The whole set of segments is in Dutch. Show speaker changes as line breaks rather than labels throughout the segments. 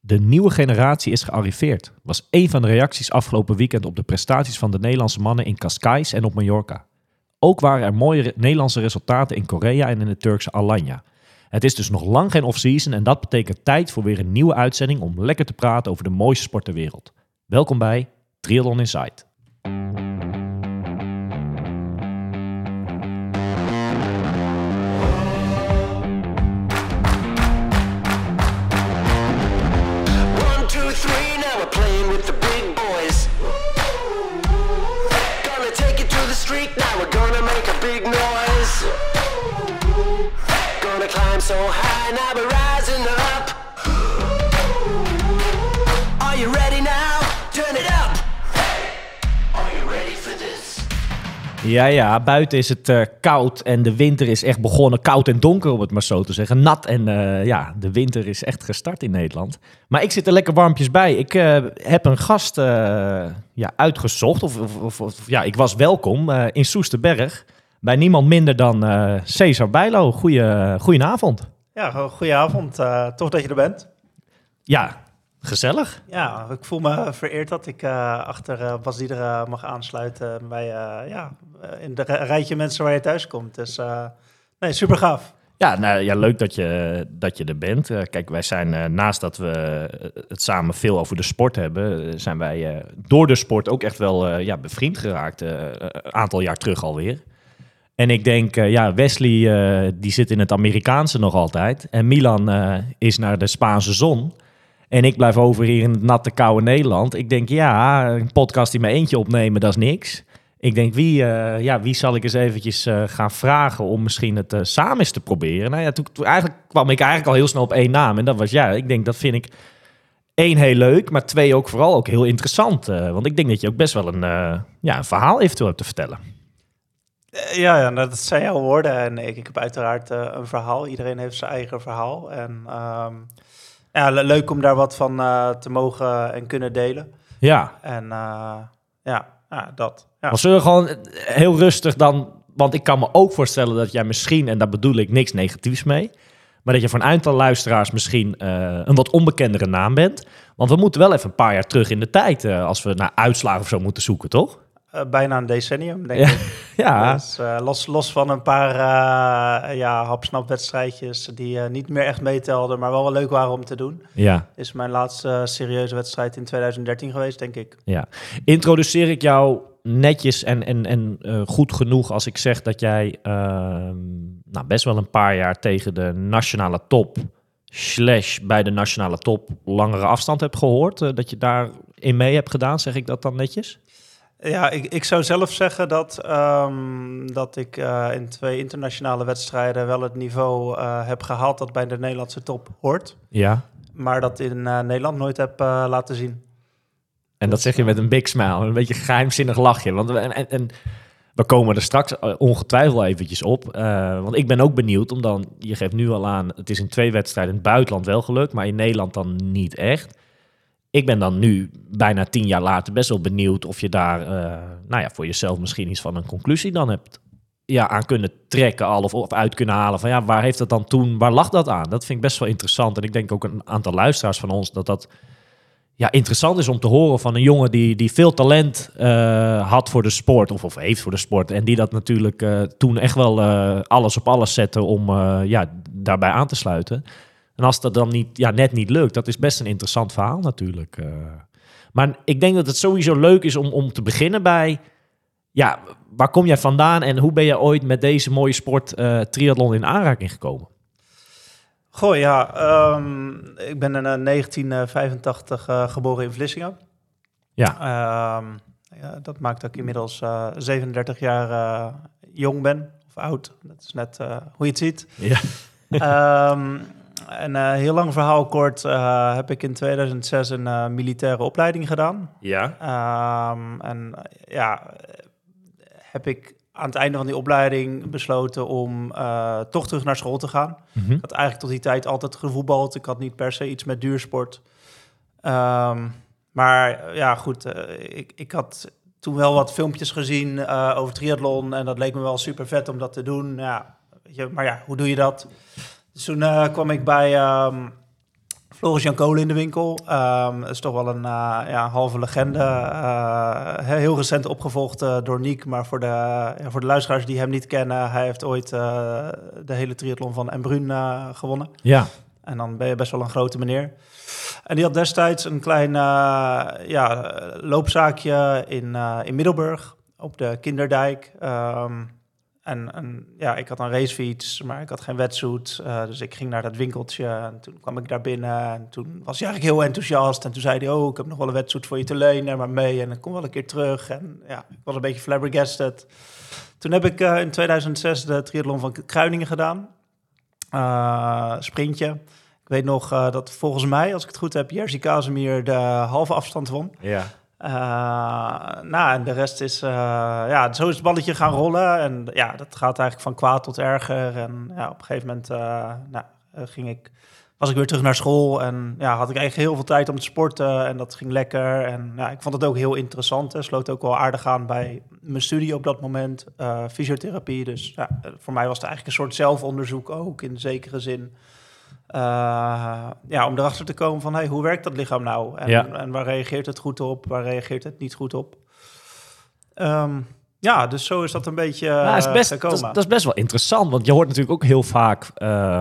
De nieuwe generatie is gearriveerd, was één van de reacties afgelopen weekend op de prestaties van de Nederlandse mannen in Cascais en op Mallorca. Ook waren er mooie Nederlandse resultaten in Korea en in de Turkse Alanya. Het is dus nog lang geen off-season en dat betekent tijd voor weer een nieuwe uitzending om lekker te praten over de mooiste sport ter wereld. Welkom bij Triathlon Insight.
So high, now we're rising up. Are you ready now? Turn it up. Hey, are you ready for this?
Ja, buiten is het koud en de winter is echt begonnen. Koud en donker, om het maar zo te zeggen. Nat en de winter is echt gestart in Nederland. Maar ik zit er lekker warmpjes bij. Ik heb een gast uitgezocht. Ik was welkom in Soesterberg. Bij niemand minder dan Cesar Bijlo. Goedenavond.
Ja, goedenavond. Tof dat je er bent.
Ja, gezellig.
Ja, ik voel me vereerd dat ik achter Bas Diederen mag aansluiten bij in de rijtje mensen waar je thuis komt. Dus super gaaf.
Ja, leuk dat je er bent. Kijk, wij zijn naast dat we het samen veel over de sport hebben, zijn wij door de sport ook echt wel bevriend geraakt. Een aantal jaar terug alweer. En ik denk, Wesley die zit in het Amerikaanse nog altijd. En Milan is naar de Spaanse zon. En ik blijf over hier in het natte, koude Nederland. Ik denk, een podcast in mijn eentje opnemen, dat is niks. Ik denk, wie zal ik eens eventjes gaan vragen om misschien het samen eens te proberen? Nou ja, toen kwam ik eigenlijk al heel snel op één naam. En dat was jij. Ik denk, dat vind ik 1 heel leuk, maar 2 ook vooral ook heel interessant. Want ik denk dat je ook best wel een verhaal eventueel hebt te vertellen.
Ja, dat zijn jouw woorden. En ik heb uiteraard een verhaal. Iedereen heeft zijn eigen verhaal. En leuk om daar wat van te mogen en kunnen delen.
Ja.
En dat. Ja.
Maar zullen we gewoon heel rustig dan... Want ik kan me ook voorstellen dat jij misschien... en daar bedoel ik niks negatiefs mee... maar dat je voor een aantal luisteraars misschien een wat onbekendere naam bent. Want we moeten wel even een paar jaar terug in de tijd... als we naar uitslagen of zo moeten zoeken, toch?
Bijna een decennium, denk ik.
Ja.
Dus, los van een paar hapsnap-wedstrijdjes die niet meer echt meetelden, maar wel leuk waren om te doen.
Ja.
Is mijn laatste serieuze wedstrijd in 2013 geweest, denk ik.
Ja. Introduceer ik jou netjes en goed genoeg als ik zeg dat jij best wel een paar jaar tegen de nationale top / bij de nationale top langere afstand hebt gehoord. Dat je daarin mee hebt gedaan, zeg ik dat dan netjes?
Ja, ik zou zelf zeggen dat ik in 2 internationale wedstrijden wel het niveau heb gehaald dat bij de Nederlandse top hoort.
Ja.
Maar dat in Nederland nooit heb laten zien.
En dat zeg je met een big smile, een beetje geheimzinnig lachje. Want we komen er straks ongetwijfeld eventjes op. Want ik ben ook benieuwd, omdat je geeft nu al aan... het is in 2 wedstrijden in het buitenland wel gelukt, maar in Nederland dan niet echt. Ik ben dan nu, bijna 10 jaar later, best wel benieuwd of je daar voor jezelf misschien iets van een conclusie dan hebt aan kunnen trekken al of uit kunnen halen. Van waar heeft dat dan toen, waar lag dat aan? Dat vind ik best wel interessant. En ik denk ook een aantal luisteraars van ons dat interessant is om te horen van een jongen die veel talent had voor de sport of heeft voor de sport. En die dat natuurlijk toen echt wel alles op alles zette om daarbij aan te sluiten. En als dat dan net niet lukt, dat is best een interessant verhaal natuurlijk. Maar ik denk dat het sowieso leuk is om te beginnen bij... waar kom jij vandaan en hoe ben je ooit met deze mooie sport triathlon in aanraking gekomen?
Goh, ik ben in 1985 geboren in Vlissingen.
Ja.
Dat maakt dat ik inmiddels 37 jaar jong ben, of oud. Dat is net hoe je het ziet.
Ja.
Een heel lang verhaal kort heb ik in 2006 een militaire opleiding gedaan.
Ja.
Heb ik aan het einde van die opleiding besloten om toch terug naar school te gaan.
Mm-hmm.
Ik had eigenlijk tot die tijd altijd gevoetbald. Ik had niet per se iets met duursport. Ik had toen wel wat filmpjes gezien over triathlon en dat leek me wel super vet om dat te doen. Ja, weet je, maar ja, hoe doe je dat? Dus toen kwam ik bij Floris Jan Kolen in de winkel. Dat is toch wel een halve legende. Heel recent opgevolgd door Niek. Maar voor de luisteraars die hem niet kennen... hij heeft ooit de hele triathlon van Embrun gewonnen.
Ja.
En dan ben je best wel een grote meneer. En die had destijds een klein loopzaakje in Middelburg... op de Kinderdijk. Ik had een racefiets, maar ik had geen wetsuit. Dus ik ging naar dat winkeltje en toen kwam ik daar binnen. En toen was hij eigenlijk heel enthousiast. En toen zei hij, ik heb nog wel een wetsuit voor je te lenen, maar mee. En ik kom wel een keer terug. En ja, ik was een beetje flabbergasted. Toen heb ik in 2006 de triathlon van Kruiningen gedaan. Sprintje. Ik weet nog dat volgens mij, als ik het goed heb, Jerzy Casimir de halve afstand won.
Ja.
En de rest is... zo is het balletje gaan rollen. En ja, dat gaat eigenlijk van kwaad tot erger. En ja, op een gegeven moment was ik weer terug naar school. En ja, had ik eigenlijk heel veel tijd om te sporten. En dat ging lekker. En ja, ik vond het ook heel interessant. Sloot ook wel aardig aan bij mijn studie op dat moment. Fysiotherapie. Dus ja, voor mij was het eigenlijk een soort zelfonderzoek ook, in zekere zin. Om erachter te komen van, hoe werkt dat lichaam nou? En waar reageert het goed op? Waar reageert het niet goed op? Dus zo is dat een beetje gekomen.
Dat is best wel interessant, want je hoort natuurlijk ook heel vaak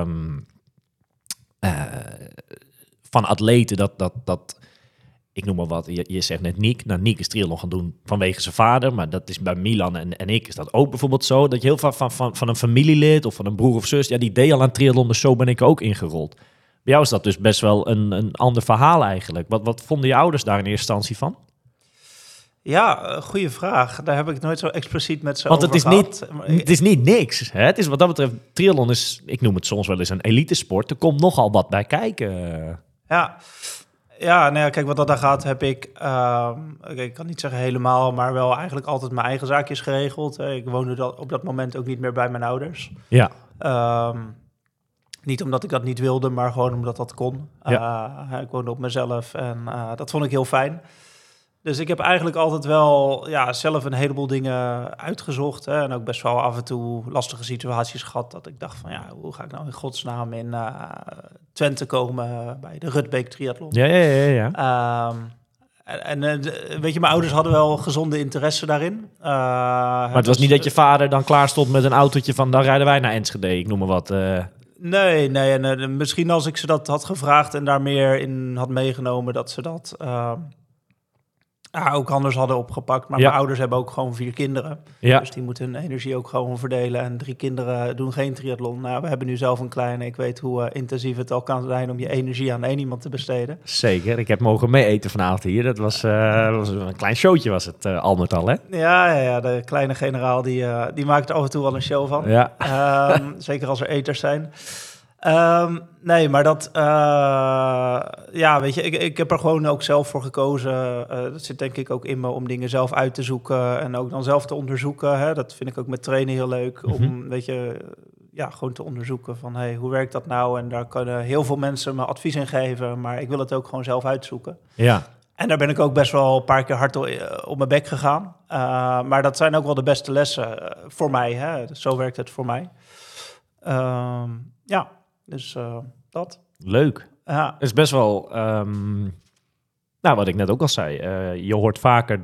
van atleten dat ik noem maar wat, je zegt net Niek. Nou, Niek is triathlon gaan doen vanwege zijn vader, maar dat is bij Milan en ik is dat ook bijvoorbeeld zo, dat je heel vaak van een familielid of van een broer of zus, die deed al aan triathlon, dus zo ben ik ook ingerold. Bij jou is dat dus best wel een ander verhaal eigenlijk. Wat vonden je ouders daar in eerste instantie van?
Ja, goede vraag. Daar heb ik het nooit zo expliciet met ze
over
gehad.
Want het is niet niks. Hè? Het is wat dat betreft, triathlon is, ik noem het soms wel eens een elitesport. Er komt nogal wat bij kijken.
Kijk, wat dat daar gaat, heb ik... ik kan niet zeggen helemaal, maar wel eigenlijk altijd mijn eigen zaakjes geregeld. Ik woonde op dat moment ook niet meer bij mijn ouders.
Ja.
Niet omdat ik dat niet wilde, maar gewoon omdat dat kon. Ja. Ik woonde op mezelf en dat vond ik heel fijn. Dus ik heb eigenlijk altijd wel zelf een heleboel dingen uitgezocht. Hè, en ook best wel af en toe lastige situaties gehad. Dat ik dacht van, hoe ga ik nou in godsnaam in Twente komen bij de Rutbeek Triathlon?
Ja.
Weet je, mijn ouders hadden wel gezonde interesse daarin.
Maar het was niet dat je vader dan klaar stond met een autootje van, dan rijden wij naar Enschede, ik noem maar wat.
Nee. En misschien als ik ze dat had gevraagd en daar meer in had meegenomen, dat ze dat ook anders hadden opgepakt. Maar mijn ouders hebben ook gewoon 4 kinderen. Ja. Dus die moeten hun energie ook gewoon verdelen. En 3 kinderen doen geen triathlon. Nou, we hebben nu zelf een kleine. Ik weet hoe intensief het al kan zijn om je energie aan 1 iemand te besteden.
Zeker. Ik heb mogen mee eten vanavond hier. Dat was een klein showtje was het al met al, hè?
Ja. De kleine generaal die maakt er af en toe wel een show van.
Ja.
Zeker als er eters zijn. Nee, maar dat... weet je, ik heb er gewoon ook zelf voor gekozen. Dat zit denk ik ook in me om dingen zelf uit te zoeken en ook dan zelf te onderzoeken. Hè. Dat vind ik ook met trainen heel leuk. Om, weet je, gewoon te onderzoeken van, hoe werkt dat nou? En daar kunnen heel veel mensen me advies in geven, maar ik wil het ook gewoon zelf uitzoeken. Ja. En daar ben ik ook best wel een paar keer hard op mijn bek gegaan. Maar dat zijn ook wel de beste lessen voor mij. Hè. Zo werkt het voor mij. Dus dat.
Leuk. Ja. Het is best wel... wat ik net ook al zei. Je hoort vaker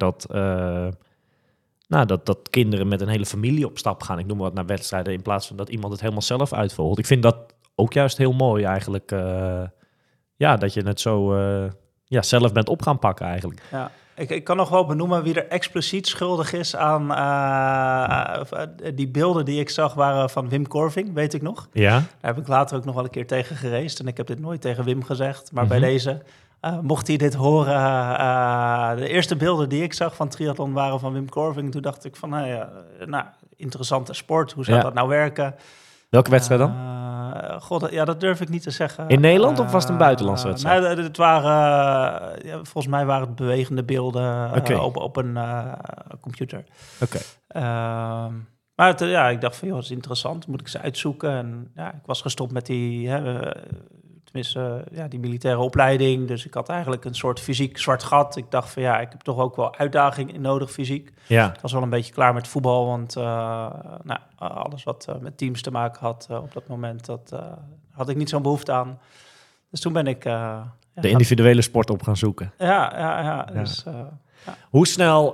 dat kinderen met een hele familie op stap gaan. Ik noem maar wat, naar wedstrijden, in plaats van dat iemand het helemaal zelf uitvolgt. Ik vind dat ook juist heel mooi eigenlijk. Dat je het zo zelf bent op gaan pakken eigenlijk. Ja.
Ik kan nog wel benoemen wie er expliciet schuldig is aan die beelden die ik zag waren van Wim Korving, weet ik nog. Ja. Daar heb ik later ook nog wel een keer tegen geraced en ik heb dit nooit tegen Wim gezegd. Maar bij deze, mocht hij dit horen, de eerste beelden die ik zag van triathlon waren van Wim Korving. Toen dacht ik van, interessante sport, hoe zou dat nou werken?
Welke wedstrijd dan?
Dat durf ik niet te zeggen.
In Nederland of was het een buitenlandse wedstrijd?
Het waren, volgens mij waren het bewegende beelden op een computer. Oké. Maar ik dacht van, dat is interessant. Moet ik ze uitzoeken? En ik was gestopt met die, die militaire opleiding. Dus ik had eigenlijk een soort fysiek zwart gat. Ik dacht van, ik heb toch ook wel uitdaging nodig fysiek. Ja. Ik was wel een beetje klaar met voetbal, want alles wat met teams te maken had op dat moment, dat had ik niet zo'n behoefte aan. Dus toen ben ik...
De individuele sport op gaan zoeken.
Ja. Dus,
Hoe snel,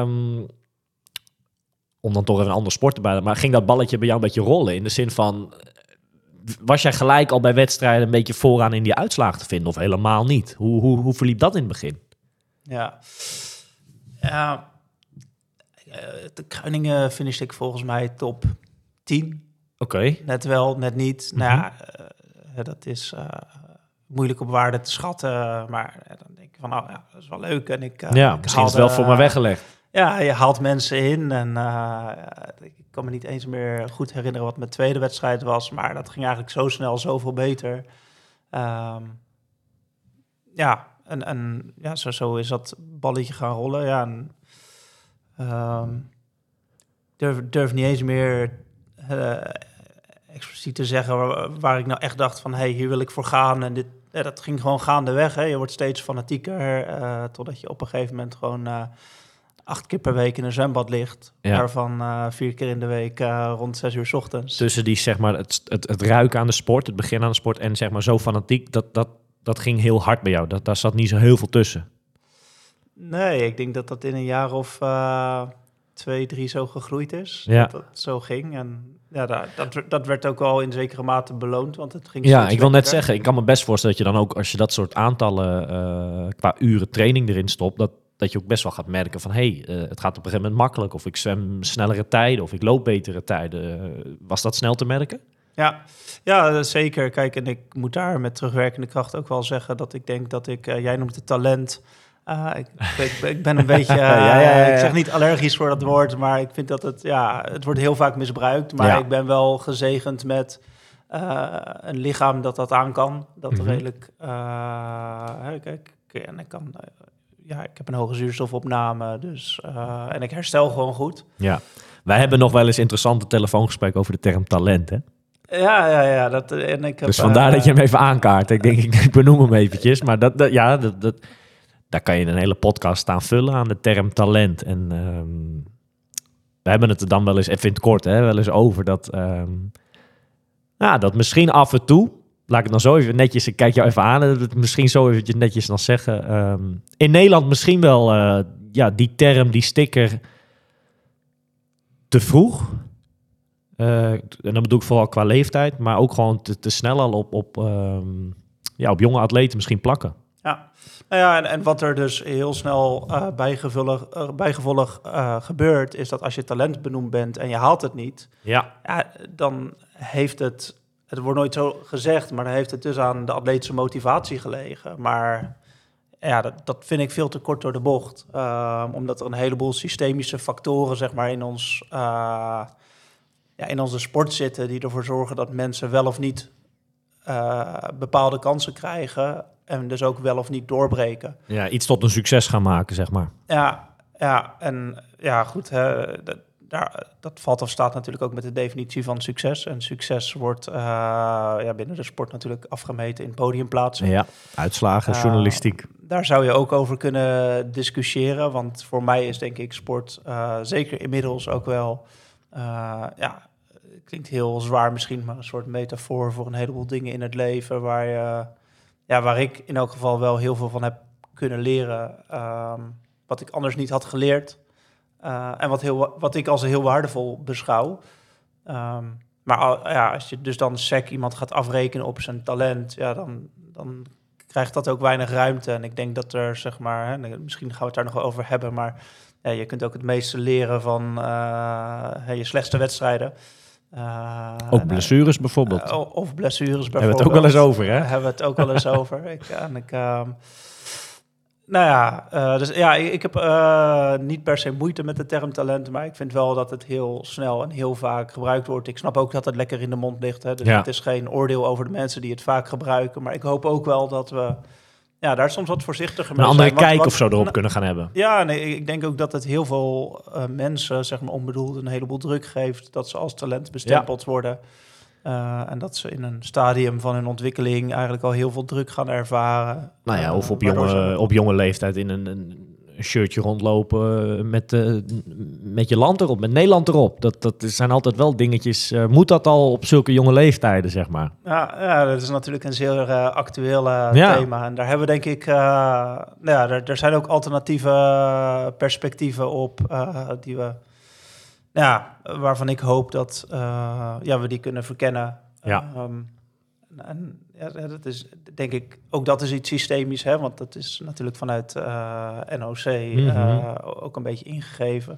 om dan toch even een andere sport erbij te maar ging dat balletje bij jou een beetje rollen? In de zin van, was jij gelijk al bij wedstrijden een beetje vooraan in die uitslagen te vinden? Of helemaal niet? Hoe verliep dat in het begin?
Ja. De Kruiningen finishte ik volgens mij top 10.
Oké.
Net wel, net niet. Nou ja, dat is moeilijk op waarde te schatten. Maar dan denk ik van, nou ja, dat is wel leuk. En ik
Misschien is het wel voor me weggelegd.
Ja, je haalt mensen in. En ik kan me niet eens meer goed herinneren wat mijn tweede wedstrijd was. Maar dat ging eigenlijk zo snel, zoveel beter. Zo is dat balletje gaan rollen. Ja, en, durf niet eens meer expliciet te zeggen waar ik nou echt dacht van, hey, hier wil ik voor gaan. En dat ging gewoon gaandeweg. Hè. Je wordt steeds fanatieker, totdat je op een gegeven moment gewoon 8 keer per week in een zwembad ligt.
Ja.
Waarvan 4 keer in de week rond 6 uur 's ochtends.
Tussen die, zeg maar, het ruiken aan de sport, het begin aan de sport en zeg maar zo fanatiek, dat ging heel hard bij jou. Daar zat niet zo heel veel tussen.
Nee, ik denk dat dat in een jaar of 2, 3 zo gegroeid is.
Ja.
Dat zo ging. En ja, dat werd ook wel in zekere mate beloond, want het ging
Ja,
steeds
ik wil net
lekkerder.
zeggen, ik kan me best voorstellen dat je dan ook, als je dat soort aantallen qua uren training erin stopt, dat je ook best wel gaat merken van, het gaat op een gegeven moment makkelijk, of ik zwem snellere tijden, of ik loop betere tijden. Was dat snel te merken?
Ja, zeker. Kijk, en ik moet daar met terugwerkende kracht ook wel zeggen dat ik denk dat jij noemt het talent. Ik ben een beetje, ik zeg niet allergisch voor dat woord, maar ik vind dat het wordt heel vaak misbruikt. Maar ik ben wel gezegend met een lichaam dat aan kan. Dat redelijk, en ik kan, ik heb een hoge zuurstofopname, dus, en ik herstel gewoon goed.
Ja, wij hebben nog wel eens interessante telefoongesprekken over de term talent, hè?
Ja.
Dus vandaar dat je hem even aankaart. Ik denk, ik benoem hem eventjes. Maar daar kan je een hele podcast aan vullen aan de term talent. En we hebben het er dan wel eens, even in het kort, wel eens over dat misschien af en toe, laat ik het dan zo even netjes, ik kijk jou even aan, het misschien zo eventjes netjes dan zeggen. In Nederland misschien wel die term, die sticker te vroeg. En dan bedoel ik vooral qua leeftijd, maar ook gewoon te snel al op jonge atleten misschien plakken.
Ja, en wat er dus heel snel bijgevolg gebeurt, is dat als je talent benoemd bent en je haalt het niet, dan heeft het wordt nooit zo gezegd, maar dan heeft het dus aan de atletische motivatie gelegen. Maar ja, dat vind ik veel te kort door de bocht, omdat er een heleboel systemische factoren, zeg maar, in onze sport zitten die ervoor zorgen dat mensen wel of niet bepaalde kansen krijgen en dus ook wel of niet doorbreken.
Ja, iets tot een succes gaan maken, zeg maar.
Ja, en ja, goed, dat valt of staat natuurlijk ook met de definitie van succes. En succes wordt binnen de sport natuurlijk afgemeten in podiumplaatsen.
Ja, uitslagen, journalistiek.
Daar zou je ook over kunnen discussiëren, want voor mij is denk ik sport zeker inmiddels ook wel... klinkt heel zwaar misschien, maar een soort metafoor voor een heleboel dingen in het leven waar ik in elk geval wel heel veel van heb kunnen leren, wat ik anders niet had geleerd en wat ik als heel waardevol beschouw. Maar als je dus dan iemand gaat afrekenen op zijn talent, dan krijgt dat ook weinig ruimte. En ik denk dat er, zeg maar, misschien gaan we het daar nog wel over hebben, maar je kunt ook het meeste leren van je slechtste wedstrijden.
Ook blessures bijvoorbeeld.
Of blessures bijvoorbeeld.
Hebben we het ook wel eens over, hè?
Hebben we het ook wel eens over. Ik heb niet per se moeite met de term talent, maar ik vind wel dat het heel snel en heel vaak gebruikt wordt. Ik snap ook dat het lekker in de mond ligt. Hè? Dus het is geen oordeel over de mensen die het vaak gebruiken. Maar ik hoop ook wel dat we daar soms wat voorzichtiger mee zijn.
Een andere kijk of zo erop kunnen gaan hebben.
Ja, ik denk ook dat het heel veel mensen, zeg maar onbedoeld, een heleboel druk geeft dat ze als talent bestempeld worden. En dat ze in een stadium van hun ontwikkeling eigenlijk al heel veel druk gaan ervaren.
Of op jonge leeftijd in een een shirtje rondlopen met je land erop, met Nederland erop. Dat zijn altijd wel dingetjes. Moet dat al op zulke jonge leeftijden, zeg maar?
Ja, dat is natuurlijk een zeer actueel
Ja.
thema. En daar hebben we denk ik... er zijn ook alternatieve perspectieven op die we... waarvan ik hoop dat we die kunnen verkennen.
Ja.
Dat is denk ik... Ook dat is iets systemisch, hè? Want dat is natuurlijk vanuit NOC ook een beetje ingegeven.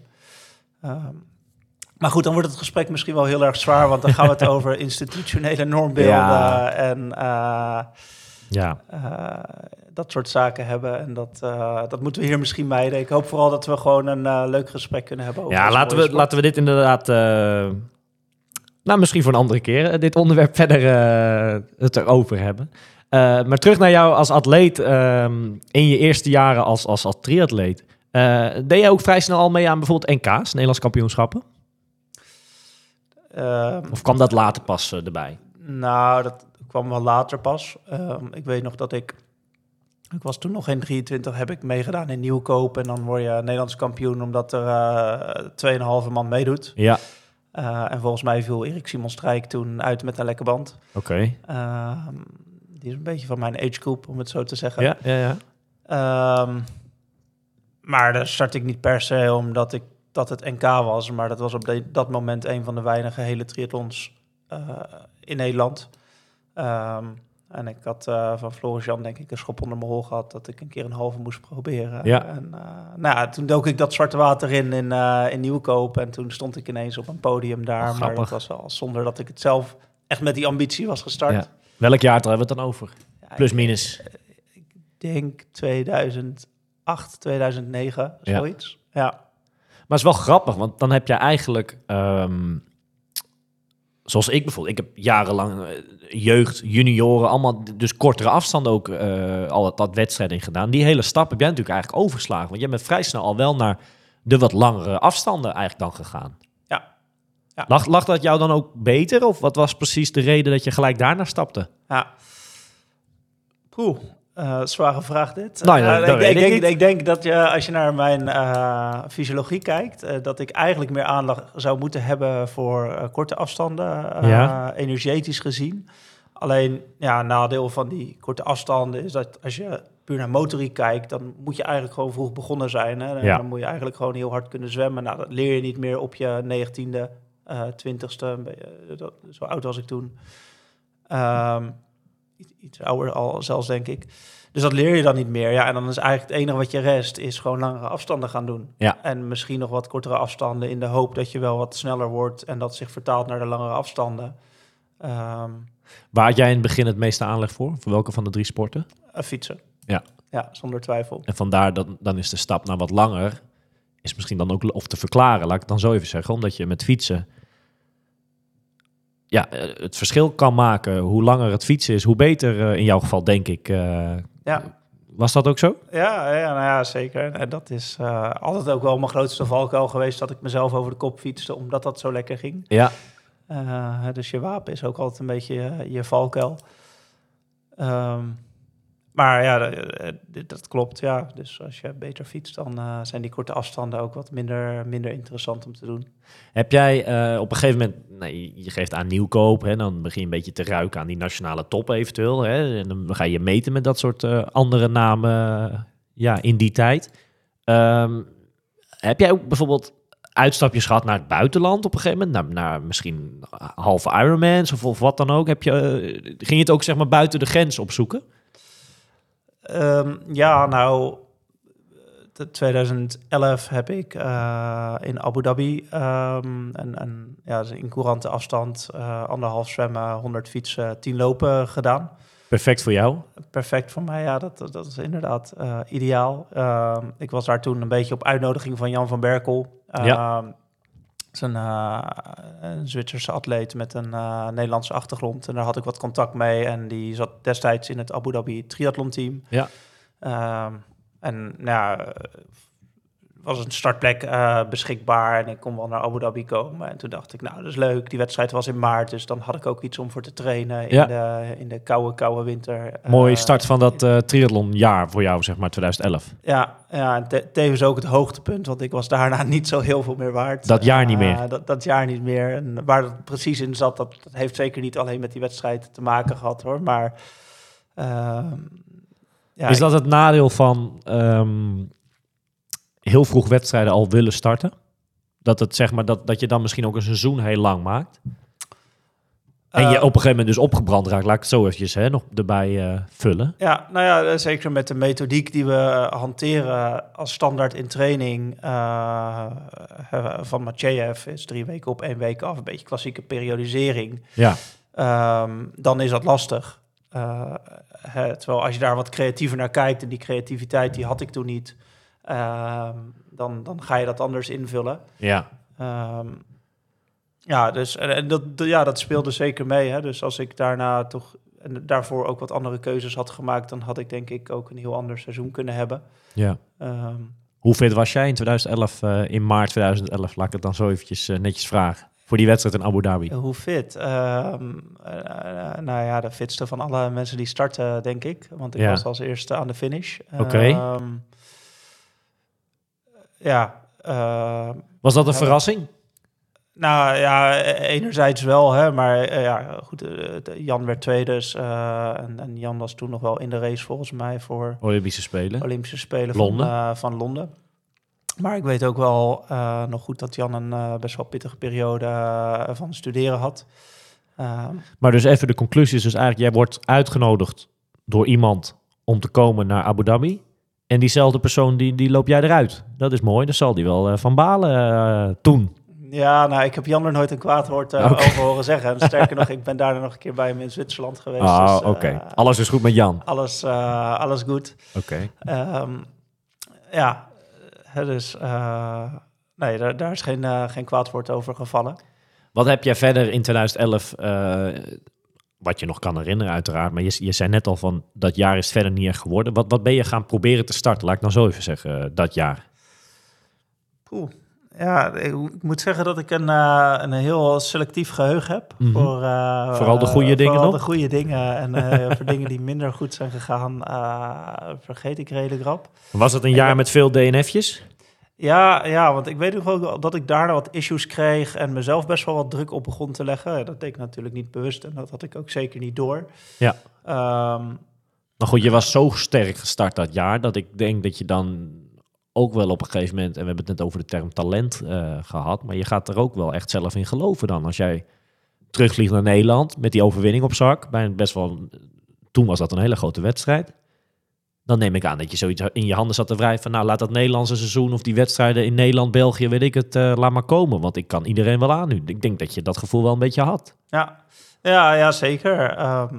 Maar goed, dan wordt het gesprek misschien wel heel erg zwaar, want dan gaan we het over institutionele normbeelden en dat soort zaken hebben. En dat moeten we hier misschien mijden. Ik hoop vooral dat we gewoon een leuk gesprek kunnen hebben over
laten we dit inderdaad... misschien voor een andere keer dit onderwerp verder het erover hebben. Maar terug naar jou als atleet in je eerste jaren als triatleet. Deed jij ook vrij snel al mee aan bijvoorbeeld NK's, Nederlands kampioenschappen? Of kwam dat later pas erbij?
Nou, dat kwam wel later pas. Ik weet nog dat ik was toen nog geen 23, heb ik meegedaan in Nieuwkoop. En dan word je Nederlands kampioen omdat er 2,5 man meedoet.
Ja.
En volgens mij viel Erik Simon Strijk toen uit met een lekke band.
Oké.
Die is een beetje van mijn age group, om het zo te zeggen.
Ja.
Maar daar start ik niet per se omdat dat het NK was. Maar dat was op dat moment een van de weinige hele triathlons in Nederland. En ik had van Floris Jan denk ik een schop onder mijn hol gehad dat ik een keer een halve moest proberen.
Ja.
En toen dook ik dat zwarte water in Nieuwkoop. En toen stond ik ineens op een podium daar. Maar dat was wel zonder dat ik het zelf echt met die ambitie was gestart.
Ja. Welk jaar hebben we het dan over? Plus minus.
Ik denk 2008, 2009, zoiets. Ja.
Maar het is wel grappig, want dan heb je eigenlijk... zoals ik bijvoorbeeld. Ik heb jarenlang jeugd, junioren, allemaal dus kortere afstanden ook al dat wedstrijden in gedaan. Die hele stap heb jij natuurlijk eigenlijk overgeslagen. Want jij bent vrij snel al wel naar de wat langere afstanden eigenlijk dan gegaan.
Ja.
Lag dat jou dan ook beter? Of wat was precies de reden dat je gelijk daarna stapte?
Ja. Zware vraag dit.
Ik
denk dat als je naar mijn fysiologie kijkt, dat ik eigenlijk meer aandacht zou moeten hebben voor korte afstanden, energetisch gezien. Alleen, nadeel van die korte afstanden is dat als je puur naar motoriek kijkt, dan moet je eigenlijk gewoon vroeg begonnen zijn. Hè? En dan moet je eigenlijk gewoon heel hard kunnen zwemmen. Nou, dat leer je niet meer op je 19e, 20ste. Zo oud was ik toen. Iets ouder al zelfs, denk ik. Dus dat leer je dan niet meer. Ja, en dan is eigenlijk het enige wat je rest, is gewoon langere afstanden gaan doen.
Ja.
En misschien nog wat kortere afstanden in de hoop dat je wel wat sneller wordt en dat zich vertaalt naar de langere afstanden.
Waar had jij in het begin het meeste aanleg voor? Voor welke van de 3 sporten?
Fietsen.
Ja,
zonder twijfel.
En vandaar dan is de stap naar wat langer, is misschien dan ook, of te verklaren, laat ik het dan zo even zeggen, omdat je met fietsen het verschil kan maken. Hoe langer het fietsen is, hoe beter in jouw geval, denk ik. Was dat ook zo?
Ja, zeker. En dat is altijd ook wel mijn grootste valkuil geweest, dat ik mezelf over de kop fietste, omdat dat zo lekker ging.
Ja.
Dus je wapen is ook altijd een beetje je valkuil. Maar dat klopt, ja. Dus als je beter fietst, dan zijn die korte afstanden ook wat minder interessant om te doen.
Heb jij op een gegeven moment, je geeft aan Nieuwkoop, hè, dan begin je een beetje te ruiken aan die nationale top eventueel. Hè, en dan ga je meten met dat soort andere namen in die tijd. Heb jij ook bijvoorbeeld uitstapjes gehad naar het buitenland op een gegeven moment? Naar misschien halve Ironmans of wat dan ook? Ging je het ook zeg maar buiten de grens opzoeken?
2011 heb ik in Abu Dhabi in courante afstand 1,5 zwemmen, 100 fietsen, 10 lopen gedaan.
Perfect voor jou?
Perfect voor mij, ja. Dat is inderdaad ideaal. Ik was daar toen een beetje op uitnodiging van Jan van Berkel. Dat is een Zwitserse atleet met een Nederlandse achtergrond. En daar had ik wat contact mee. En die zat destijds in het Abu Dhabi triathlon team.
Ja.
was een startplek beschikbaar en ik kon wel naar Abu Dhabi komen. En toen dacht ik, nou, dat is leuk. Die wedstrijd was in maart, dus dan had ik ook iets om voor te trainen in de koude winter.
Mooie start van dat triathlonjaar voor jou, zeg maar, 2011.
Ja, en tevens ook het hoogtepunt, want ik was daarna niet zo heel veel meer waard.
Dat jaar niet meer.
Dat jaar niet meer. En waar dat precies in zat, dat heeft zeker niet alleen met die wedstrijd te maken gehad, hoor. Maar
is dat het nadeel van heel vroeg wedstrijden al willen starten? Dat het, zeg maar, dat je dan misschien ook een seizoen heel lang maakt? En je op een gegeven moment dus opgebrand raakt. Laat ik het zo eventjes nog erbij vullen.
Ja, nou ja, zeker met de methodiek die we hanteren als standaard in training van Matjejev is 3 weken op 1 week af. Een beetje klassieke periodisering.
Ja.
Dan is dat lastig. Terwijl als je daar wat creatiever naar kijkt en die creativiteit die had ik toen niet, dan ga je dat anders invullen.
Ja.
Dus dat speelde zeker mee. Hè? Dus als ik daarna toch en daarvoor ook wat andere keuzes had gemaakt, dan had ik denk ik ook een heel ander seizoen kunnen hebben.
Ja. Hoe fit was jij in 2011, in maart 2011? Laat ik het dan zo eventjes netjes vragen. Voor die wedstrijd in Abu Dhabi.
Hoe fit? De fitste van alle mensen die starten, denk ik. Want ik was als eerste aan de finish.
Oké. Was dat een verrassing?
Nou ja, enerzijds wel, hè, maar goed, Jan werd tweede, dus, en Jan was toen nog wel in de race volgens mij voor
Olympische Spelen
Londen. Van Londen. Maar ik weet ook wel nog goed dat Jan een best wel pittige periode van studeren had.
Maar dus even de conclusie is dus eigenlijk, jij wordt uitgenodigd door iemand om te komen naar Abu Dhabi. En diezelfde persoon, die loop jij eruit. Dat is mooi, dat zal die wel van balen toen.
Ja, nou, ik heb Jan er nooit een kwaad woord over horen zeggen. En sterker nog, ik ben daarna nog een keer bij hem in Zwitserland geweest.
Oké. Alles is goed met Jan?
Alles goed.
Oké.
Dus nee, daar is geen kwaad woord over gevallen.
Wat heb jij verder in 2011, wat je nog kan herinneren uiteraard, maar je zei net al van, dat jaar is verder niet echt geworden. Wat ben je gaan proberen te starten? Laat ik nou zo even zeggen, dat jaar.
Ja, ik moet zeggen dat ik een heel selectief geheugen heb.
Vooral de goede dingen nog?
Vooral de goede dingen. En voor dingen die minder goed zijn gegaan, vergeet ik redelijk rap.
Was het een jaar met veel DNF'jes?
Ja, want ik weet nog wel dat ik daarna wat issues kreeg en mezelf best wel wat druk op begon te leggen. Dat deed ik natuurlijk niet bewust en dat had ik ook zeker niet door.
Ja. Maar goed, je was zo sterk gestart dat jaar, dat ik denk dat je dan ook wel op een gegeven moment, en we hebben het net over de term talent gehad, maar je gaat er ook wel echt zelf in geloven dan. Als jij terugvliegt naar Nederland met die overwinning op zak, toen was dat een hele grote wedstrijd. Dan neem ik aan dat je zoiets in je handen zat te wrijven van, nou, laat dat Nederlandse seizoen of die wedstrijden in Nederland, België, weet ik het, laat maar komen. Want ik kan iedereen wel aan nu. Ik denk dat je dat gevoel wel een beetje had.
Ja, zeker.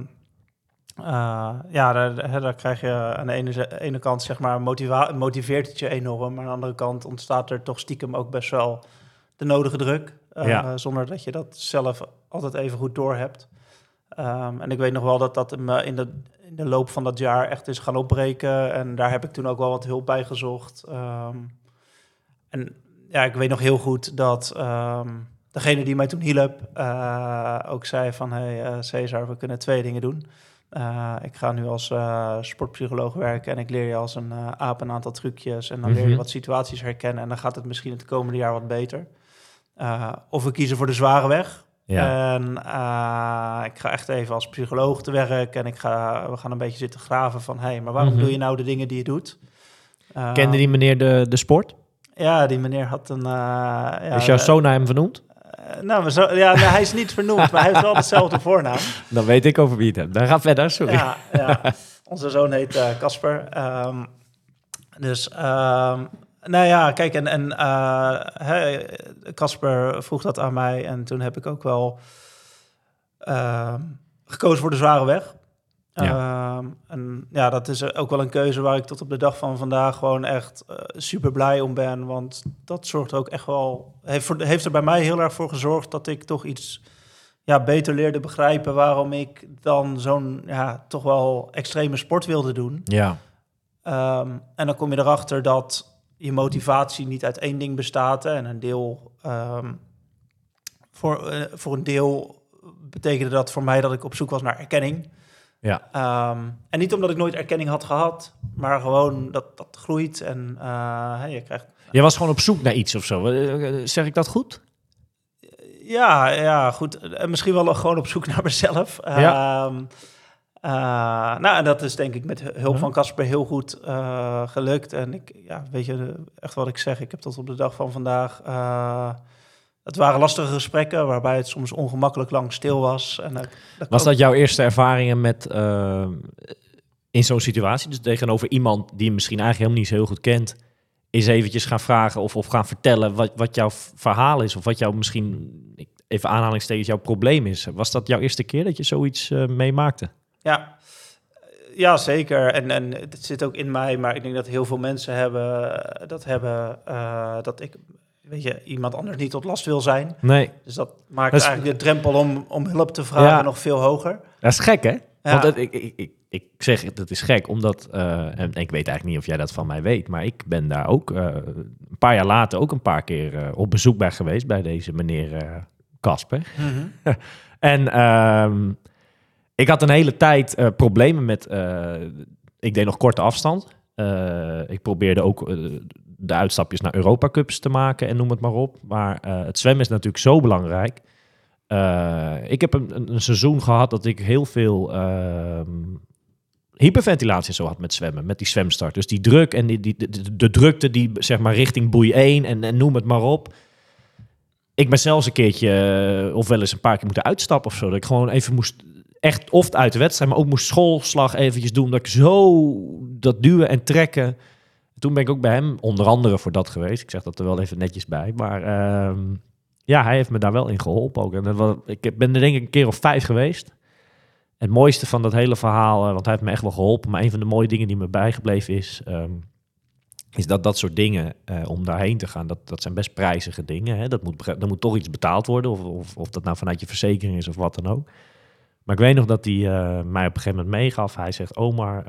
Daar krijg je aan de ene kant, zeg maar, motiveert het je enorm. Maar aan de andere kant ontstaat er toch stiekem ook best wel de nodige druk. Zonder dat je dat zelf altijd even goed doorhebt. En ik weet nog wel dat in de loop van dat jaar echt is gaan opbreken. En daar heb ik toen ook wel wat hulp bij gezocht. Ik weet nog heel goed dat degene die mij toen hielp ook zei van, hey Cesar, we kunnen 2 dingen doen. Ik ga nu als sportpsycholoog werken en ik leer je als een aap een aantal trucjes. En dan leer je wat situaties herkennen en dan gaat het misschien het komende jaar wat beter. Of we kiezen voor de zware weg. Ja. En ik ga echt even als psycholoog te werk en we gaan een beetje zitten graven van, maar waarom doe je nou de dingen die je doet?
Kende die meneer de sport?
Ja, die meneer had een...
is jouw zoon naar hem vernoemd?
Hij is niet vernoemd, maar hij heeft wel dezelfde voornaam.
Dan weet ik over wie het hebt. Dan ga verder, sorry.
Ja. Onze zoon heet Casper. Kijk, en Casper vroeg dat aan mij en toen heb ik ook wel gekozen voor de zware weg. Dat is ook wel een keuze waar ik tot op de dag van vandaag gewoon echt super blij om ben. Want dat zorgt ook echt wel, heeft er bij mij heel erg voor gezorgd dat ik toch iets beter leerde begrijpen waarom ik dan zo'n toch wel extreme sport wilde doen.
Ja.
En dan kom je erachter dat je motivatie niet uit één ding bestaat. Hè, en een deel, voor een deel betekende dat voor mij dat ik op zoek was naar erkenning.
Ja.
En niet omdat ik nooit erkenning had gehad, maar gewoon dat groeit en je krijgt...
Je was gewoon op zoek naar iets of zo. Zeg ik dat goed?
Ja, goed. En misschien wel gewoon op zoek naar mezelf. En dat is denk ik met hulp van Casper heel goed gelukt. En weet je, echt wat ik zeg, ik heb tot op de dag van vandaag... het waren lastige gesprekken waarbij het soms ongemakkelijk lang stil was. En,
was dat jouw eerste ervaringen met in zo'n situatie? Dus tegenover iemand die je misschien eigenlijk helemaal niet zo heel goed kent... eens eventjes gaan vragen of gaan vertellen wat jouw verhaal is... of wat jouw misschien, even aanhalingstekens, jouw probleem is. Was dat jouw eerste keer dat je zoiets meemaakte?
Ja, zeker. En het zit ook in mij, maar ik denk dat heel veel mensen hebben dat ik... Weet je, iemand anders niet tot last wil zijn.
Nee.
Dus dat maakt eigenlijk de drempel om hulp te vragen nog veel hoger.
Dat is gek, hè?
Ja.
Want ik zeg, dat is gek, omdat... en ik weet eigenlijk niet of jij dat van mij weet... maar ik ben daar ook een paar jaar later ook een paar keer op bezoek bij geweest... bij deze meneer Casper.
Mm-hmm.
En ik had een hele tijd problemen met... ik deed nog korte afstand. Ik probeerde ook... de uitstapjes naar Europa Cups te maken en noem het maar op. Maar het zwemmen is natuurlijk zo belangrijk. Ik heb een seizoen gehad dat ik heel veel hyperventilatie zo had met zwemmen, met die zwemstart. Dus die druk en de drukte die zeg maar richting boei 1 en noem het maar op. Ik ben zelfs een keertje of wel eens een paar keer moeten uitstappen of zo. Dat ik gewoon even moest, echt of uit de wedstrijd, maar ook moest schoolslag eventjes doen. Dat ik zo dat duwen en trekken... Toen ben ik ook bij hem onder andere voor dat geweest. Ik zeg dat er wel even netjes bij. Maar hij heeft me daar wel in geholpen ook. En ik ben er denk ik een keer of 5 geweest. Het mooiste van dat hele verhaal, want hij heeft me echt wel geholpen. Maar een van de mooie dingen die me bijgebleven is dat soort dingen, om daarheen te gaan, dat zijn best prijzige dingen. Hè? Er moet toch iets betaald worden. Of dat nou vanuit je verzekering is of wat dan ook. Maar ik weet nog dat hij mij op een gegeven moment meegaf. Hij zegt, Omar,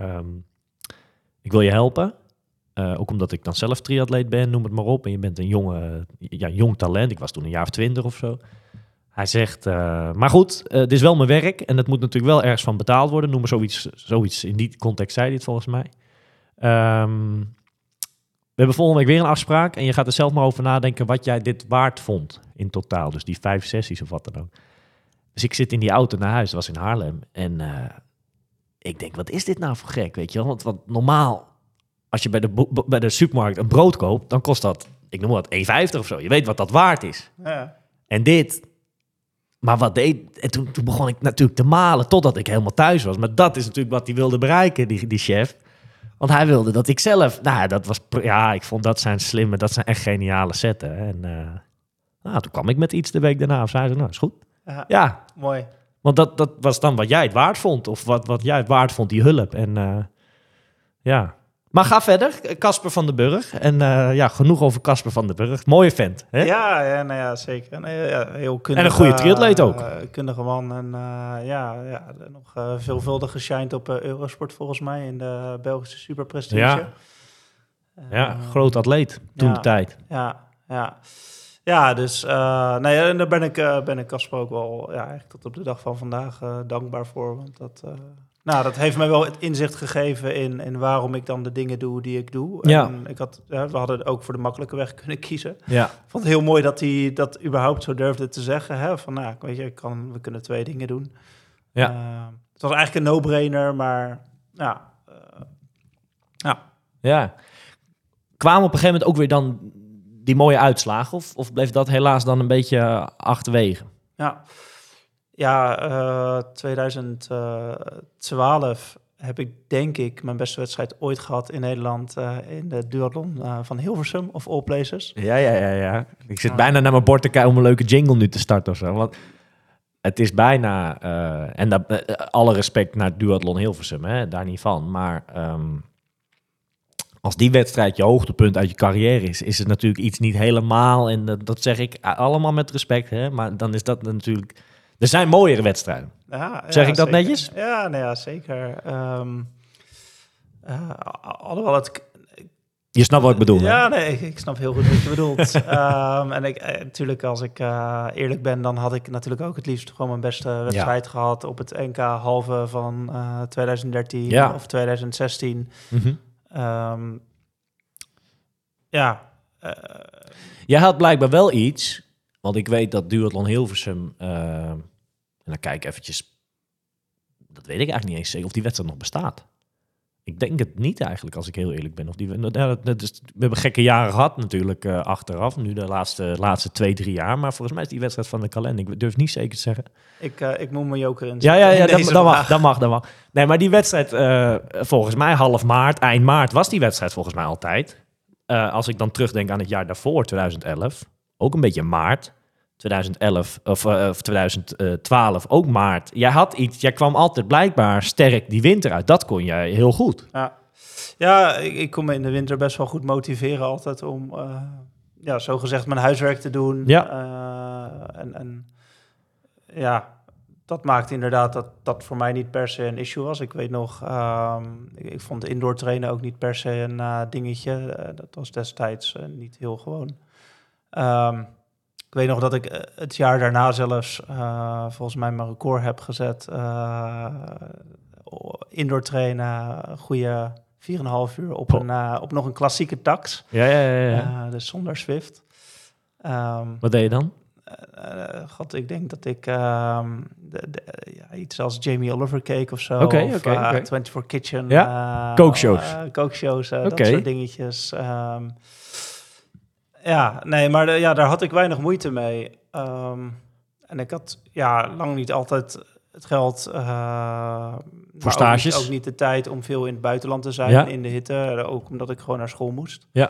ik wil je helpen. Ook omdat ik dan zelf triatleet ben, noem het maar op. En je bent een jong talent. Ik was toen een jaar of 20 of zo. Hij zegt, maar goed, dit is wel mijn werk. En dat moet natuurlijk wel ergens van betaald worden. Noem maar zoiets in die context zei hij het volgens mij. We hebben volgende week weer een afspraak. En je gaat er zelf maar over nadenken wat jij dit waard vond in totaal. Dus die 5 sessies of wat dan ook. Dus ik zit in die auto naar huis. Dat was in Haarlem. En ik denk, wat is dit nou voor gek, weet je wel? Want normaal... Als je bij de supermarkt een brood koopt, dan kost dat, ik noem wat, 1,50 of zo. Je weet wat dat waard is.
Ja.
En dit. Maar wat deed... En toen begon ik natuurlijk te malen totdat ik helemaal thuis was. Maar dat is natuurlijk wat hij wilde bereiken, die chef. Want hij wilde dat ik zelf... dat was... Ja, ik vond dat zijn slimme, dat zijn echt geniale setten. En toen kwam ik met iets de week daarna. Of zei ze, is goed. Ja.
Mooi.
Want dat was dan wat jij het waard vond. Of wat jij het waard vond, die hulp. En ja... Maar ga verder, Casper van den Burg. En genoeg over Casper van den Burg. Mooie vent, hè?
Ja, zeker. Heel kundig.
En een goede triatleet ook.
Kundige man. En nog veelvuldig geshined op Eurosport volgens mij. In de Belgische Superprestige.
Ja, groot atleet toen de tijd.
Ja, dus en daar ben ik Casper ook wel eigenlijk tot op de dag van vandaag dankbaar voor. Want dat heeft mij wel het inzicht gegeven in waarom ik dan de dingen doe die ik doe.
Ja.
En we hadden ook voor de makkelijke weg kunnen kiezen.
Ja.
Ik vond het heel mooi dat hij dat überhaupt zo durfde te zeggen. Hè? Van, weet je, we kunnen 2 dingen doen.
Ja.
Het was eigenlijk een no-brainer, maar
Ja. Kwamen op een gegeven moment ook weer dan die mooie uitslagen? Of bleef dat helaas dan een beetje achterwege?
Ja, 2012 heb ik denk ik mijn beste wedstrijd ooit gehad in Nederland in de duathlon van Hilversum of All Places.
Ja. Ik zit bijna naar mijn bord te kijken om een leuke jingle nu te starten of zo. Want het is bijna, alle respect naar het duathlon Hilversum, hè, daar niet van. Maar als die wedstrijd je hoogtepunt uit je carrière is het natuurlijk iets niet helemaal. En dat zeg ik allemaal met respect, hè. Maar dan is dat natuurlijk... Er zijn mooiere wedstrijden. Zeg ik dat
zeker.
Netjes?
Ja, zeker. Alhoewel
Je snapt wat ik bedoel, hè?
Ja, nee, ik snap heel goed wat je bedoelt. En natuurlijk, als ik eerlijk ben, dan had ik natuurlijk ook het liefst gewoon mijn beste wedstrijd gehad op het NK halve van 2013 of 2016.
Mm-hmm. Jij had blijkbaar wel iets, want ik weet dat Duathlon Hilversum, en dan kijk ik eventjes, dat weet ik eigenlijk niet eens zeker of die wedstrijd nog bestaat. Ik denk het niet eigenlijk, als ik heel eerlijk ben. We hebben gekke jaren gehad natuurlijk achteraf, nu de laatste 2-3 jaar, maar volgens mij is die wedstrijd van de kalender, ik durf niet zeker te zeggen.
Ik moet mijn joker in.
Ja, dat mag. Nee, maar die wedstrijd, volgens mij half maart, eind maart was die wedstrijd volgens mij altijd. Als ik dan terugdenk aan het jaar daarvoor, 2011, ook een beetje maart. 2011 of 2012, ook maart. Jij kwam altijd blijkbaar sterk die winter uit. Dat kon jij heel goed.
Ja, ik kon me in de winter best wel goed motiveren altijd om, zogezegd mijn huiswerk te doen.
Ja.
Dat maakte inderdaad dat voor mij niet per se een issue was. Ik weet nog, ik vond indoor trainen ook niet per se een dingetje. Dat was destijds niet heel gewoon. Ik weet nog dat ik het jaar daarna zelfs volgens mij mijn record heb gezet. Indoor trainen, een goede 4,5 uur op nog een klassieke tax.
Ja.
Dus zonder Zwift.
Wat deed je dan?
Ik denk dat ik iets als Jamie Oliver keek of zo.
Oké.
24 Kitchen.
Ja? Kookshows.
Kookshows, dat soort dingetjes. Daar had ik weinig moeite mee. En ik had lang niet altijd het geld.
Voor stages?
Ook niet de tijd om veel in het buitenland te zijn, in de hitte. Ook omdat ik gewoon naar school moest.
Ja.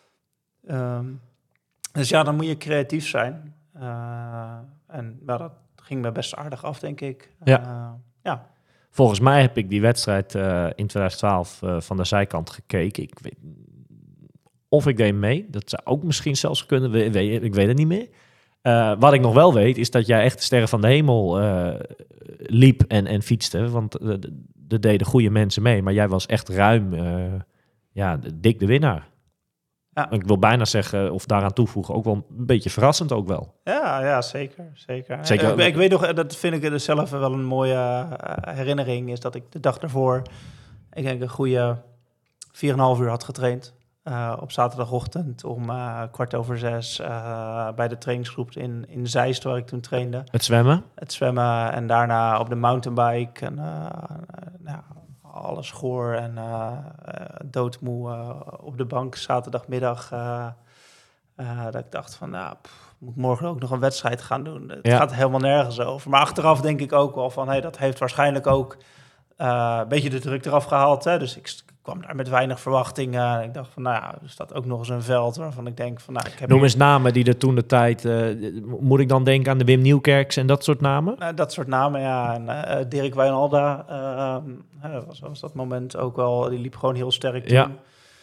Dus dan moet je creatief zijn. Dat ging me best aardig af, denk ik.
Ja. Volgens mij heb ik die wedstrijd in 2012 van de zijkant gekeken. Ik weet of ik deed mee. Dat zou ook misschien zelfs kunnen. Ik weet het niet meer. Wat ik nog wel weet, is dat jij echt de sterren van de hemel liep en fietste. Want er deden goede mensen mee. Maar jij was echt ruim dik de winnaar. Ja. Ik wil bijna zeggen, of daaraan toevoegen, ook wel een beetje verrassend ook wel.
Ja, zeker. Ik weet nog, dat vind ik er zelf wel een mooie herinnering, is dat ik de dag daarvoor, ik denk een goede 4,5 uur had getraind. Op zaterdagochtend om 5:15 bij de trainingsgroep in Zeist, waar ik toen trainde.
Het zwemmen
En daarna op de mountainbike. En alles schoor en doodmoe op de bank zaterdagmiddag. Dat ik dacht van, moet morgen ook nog een wedstrijd gaan doen. Het gaat helemaal nergens over. Maar achteraf denk ik ook wel van, dat heeft waarschijnlijk ook een beetje de druk eraf gehaald. Hè? Dus ik kwam daar met weinig verwachtingen. Ik dacht van, er staat ook nog eens een veld waarvan ik denk van, ik heb...
Noem eens namen die er toen de tijd... moet ik dan denken aan de Wim Nieuwkerks en dat soort namen?
Dat soort namen, ja. En Dirk Wijnalda was dat moment ook wel... Die liep gewoon heel sterk toen.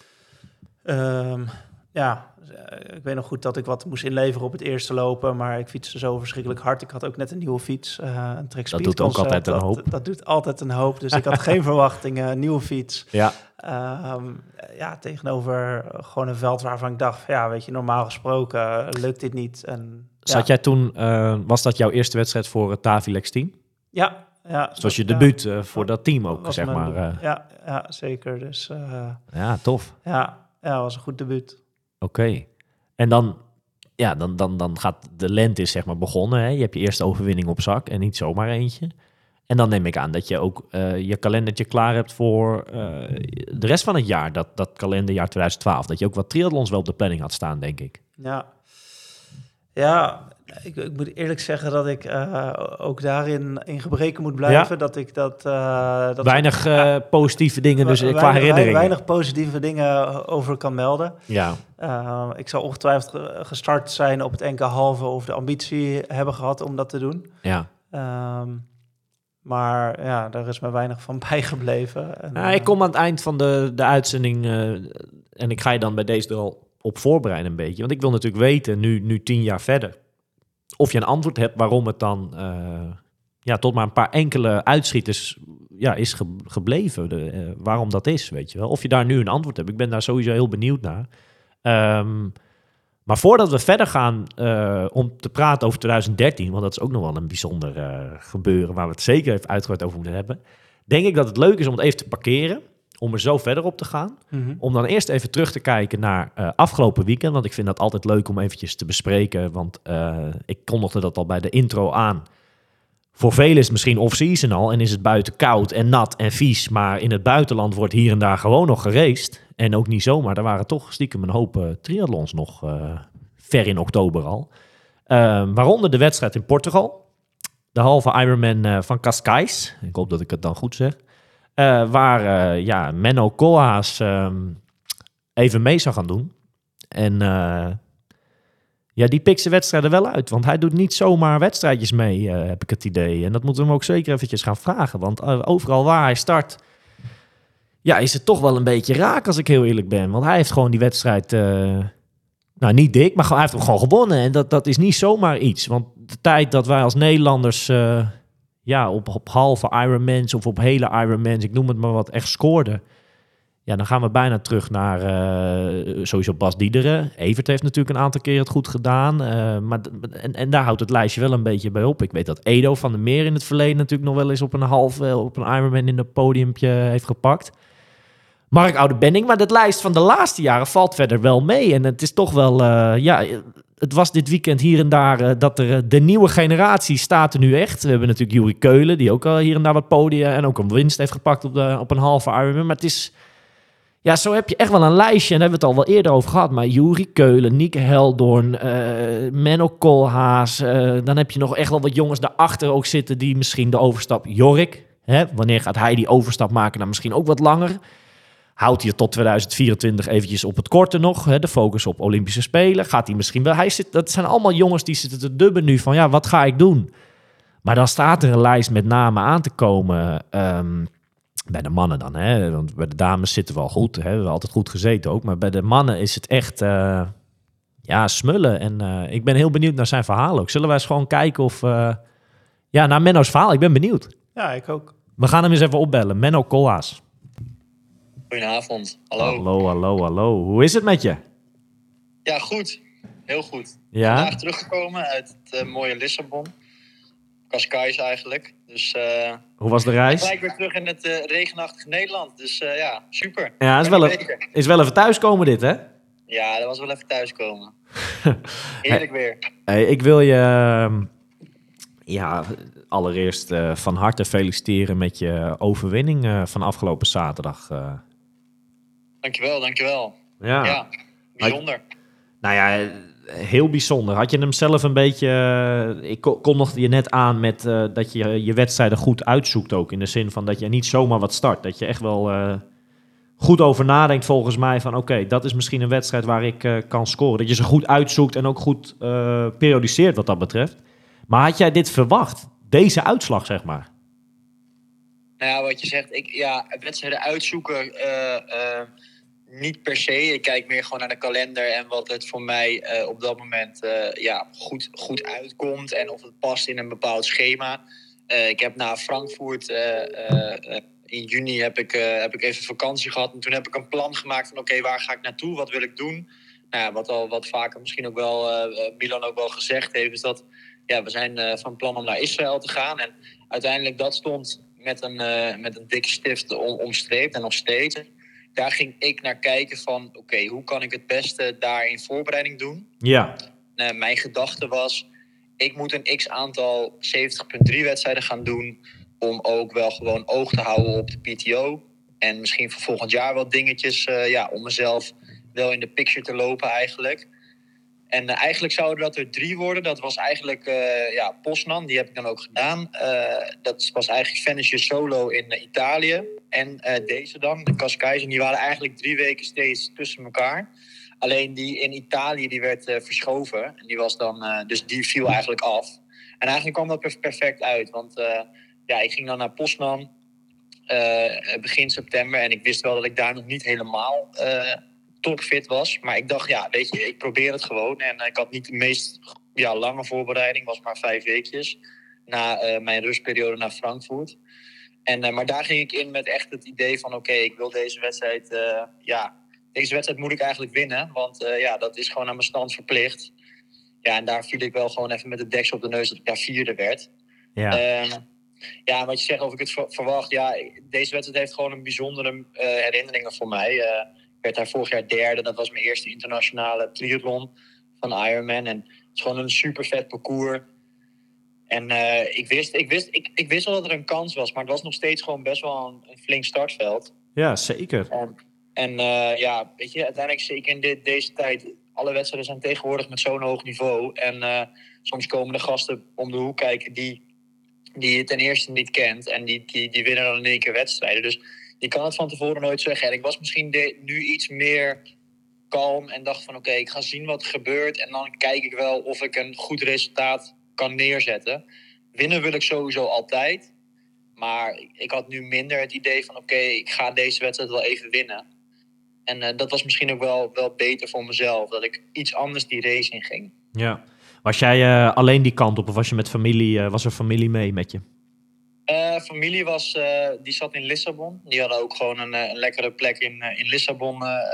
Ik weet nog goed dat ik wat moest inleveren op het eerste lopen, maar ik fietste zo verschrikkelijk hard. Ik had ook net een nieuwe fiets, een Trek Speed.
Dat doet ook altijd een hoop.
Dat doet altijd een hoop, dus ik had geen verwachtingen. Nieuwe fiets.
Ja.
Tegenover gewoon een veld waarvan ik dacht, normaal gesproken lukt dit niet. En,
Zat jij toen, was dat jouw eerste wedstrijd voor het Tavilex team?
Ja.
Zoals je debuut voor dat team ook, zeg maar.
Ja, zeker. Dus,
tof.
Ja, was een goed debuut.
Oké. En dan gaat de lente is zeg maar begonnen. Hè? Je hebt je eerste overwinning op zak en niet zomaar eentje. En dan neem ik aan dat je ook je kalendertje klaar hebt voor de rest van het jaar. Dat kalenderjaar 2012. Dat je ook wat triathlons wel op de planning had staan, denk ik.
Ja, ik moet eerlijk zeggen dat ik ook daarin in gebreken moet blijven.
Ja? Weinig positieve dingen, dus qua herinneringen.
Weinig positieve dingen over kan melden.
Ja.
Ik zou ongetwijfeld gestart zijn op het NK halve of de ambitie hebben gehad om dat te doen.
Ja.
Maar daar is me weinig van bijgebleven. En,
ik kom aan het eind van de uitzending en ik ga je dan bij deze er al op voorbereiden een beetje. Want ik wil natuurlijk weten, nu 10 jaar verder, of je een antwoord hebt waarom het dan tot maar een paar enkele uitschieters is gebleven. Waarom dat is, weet je wel. Of je daar nu een antwoord hebt. Ik ben daar sowieso heel benieuwd naar. Maar voordat we verder gaan om te praten over 2013... want dat is ook nog wel een bijzonder gebeuren... waar we het zeker even uitgebreid over moeten hebben... denk ik dat het leuk is om het even te parkeren... om er zo verder op te gaan. Om dan eerst even terug te kijken naar afgelopen weekend... want ik vind dat altijd leuk om eventjes te bespreken... want ik kondigde dat al bij de intro aan... Voor velen is het misschien off-season al en is het buiten koud en nat en vies. Maar in het buitenland wordt hier en daar gewoon nog geraced. En ook niet zomaar. Er waren toch stiekem een hoop triathlons nog ver in oktober al. Waaronder de wedstrijd in Portugal. De halve Ironman van Cascais. Ik hoop dat ik het dan goed zeg. Waar Menno Koolhaas even mee zou gaan doen. En... die pikt zijn wedstrijden wel uit. Want hij doet niet zomaar wedstrijdjes mee, heb ik het idee. En dat moeten we hem ook zeker eventjes gaan vragen. Want overal waar hij start... is het toch wel een beetje raak, als ik heel eerlijk ben. Want hij heeft gewoon die wedstrijd... niet dik, maar hij heeft hem gewoon gewonnen. En dat is niet zomaar iets. Want de tijd dat wij als Nederlanders... op halve Ironmans of op hele Ironmans... ik noem het maar wat, echt scoorden... Ja, dan gaan we bijna terug naar sowieso Bas Diederen. Evert heeft natuurlijk een aantal keer het goed gedaan. Maar daar houdt het lijstje wel een beetje bij op. Ik weet dat Edo van der Meer in het verleden natuurlijk nog wel eens op een Ironman in het podiumpje heeft gepakt. Mark Oude-Benning, maar dat lijst van de laatste jaren valt verder wel mee. En het is toch wel, het was dit weekend hier en daar dat er de nieuwe generatie staat er nu echt. We hebben natuurlijk Juri Keulen, die ook al hier en daar wat podia en ook een winst heeft gepakt op een halve Ironman. Maar het is... Ja, zo heb je echt wel een lijstje. En daar hebben we het al wel eerder over gehad. Maar Juri Keulen, Nieke Heldoorn, Menno Koolhaas. Dan heb je nog echt wel wat jongens daarachter ook zitten... die misschien de overstap... Jorik, wanneer gaat hij die overstap maken? Nou, misschien ook wat langer. Houdt hij tot 2024 eventjes op het korte nog. De focus op Olympische Spelen. Gaat hij misschien wel... Dat zijn allemaal jongens die zitten te dubben nu van... ja, wat ga ik doen? Maar dan staat er een lijst met namen aan te komen... bij de mannen dan, hè? Want bij de dames zitten we al goed. Hè? We hebben altijd goed gezeten ook. Maar bij de mannen is het echt smullen. En ik ben heel benieuwd naar zijn verhaal ook. Zullen wij eens gewoon kijken of... naar Menno's verhaal. Ik ben benieuwd.
Ja, ik ook.
We gaan hem eens even opbellen. Menno Koolhaas.
Goedenavond. Hallo.
Hallo. Hoe is het met je?
Ja, goed. Heel goed.
Ja?
Vandaag teruggekomen uit het mooie Lissabon. Cascais eigenlijk. Dus
Hoe was de reis?
gelijk weer terug in het regenachtige Nederland. Dus super.
Ja, is wel even thuiskomen dit, hè?
Ja, dat was wel even thuiskomen. Heerlijk weer.
Hey, ik wil je allereerst van harte feliciteren met je overwinning van afgelopen zaterdag.
Dankjewel.
Ja,
bijzonder.
Nou ja, heel bijzonder. Had je hem zelf een beetje... ik kondigde je net aan met dat je je wedstrijden goed uitzoekt ook. In de zin van dat je niet zomaar wat start. Dat je echt wel goed over nadenkt volgens mij van... oké, dat is misschien een wedstrijd waar ik kan scoren. Dat je ze goed uitzoekt en ook goed periodiseert wat dat betreft. Maar had jij dit verwacht? Deze uitslag, zeg maar?
Nou ja, wat je zegt, wedstrijden uitzoeken... niet per se. Ik kijk meer gewoon naar de kalender en wat het voor mij op dat moment goed uitkomt. En of het past in een bepaald schema. Ik heb na Frankfurt in juni heb ik even vakantie gehad. En toen heb ik een plan gemaakt van oké, waar ga ik naartoe? Wat wil ik doen? Nou ja, wat vaker misschien ook wel Milan ook wel gezegd heeft, is dat we zijn van plan om naar Israël te gaan. En uiteindelijk dat stond met een dikke stift omstreept en nog steeds. Daar ging ik naar kijken van, oké, hoe kan ik het beste daarin voorbereiding doen?
Ja.
Mijn gedachte was, ik moet een x-aantal 70.3 wedstrijden gaan doen... om ook wel gewoon oog te houden op de PTO. En misschien voor volgend jaar wat dingetjes om mezelf wel in de picture te lopen eigenlijk. En eigenlijk zouden dat er 3 worden. Dat was eigenlijk Poznan, die heb ik dan ook gedaan. Dat was eigenlijk Finish Solo in Italië. En deze dan, de Cascais. En die waren eigenlijk 3 weken steeds tussen elkaar. Alleen die in Italië die werd verschoven. En die was dan, dus die viel eigenlijk af. En eigenlijk kwam dat perfect uit. Want ik ging dan naar Poznan begin september. En ik wist wel dat ik daar nog niet helemaal... topfit was. Maar ik dacht, ik probeer het gewoon. En ik had niet de meest lange voorbereiding. Was maar 5 weekjes. na mijn rustperiode naar Frankfurt. Maar daar ging ik in met echt het idee van oké, ik wil deze wedstrijd... deze wedstrijd moet ik eigenlijk winnen. Want dat is gewoon aan mijn stand verplicht. Ja, en daar viel ik wel gewoon even met de deksel op de neus dat ik daar 4e werd.
Ja.
Wat je zegt of ik het verwacht. Ja, deze wedstrijd heeft gewoon een bijzondere herinneringen voor mij. Ik werd daar vorig jaar 3e. Dat was mijn eerste internationale triathlon van Ironman. En het is gewoon een super vet parcours. En ik wist wel dat er een kans was. Maar het was nog steeds gewoon best wel een flink startveld.
Ja, zeker.
Weet je, uiteindelijk zeker in deze tijd... Alle wedstrijden zijn tegenwoordig met zo'n hoog niveau. En soms komen de gasten om de hoek kijken die je ten eerste niet kent. En die winnen dan in één keer wedstrijden. Dus je kan het van tevoren nooit zeggen. En ik was misschien nu iets meer kalm en dacht van oké, ik ga zien wat er gebeurt. En dan kijk ik wel of ik een goed resultaat kan neerzetten. Winnen wil ik sowieso altijd. Maar ik had nu minder het idee van oké, ik ga deze wedstrijd wel even winnen. En dat was misschien ook wel beter voor mezelf. Dat ik iets anders die race in ging.
Ja. Was jij alleen die kant op of was je met familie? Was er familie mee met je?
Familie die zat in Lissabon. Die hadden ook gewoon een lekkere plek in Lissabon.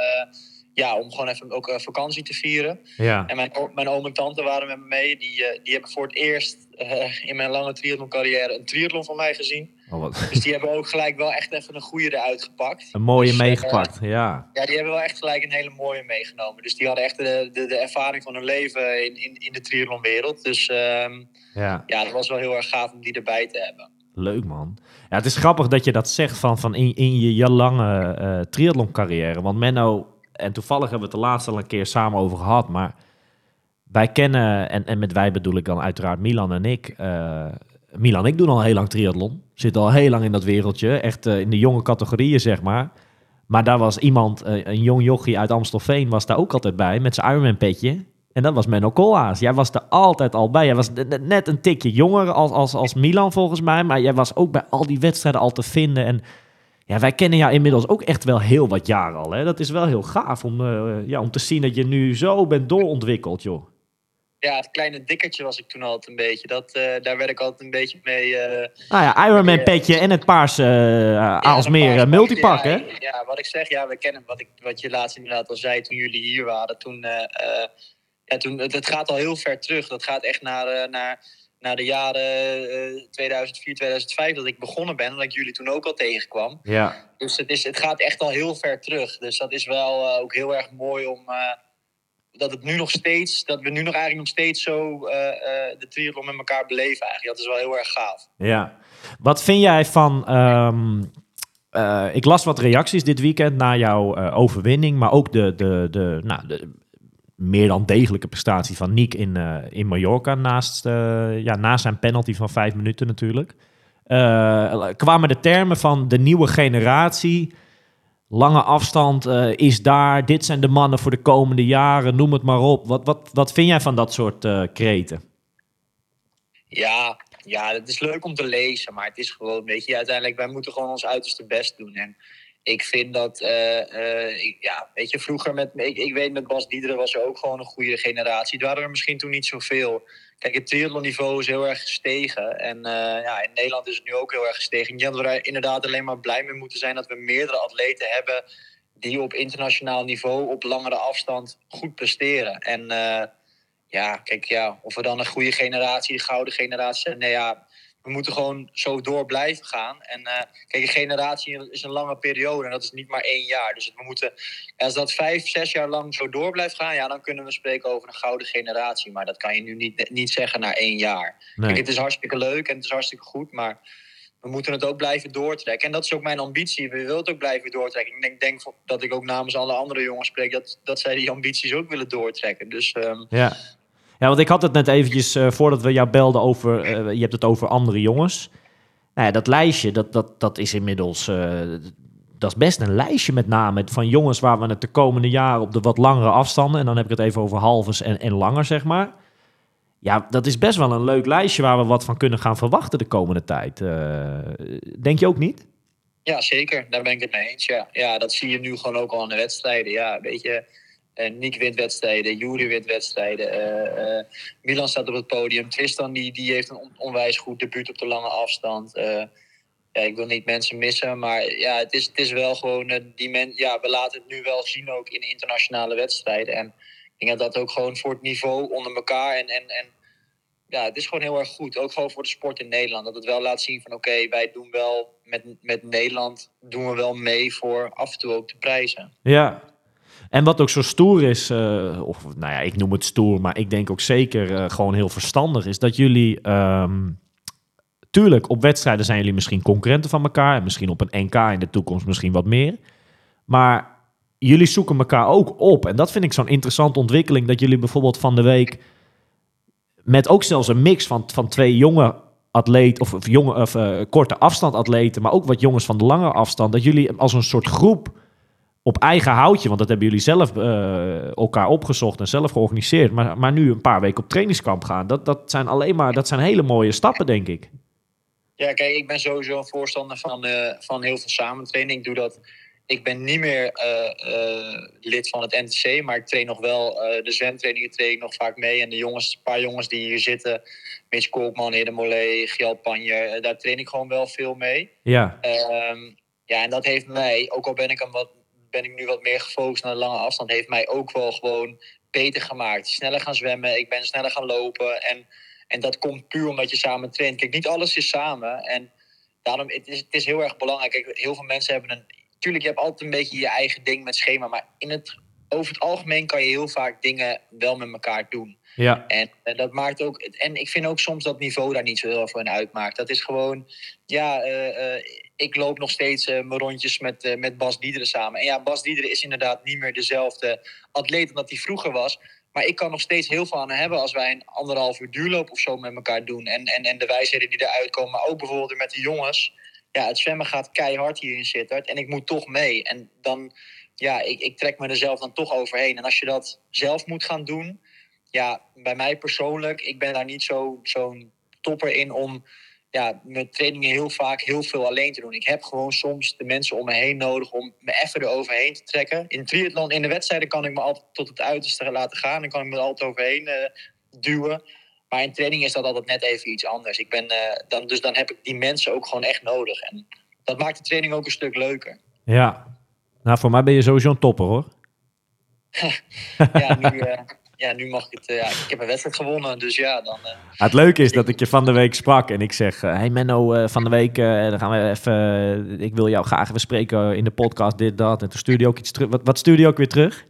Om gewoon even ook vakantie te vieren.
Ja.
En mijn oom en tante waren met me mee. Die hebben voor het eerst in mijn lange triathlon-carrière een triathlon van mij gezien. Dus die hebben ook gelijk wel echt even een goede eruit gepakt.
Een mooie meegepakt, ja.
Ja, die hebben wel echt gelijk een hele mooie meegenomen. Dus die hadden echt de ervaring van hun leven in de triathlonwereld. Dus dat was wel heel erg gaaf om die erbij te hebben.
Leuk, man. Ja, het is grappig dat je dat zegt van in je lange triathlon-carrière. Want Menno, en toevallig hebben we het de laatste al een keer samen over gehad, maar wij kennen, en met wij bedoel ik dan uiteraard Milan en ik. Milan en ik doen al heel lang triathlon. Zitten al heel lang in dat wereldje. Echt in de jonge categorieën, zeg maar. Maar daar was iemand, een jong jochie uit Amstelveen, was daar ook altijd bij met zijn Ironman petje. En dat was Menno Koolhaas. Jij was er altijd al bij. Jij was net een tikje jonger als Milan volgens mij. Maar jij was ook bij al die wedstrijden al te vinden. En ja, wij kennen jou inmiddels ook echt wel heel wat jaren al. Hè? Dat is wel heel gaaf om te zien dat je nu zo bent doorontwikkeld, joh.
Ja, het kleine dikkertje was ik toen altijd een beetje. Daar werd ik altijd een beetje mee...
Ironman petje en het paarse Aalsmeer multipak, hè?
Ja, wat ik zeg, we kennen wat je laatst inderdaad al zei toen jullie hier waren. Toen, het gaat al heel ver terug. Dat gaat echt naar de jaren 2004, 2005 dat ik begonnen ben. Dat ik jullie toen ook al tegenkwam.
Ja.
Dus het gaat echt al heel ver terug. Dus dat is wel ook heel erg mooi om... dat we nu eigenlijk nog steeds zo de triathlon met elkaar beleven eigenlijk. Dat is wel heel erg gaaf.
Ja. Wat vind jij van... ik las wat reacties dit weekend na jouw overwinning, maar ook de meer dan degelijke prestatie van Nick in Mallorca naast zijn penalty van 5 minuten natuurlijk. Kwamen de termen van de nieuwe generatie, lange afstand is daar, dit zijn de mannen voor de komende jaren, noem het maar op. Wat vind jij van dat soort kreten?
Ja, het is leuk om te lezen, maar het is gewoon, weet je, uiteindelijk, wij moeten gewoon ons uiterste best doen. En ik vind dat, weet je, vroeger ik weet met Bas Diederen was er ook gewoon een goede generatie. Er waren er misschien toen niet zoveel. Kijk, het triathlonniveau is heel erg gestegen. En in Nederland is het nu ook heel erg gestegen. Ik denk dat we daar inderdaad alleen maar blij mee moeten zijn dat we meerdere atleten hebben die op internationaal niveau op langere afstand goed presteren. En of we dan een goede generatie, de gouden generatie zijn, we moeten gewoon zo door blijven gaan. En kijk, een generatie is een lange periode en dat is niet maar 1 jaar. Dus we moeten, als dat 5, 6 jaar lang zo door blijft gaan, dan kunnen we spreken over een gouden generatie. Maar dat kan je nu niet zeggen na 1 jaar. Nee. Kijk, het is hartstikke leuk en het is hartstikke goed, maar we moeten het ook blijven doortrekken. En dat is ook mijn ambitie. We willen het ook blijven doortrekken. Ik denk dat ik ook namens alle andere jongens spreek dat zij die ambities ook willen doortrekken. Dus
Ja, want ik had het net eventjes, voordat we jou belden over... je hebt het over andere jongens. Nou ja, dat lijstje, dat is inmiddels... dat is best een lijstje met namen van jongens waar we het de komende jaren op de wat langere afstanden... en dan heb ik het even over halves en langer, zeg maar. Ja, dat is best wel een leuk lijstje waar we wat van kunnen gaan verwachten de komende tijd. Denk je ook niet?
Ja, zeker. Daar ben ik het mee eens. Ja, dat zie je nu gewoon ook al in de wedstrijden. Ja, weet je... Nick wint wedstrijden, Juri wint wedstrijden. Milan staat op het podium. Tristan die heeft een onwijs goed debuut op de lange afstand. Ja, ik wil niet mensen missen, maar ja, het is wel gewoon... we laten het nu wel zien ook in internationale wedstrijden. En ik denk dat ook gewoon voor het niveau onder elkaar... En ja, het is gewoon heel erg goed. Ook gewoon voor de sport in Nederland. Dat het wel laat zien van oké, wij doen wel met Nederland... doen we wel mee voor af en toe ook de prijzen.
Ja. En wat ook zo stoer is, ik noem het stoer, maar ik denk ook zeker gewoon heel verstandig is dat jullie, tuurlijk, op wedstrijden zijn jullie misschien concurrenten van elkaar en misschien op een NK in de toekomst misschien wat meer. Maar jullie zoeken elkaar ook op en dat vind ik zo'n interessante ontwikkeling, dat jullie bijvoorbeeld van de week met ook zelfs een mix van twee jonge atleten of korte afstand atleten, maar ook wat jongens van de lange afstand, dat jullie als een soort groep op eigen houtje, want dat hebben jullie zelf elkaar opgezocht en zelf georganiseerd, maar nu een paar weken op trainingskamp gaan. Dat zijn hele mooie stappen, denk ik.
Ja, kijk, ik ben sowieso een voorstander van heel veel samentraining. Ik doe dat. Ik ben niet meer lid van het NTC, maar ik train nog wel de zwemtrainingen train ik nog vaak mee. En een paar jongens die hier zitten, Mitch Kolkman, Hidde Mollet, Gjal Panjer, daar train ik gewoon wel veel mee.
Ja.
En dat heeft mij, ook al ben ik nu wat meer gefocust naar de lange afstand, heeft mij ook wel gewoon beter gemaakt. Sneller gaan zwemmen, ik ben sneller gaan lopen. En dat komt puur omdat je samen traint. Kijk, niet alles is samen. En daarom, het is heel erg belangrijk. Kijk, heel veel mensen hebben tuurlijk, je hebt altijd een beetje je eigen ding met schema. Maar over het algemeen kan je heel vaak dingen wel met elkaar doen.
Ja.
En dat maakt ook... En ik vind ook soms dat niveau daar niet zo heel veel in uitmaakt. Dat is gewoon... ik loop nog steeds mijn rondjes met Bas Diederen samen. En ja, Bas Diederen is inderdaad niet meer dezelfde atleet dan dat hij vroeger was. Maar ik kan nog steeds heel veel aan hebben als wij een 1,5 uur duurloop of zo met elkaar doen. En de wijsheden die eruit komen. Maar ook bijvoorbeeld met de jongens. Ja, het zwemmen gaat keihard hier in Sittard. En ik moet toch mee. En dan... Ja, ik trek me er zelf dan toch overheen. En als je dat zelf moet gaan doen... Ja, bij mij persoonlijk... Ik ben daar niet zo'n topper in om... Ja, mijn trainingen heel vaak heel veel alleen te doen. Ik heb gewoon soms de mensen om me heen nodig... om me even eroverheen te trekken. In triathlon, in de wedstrijden kan ik me altijd tot het uiterste laten gaan. Dan kan ik me er altijd overheen duwen. Maar in training is dat altijd net even iets anders. Dan heb ik die mensen ook gewoon echt nodig. En dat maakt de training ook een stuk leuker.
Ja. Nou, voor mij ben je sowieso een topper, hoor.
Nu mag ik het... ik heb een wedstrijd gewonnen, dus ja, dan...
Het leuke is dat ik je van de week sprak en ik zeg... hey Menno, van de week, dan gaan we even... ik wil jou graag even spreken in de podcast, dit, dat. En toen stuurde je ook iets terug. Wat stuurde je ook weer terug?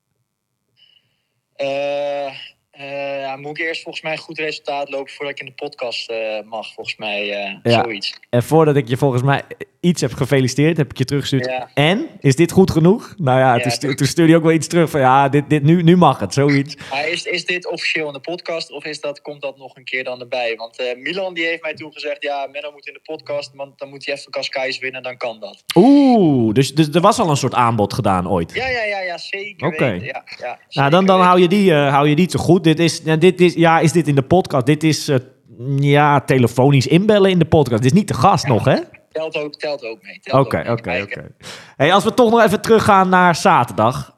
Moet ik eerst volgens mij een goed resultaat lopen voordat ik in de podcast mag, volgens mij, zoiets.
En voordat ik je volgens mij iets heb gefeliciteerd, heb ik je teruggestuurd.
Ja.
En? Is dit goed genoeg? Nou ja, toen stuurde je ook wel iets terug van ja, nu mag het, zoiets.
Maar is dit officieel in de podcast of komt dat nog een keer dan erbij? Want Milan die heeft mij toen gezegd, ja, Menno moet in de podcast, want dan moet hij even Cascais winnen, dan kan dat.
Oeh, dus er was al een soort aanbod gedaan ooit?
Ja, zeker.
Oké.
Ja,
nou, dan hou je die te goed. Is dit in de podcast? Dit is telefonisch inbellen in de podcast. Dit is niet de gast nog, hè?
Telt ook mee.
Oké. Hey, als we toch nog even teruggaan naar zaterdag.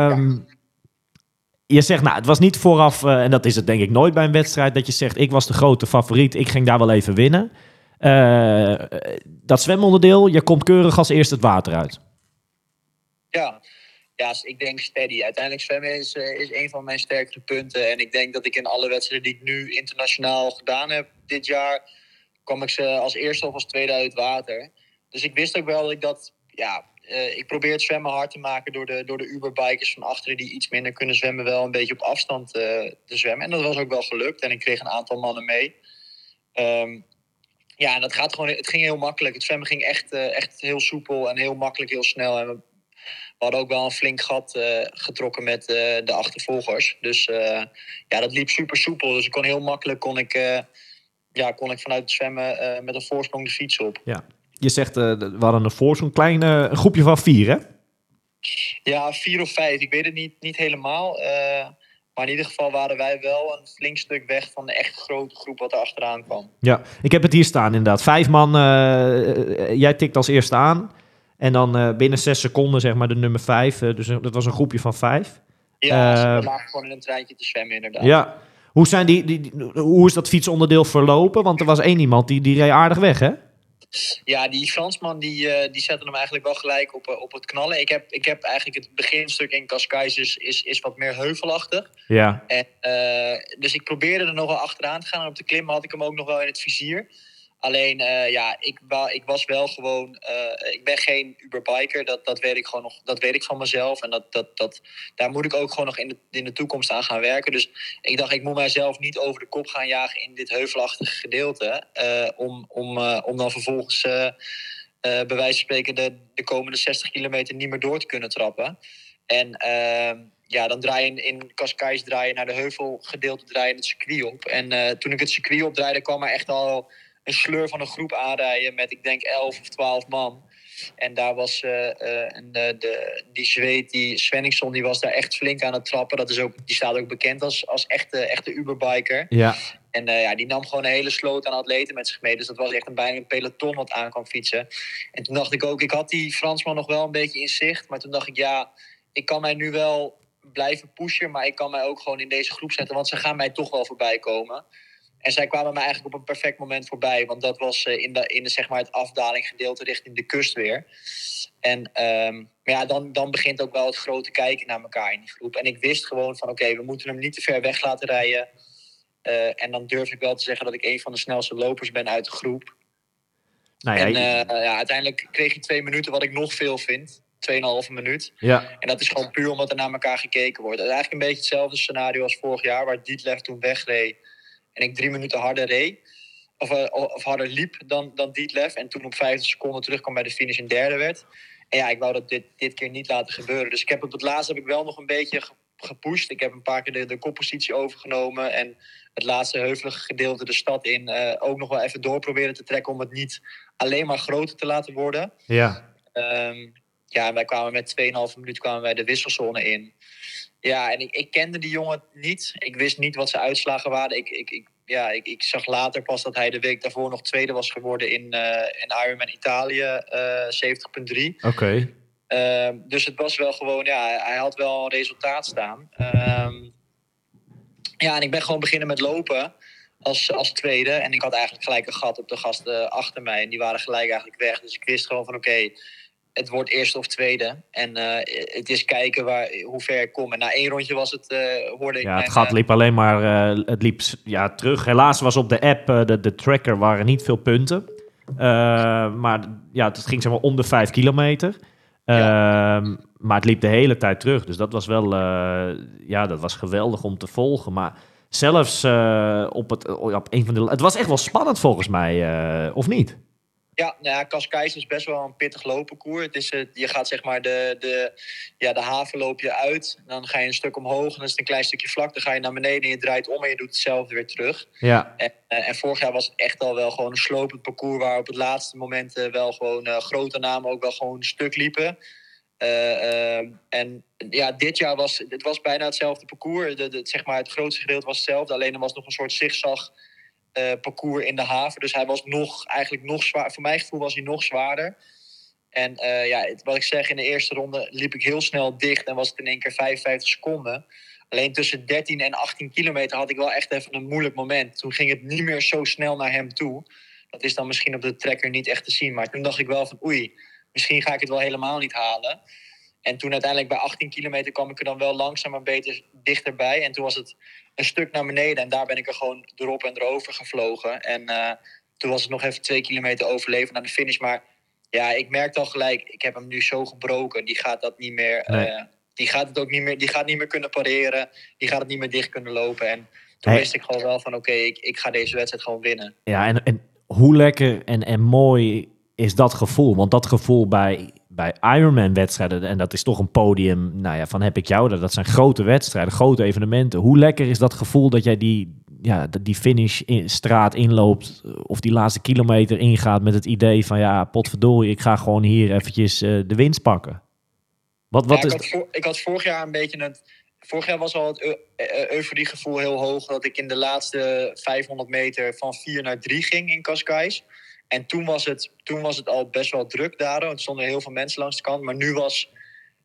Je zegt, nou, het was niet vooraf, en dat is het denk ik nooit bij een wedstrijd, dat je zegt, ik was de grote favoriet, ik ging daar wel even winnen. Dat zwemonderdeel, je komt keurig als eerste het water uit.
Ja, ik denk steady. Uiteindelijk zwemmen is een van mijn sterkste punten. En ik denk dat ik in alle wedstrijden die ik nu internationaal gedaan heb dit jaar, kwam ik ze als eerste of als tweede uit het water. Dus ik wist ook wel dat ik dat... Ja, ik probeer het zwemmen hard te maken door de Uberbikers van achteren die iets minder kunnen zwemmen wel een beetje op afstand te zwemmen. En dat was ook wel gelukt. En ik kreeg een aantal mannen mee. En dat gaat gewoon... Het ging heel makkelijk. Het zwemmen ging echt heel soepel en heel makkelijk, heel snel. En we hadden ook wel een flink gat getrokken met de achtervolgers. Dus dat liep super soepel. Dus ik kon heel makkelijk kon ik vanuit het zwemmen met een voorsprong de fiets op. Ja.
Je zegt, we hadden een zo'n klein een groepje van 4, hè?
Ja, 4 of 5. Ik weet het niet helemaal. Maar in ieder geval waren wij wel een flink stuk weg van de echt grote groep wat er achteraan kwam.
Ja, ik heb het hier staan inderdaad. 5 man, jij tikt als eerste aan. En dan binnen 6 seconden zeg maar de nummer 5. Dus dat was een groepje van 5.
Ja, ze lagen gewoon in een treintje te zwemmen inderdaad.
Ja. Hoe zijn hoe is dat fietsonderdeel verlopen? Want er was één iemand die reed aardig weg, hè?
Ja, die Fransman die zette hem eigenlijk wel gelijk op het knallen. Ik heb eigenlijk het beginstuk in Cascais is wat meer heuvelachtig.
Ja.
En, dus ik probeerde er nog wel achteraan te gaan. En op de klim had ik hem ook nog wel in het vizier. Alleen, ik was wel gewoon... ik ben geen Uberbiker, dat weet ik gewoon nog. Dat weet ik van mezelf. En daar moet ik ook gewoon nog in de toekomst aan gaan werken. Dus ik dacht, ik moet mijzelf niet over de kop gaan jagen in dit heuvelachtige gedeelte. Om dan vervolgens, bij wijze van spreken, de komende 60 kilometer niet meer door te kunnen trappen. En dan draai je in Cascais naar de heuvelgedeelte draai het circuit op. En toen ik het circuit opdraaide, kwam er echt al een sleur van een groep aanrijden met, ik denk, 11 of 12 man. En daar was die Zweed, die Svenningsson, die was daar echt flink aan het trappen. Die staat ook bekend als echte Uberbiker.
Ja.
En die nam gewoon een hele sloot aan atleten met zich mee. Dus dat was echt bijna een peloton wat aan kwam fietsen. En toen dacht ik ook, ik had die Fransman nog wel een beetje in zicht. Maar toen dacht ik, ik kan mij nu wel blijven pushen, maar ik kan mij ook gewoon in deze groep zetten. Want ze gaan mij toch wel voorbij komen. En zij kwamen mij eigenlijk op een perfect moment voorbij. Want dat was in zeg maar het afdalinggedeelte richting de kust weer. En dan begint ook wel het grote kijken naar elkaar in die groep. En ik wist gewoon van oké, we moeten hem niet te ver weg laten rijden. En dan durf ik wel te zeggen dat ik een van de snelste lopers ben uit de groep.
Nou ja,
uiteindelijk kreeg je 2 minuten, wat ik nog veel vind. 2,5 minuut.
Ja.
En dat is gewoon puur omdat er naar elkaar gekeken wordt. Dat is eigenlijk een beetje hetzelfde scenario als vorig jaar, waar Ditlev toen wegreed. En ik 3 minuten harder reed. Of harder liep dan Ditlev. En toen op 50 seconden terugkwam bij de finish en derde werd. En ik wou dat dit keer niet laten gebeuren. Dus op het laatste heb ik wel nog een beetje gepusht. Ik heb een paar keer de koppositie overgenomen. En het laatste heuvelige gedeelte de stad in ook nog wel even door proberen te trekken. Om het niet alleen maar groter te laten worden.
Ja.
En wij kwamen met 2,5 minuten de wisselzone in. Ja, en ik kende die jongen niet. Ik wist niet wat zijn uitslagen waren. Ik zag later pas dat hij de week daarvoor nog tweede was geworden in Ironman Italië 70.3.
Oké.
Dus het was wel gewoon, hij had wel een resultaat staan. En ik ben gewoon beginnen met lopen als tweede. En ik had eigenlijk gelijk een gat op de gasten achter mij. En die waren gelijk eigenlijk weg. Dus ik wist gewoon van oké, het wordt eerste of tweede. En het is kijken hoe ver ik kom. En na 1 rondje was het, hoorde ik...
Ja, het gat liep alleen maar... het liep terug. Helaas was op de app, de tracker, waren niet veel punten. Maar het ging zeg maar om de 5 kilometer. Maar het liep de hele tijd terug. Dus dat was wel... dat was geweldig om te volgen. Maar zelfs op een van de... Het was echt wel spannend volgens mij, of niet?
Ja, Cascais is best wel een pittig loopparcours. Het is, je gaat zeg maar de haven loop je uit. Dan ga je een stuk omhoog en dan is het een klein stukje vlak. Dan ga je naar beneden en je draait om en je doet hetzelfde weer terug. Ja. En vorig jaar was het echt al wel gewoon een slopend parcours... waar op het laatste moment wel gewoon grote namen ook wel gewoon een stuk liepen. Dit jaar was het bijna hetzelfde parcours. Zeg maar, het grootste gedeelte was hetzelfde. Alleen er was nog een soort zigzag... parcours in de haven. Dus hij was eigenlijk nog zwaar. Voor mijn gevoel was hij nog zwaarder. En wat ik zeg, in de eerste ronde liep ik heel snel dicht en was het in één keer 55 seconden. Alleen tussen 13 en 18 kilometer had ik wel echt even een moeilijk moment. Toen ging het niet meer zo snel naar hem toe. Dat is dan misschien op de tracker niet echt te zien. Maar toen dacht ik wel van oei, misschien ga ik het wel helemaal niet halen. En toen uiteindelijk bij 18 kilometer kwam ik er dan wel langzaam maar beter dichterbij. En toen was het een stuk naar beneden. En daar ben ik er gewoon erop en erover gevlogen. En toen was het nog even 2 kilometer overleven naar de finish. Maar ik merkte al gelijk, ik heb hem nu zo gebroken. Die gaat dat niet meer... Die gaat het ook niet meer, die gaat niet meer kunnen pareren. Die gaat het niet meer dicht kunnen lopen. En toen wist ik gewoon wel van oké, ik ga deze wedstrijd gewoon winnen.
Ja, en hoe lekker en mooi is dat gevoel? Want dat gevoel bij Ironman-wedstrijden, en dat is toch een podium, van heb ik jou, dat zijn grote wedstrijden, grote evenementen. Hoe lekker is dat gevoel dat jij die finishstraat inloopt of die laatste kilometer ingaat met het idee van potverdorie, ik ga gewoon hier eventjes de winst pakken.
Ik had vorig jaar een beetje vorig jaar was al het euforiegevoel heel hoog dat ik in de laatste 500 meter van 4 naar 3 ging in Cascais. En toen was het al best wel druk daar. Er stonden heel veel mensen langs de kant. Maar nu was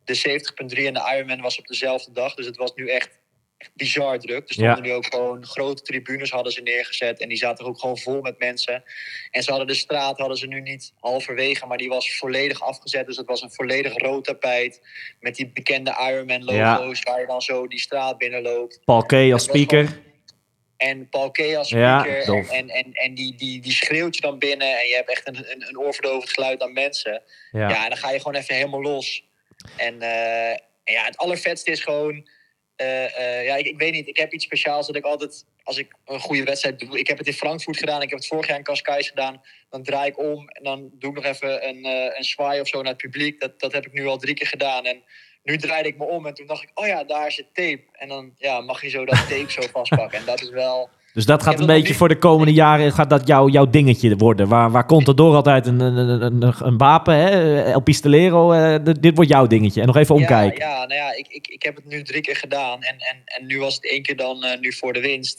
de 70.3 en de Ironman was op dezelfde dag. Dus het was nu echt bizar druk. Er stonden nu ook gewoon grote tribunes hadden ze neergezet. En die zaten ook gewoon vol met mensen. En ze hadden de straat hadden ze nu niet halverwege, maar die was volledig afgezet. Dus het was een volledig rood tapijt. Met die bekende Ironman logo's. Waar je dan zo die straat binnenloopt.
Paul Kay als speaker.
En Paul Kay als speaker.
Tof.
En die schreeuwt je dan binnen. En je hebt echt een oorverdovend geluid aan mensen. Ja, en dan ga je gewoon even helemaal los. En het allervetste is gewoon... ik weet niet. Ik heb iets speciaals dat ik altijd... Als ik een goede wedstrijd doe... Ik heb het in Frankfurt gedaan. Ik heb het vorig jaar in Cascais gedaan. Dan draai ik om. En dan doe ik nog even een zwaai of zo naar het publiek. Dat heb ik nu al 3 keer gedaan. En nu draaide ik me om. En toen dacht ik... Oh ja, daar is het tape. En dan mag je zo dat tape zo vastpakken. En dat is wel...
Dus dat gaat een beetje voor de komende jaren... gaat dat jouw dingetje worden. Waar Contador altijd een wapen... Hè? El Pistolero, dit wordt jouw dingetje. En nog even omkijken.
Ik heb het nu 3 keer gedaan. En nu was het 1 keer dan nu voor de winst.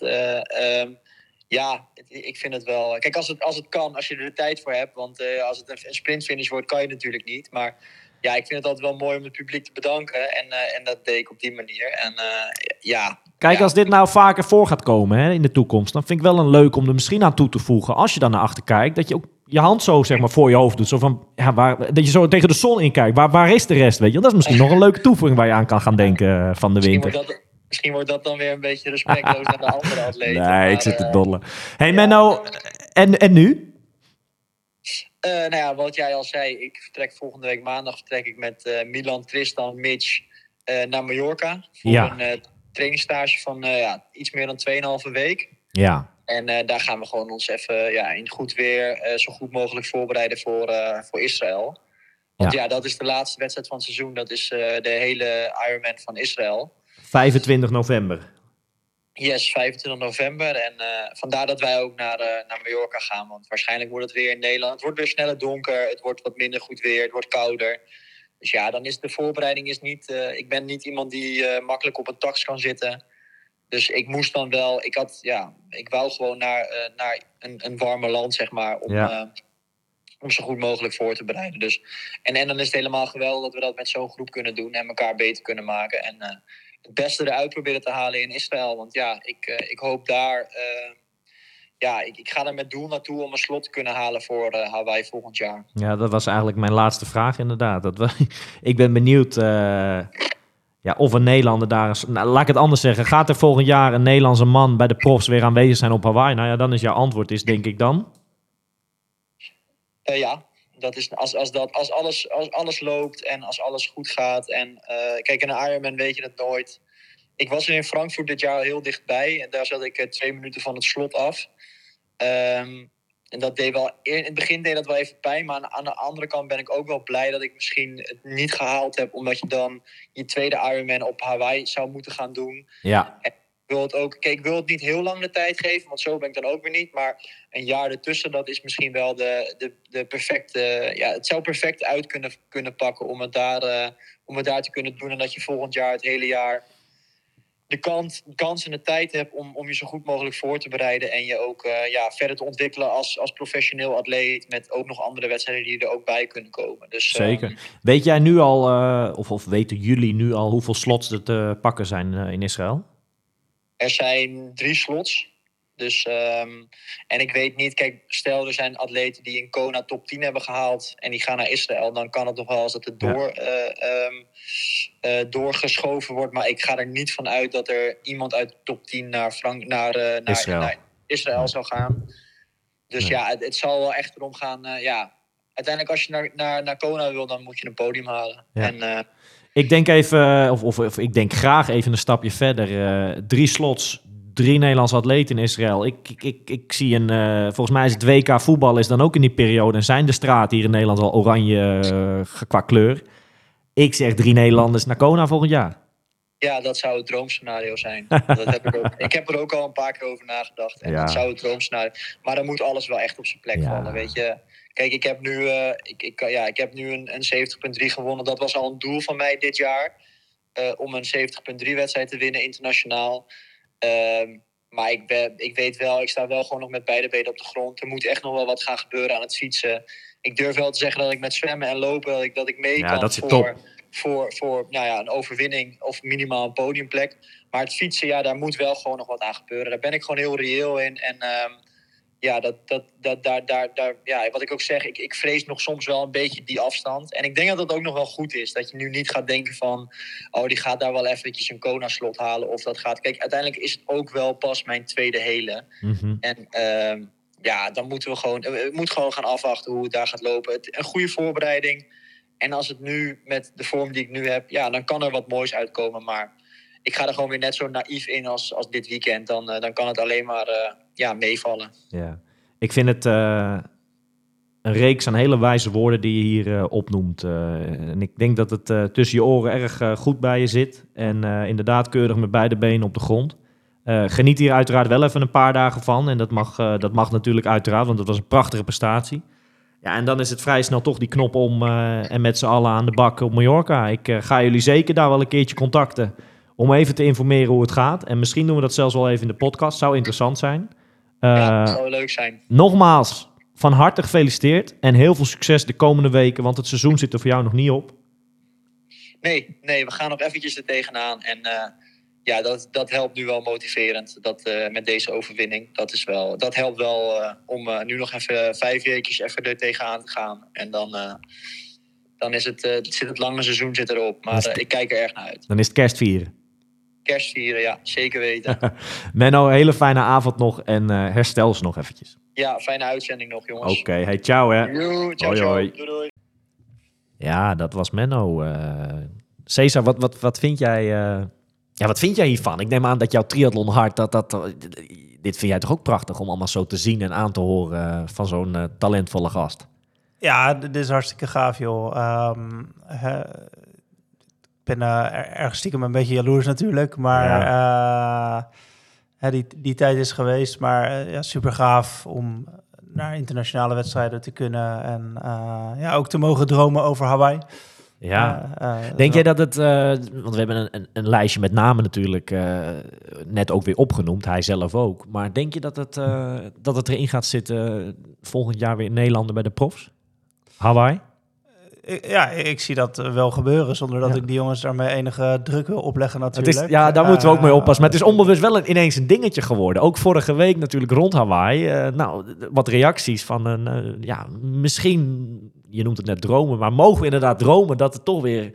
Ik vind het wel... Kijk, als het kan, als je er de tijd voor hebt. Want als het een sprintfinish wordt, kan je natuurlijk niet. Maar ja, ik vind het altijd wel mooi om het publiek te bedanken. En dat deed ik op die manier. Kijk,
als dit nou vaker voor gaat komen in de toekomst... dan vind ik wel een leuk om er misschien aan toe te voegen... als je dan naar achter kijkt, dat je ook je hand zo zeg maar voor je hoofd doet. Zo van, dat je zo tegen de zon in kijkt. Waar is de rest, weet je? Dat is misschien nog een leuke toevoeging waar je aan kan gaan denken van de winter.
Misschien wordt dat dan weer een beetje respectloos naar de andere atleten.
Nee, ik zit te dollen. Hey Menno, en nu?
Wat jij al zei, ik vertrek volgende week maandag met Milan, Tristan, Mitch naar Mallorca. Voor een trainingsstage van iets meer dan 2,5 week.
Ja.
En daar gaan we gewoon ons even in goed weer zo goed mogelijk voorbereiden voor Israël. Want dat is de laatste wedstrijd van het seizoen. Dat is de hele Ironman van Israël.
25 november.
Yes, 25 november. En vandaar dat wij ook naar Mallorca gaan. Want waarschijnlijk wordt het weer in Nederland. Het wordt weer sneller donker. Het wordt wat minder goed weer. Het wordt kouder. Dus dan is de voorbereiding niet... ik ben niet iemand die makkelijk op een tax kan zitten. Dus ik moest dan wel... Ik wou gewoon naar een warmer land, zeg maar. Om zo goed mogelijk voor te bereiden. Dus, en dan is het helemaal geweldig dat we dat met zo'n groep kunnen doen. En elkaar beter kunnen maken. En het beste eruit proberen te halen in Israël. Want ik hoop daar... ik ga er met doel naartoe om een slot te kunnen halen voor Hawaii volgend jaar. Ja,
dat was eigenlijk mijn laatste vraag inderdaad. Ik ben benieuwd of een Nederlander daar... laat ik het anders zeggen. Gaat er volgend jaar een Nederlandse man bij de profs weer aanwezig zijn op Hawaii? Nou ja, dan is jouw antwoord denk ik dan...
Dat is als alles loopt en als alles goed gaat. En kijk, in een Ironman weet je het nooit. Ik was er in Frankfurt dit jaar heel dichtbij. En daar zat ik 2 minuten van het slot af. En dat deed wel... In het begin deed dat wel even pijn. Maar aan de andere kant ben ik ook wel blij dat ik misschien het niet gehaald heb. Omdat je dan je tweede Ironman op Hawaii zou moeten gaan doen. Ja. Ik wil het niet heel lang de tijd geven, want zo ben ik dan ook weer niet. Maar een jaar ertussen, dat is misschien wel de perfecte... het zou perfect uit kunnen pakken om het daar te kunnen doen. En dat je volgend jaar het hele jaar de kans en de tijd hebt om je zo goed mogelijk voor te bereiden. En je ook verder te ontwikkelen als professioneel atleet. Met ook nog andere wedstrijden die er ook bij kunnen komen. Dus,
zeker. Weet jij nu al, of weten jullie nu al hoeveel slots er te pakken zijn in Israël?
Er zijn 3 slots. Dus, en ik weet niet, kijk, stel er zijn atleten die in Kona top 10 hebben gehaald en die gaan naar Israël, dan kan het nog wel eens dat het doorgeschoven wordt. Maar ik ga er niet van uit dat er iemand uit top 10 naar Israël zou gaan. Dus het zal wel echt erom gaan. Uiteindelijk als je naar Kona wil, dan moet je een podium halen. Ja. En,
ik denk even, of ik denk graag even een stapje verder. 3 slots, 3 Nederlandse atleten in Israël. Ik zie volgens mij is het WK voetbal is dan ook in die periode. En zijn de straten hier in Nederland al oranje qua kleur. Ik zeg 3 Nederlanders naar Kona volgend jaar.
Ja, dat zou het droomscenario zijn. Dat heb ik ook. Ik heb er ook al een paar keer over nagedacht. En dat zou het droomscenario. Maar dan moet alles wel echt op zijn plek vallen, weet je. Kijk, ik heb nu een 70.3 gewonnen. Dat was al een doel van mij dit jaar. Om een 70.3 wedstrijd te winnen internationaal. Maar ik weet wel, ik sta wel gewoon nog met beide benen op de grond. Er moet echt nog wel wat gaan gebeuren aan het fietsen. Ik durf wel te zeggen dat ik met zwemmen en lopen dat ik mee kan voor een overwinning of minimaal een podiumplek. Maar het fietsen, daar moet wel gewoon nog wat aan gebeuren. Daar ben ik gewoon heel reëel in. En wat ik ook zeg, ik vrees nog soms wel een beetje die afstand. En ik denk dat dat ook nog wel goed is. Dat je nu niet gaat denken van, die gaat daar wel eventjes een Kona-slot halen. Of dat gaat... Kijk, uiteindelijk is het ook wel pas mijn tweede hele.
Mhm.
En dan moeten we moeten gewoon gaan afwachten hoe het daar gaat lopen. Een goede voorbereiding. En als het nu met de vorm die ik nu heb, dan kan er wat moois uitkomen. Maar ik ga er gewoon weer net zo naïef in als dit weekend. Dan kan het alleen maar meevallen.
Ja. Ik vind het een reeks aan hele wijze woorden die je hier opnoemt. En ik denk dat het tussen je oren erg goed bij je zit. En inderdaad keurig met beide benen op de grond. Geniet hier uiteraard wel even een paar dagen van. En dat mag natuurlijk uiteraard, want het was een prachtige prestatie. Ja, en dan is het vrij snel toch die knop om en met z'n allen aan de bak op Mallorca. Ik ga jullie zeker daar wel een keertje contacten om even te informeren hoe het gaat. En misschien doen we dat zelfs wel even in de podcast. Zou interessant zijn.
Dat zou leuk zijn.
Nogmaals, van harte gefeliciteerd. En heel veel succes de komende weken, want het seizoen zit er voor jou nog niet op.
Nee, we gaan nog eventjes er tegenaan. En dat helpt nu wel motiverend. Met deze overwinning. Dat helpt wel om nu nog even 5 weekjes even er tegenaan te gaan. En dan is zit het lange seizoen erop. Maar ik kijk er erg naar uit.
Dan is het kerstvieren.
Kerstvieren, ja, zeker weten.
Menno, hele fijne avond nog en herstel ze nog eventjes.
Ja, fijne uitzending nog, jongens.
Oké, hey, ciao hè.
Yo, ciao,
Hoi,
ciao.
hoi.
Doei, doei.
Ja, dat was Menno. Cesar, wat vind jij... wat vind jij hiervan? Ik neem aan dat jouw triathlon hart... dit vind jij toch ook prachtig om allemaal zo te zien en aan te horen van zo'n talentvolle gast?
Ja, dit is hartstikke gaaf, joh. Ik ben ergens stiekem een beetje jaloers natuurlijk, maar die tijd is geweest. Maar super gaaf om naar internationale wedstrijden te kunnen en ook te mogen dromen over Hawaii.
Ja. Denk jij dat het... want we hebben een lijstje met namen natuurlijk net ook weer opgenoemd. Hij zelf ook. Maar denk je dat het erin gaat zitten volgend jaar weer Nederlander bij de profs? Hawaii?
Ik zie dat wel gebeuren, zonder dat ik die jongens daarmee enige druk wil opleggen natuurlijk.
Daar moeten we ook mee oppassen. Maar het is onbewust wel ineens een dingetje geworden. Ook vorige week natuurlijk rond Hawaii. Wat reacties van misschien, je noemt het net dromen, maar mogen we inderdaad dromen dat het toch weer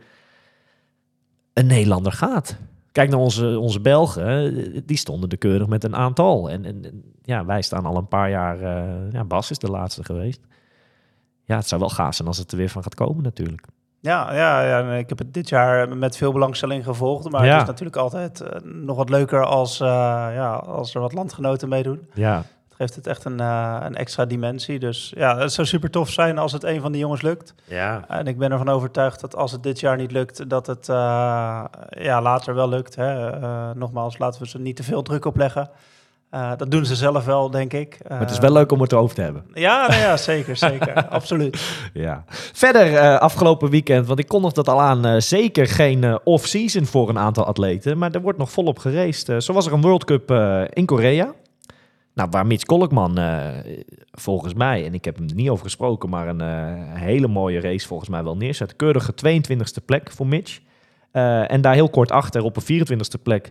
een Nederlander gaat? Kijk naar onze Belgen, die stonden er keurig met een aantal. En wij staan al een paar jaar, Bas is de laatste geweest. Ja, het zou wel gaaf zijn als het er weer van gaat komen natuurlijk.
Ja, ik heb het dit jaar met veel belangstelling gevolgd. Maar het is natuurlijk altijd nog wat leuker als er wat landgenoten meedoen.
Ja.
Het geeft het echt een extra dimensie. Dus ja, het zou super tof zijn als het een van die jongens lukt.
Ja.
En ik ben ervan overtuigd dat als het dit jaar niet lukt, dat het later wel lukt. Hè. Nogmaals, laten we ze niet te veel druk opleggen. Dat doen ze zelf wel, denk ik.
Maar het is wel leuk om het over te hebben.
Ja, zeker. Absoluut.
Ja. Verder, afgelopen weekend, want ik kondigde dat al aan, zeker geen off-season voor een aantal atleten. Maar er wordt nog volop geraced. Zo was er een World Cup in Korea. Nou, waar Mitch Kolkman volgens mij, en ik heb hem er niet over gesproken, maar een hele mooie race volgens mij wel neerzet. Keurige 22e plek voor Mitch. En daar heel kort achter op een 24e plek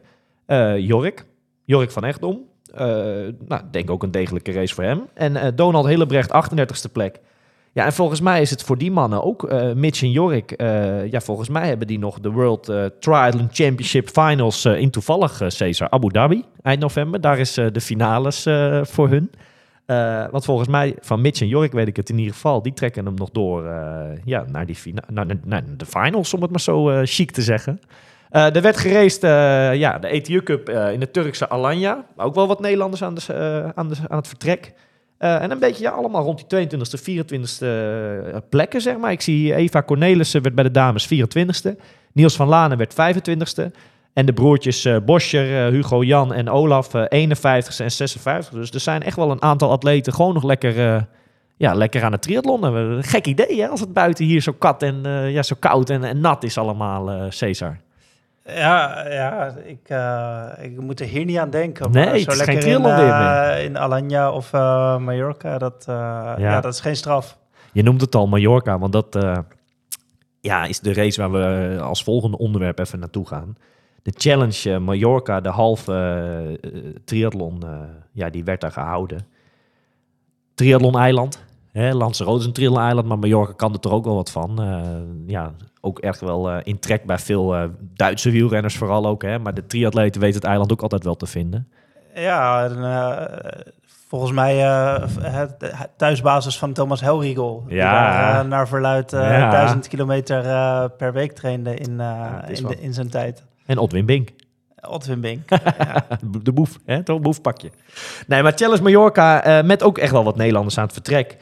Jorik van Echtdom. Denk ook een degelijke race voor hem. En Donald Hillebrecht, 38e plek. Ja, en volgens mij is het voor die mannen ook, Mitch en Jorik, volgens mij hebben die nog de World Triathlon Championship Finals in toevallig, Cesar, Abu Dhabi, eind november. Daar is de finales voor hun. Want volgens mij, van Mitch en Jorik weet ik het in ieder geval, die trekken hem nog door naar de finals, om het maar zo chic te zeggen. Er werd geraced de ETU Cup in de Turkse Alanya. Ook wel wat Nederlanders aan het vertrek. En een beetje allemaal rond die 22e, 24e plekken, zeg maar. Ik zie Eva Cornelissen werd bij de dames 24e. Niels van Lanen werd 25e. En de broertjes Boscher, Hugo Jan en Olaf 51e en 56e. Dus er zijn echt wel een aantal atleten gewoon nog lekker aan het triathlonnen. Gek idee, hè, als het buiten hier zo zo koud en nat is allemaal, Cesar.
Ja, ik moet er hier niet aan denken.
Nee,
maar
het
zo
is
lekker
geen triathlon weer meer.
in Alanya of Mallorca, dat is geen straf.
Je noemt het al, Mallorca, want ja, is de race waar we als volgende onderwerp even naartoe gaan. De Challenge Mallorca, de halve triathlon, die werd daar gehouden. Triathlon-eiland. Lanzarote is een triathlon-eiland, maar Mallorca kan er toch ook wel wat van. Ook echt wel in trek bij veel Duitse wielrenners vooral ook. Hè? Maar de triatleten weten het eiland ook altijd wel te vinden.
Ja, volgens mij thuisbasis van Thomas Helriegel. Die daar, naar verluidt 1000 kilometer per week trainde in zijn tijd.
En Otwin Bink.
Otwin Bink.
De boef, hè? Toch? Boefpakje. Nee, maar Challenge Mallorca met ook echt wel wat Nederlanders aan het vertrek.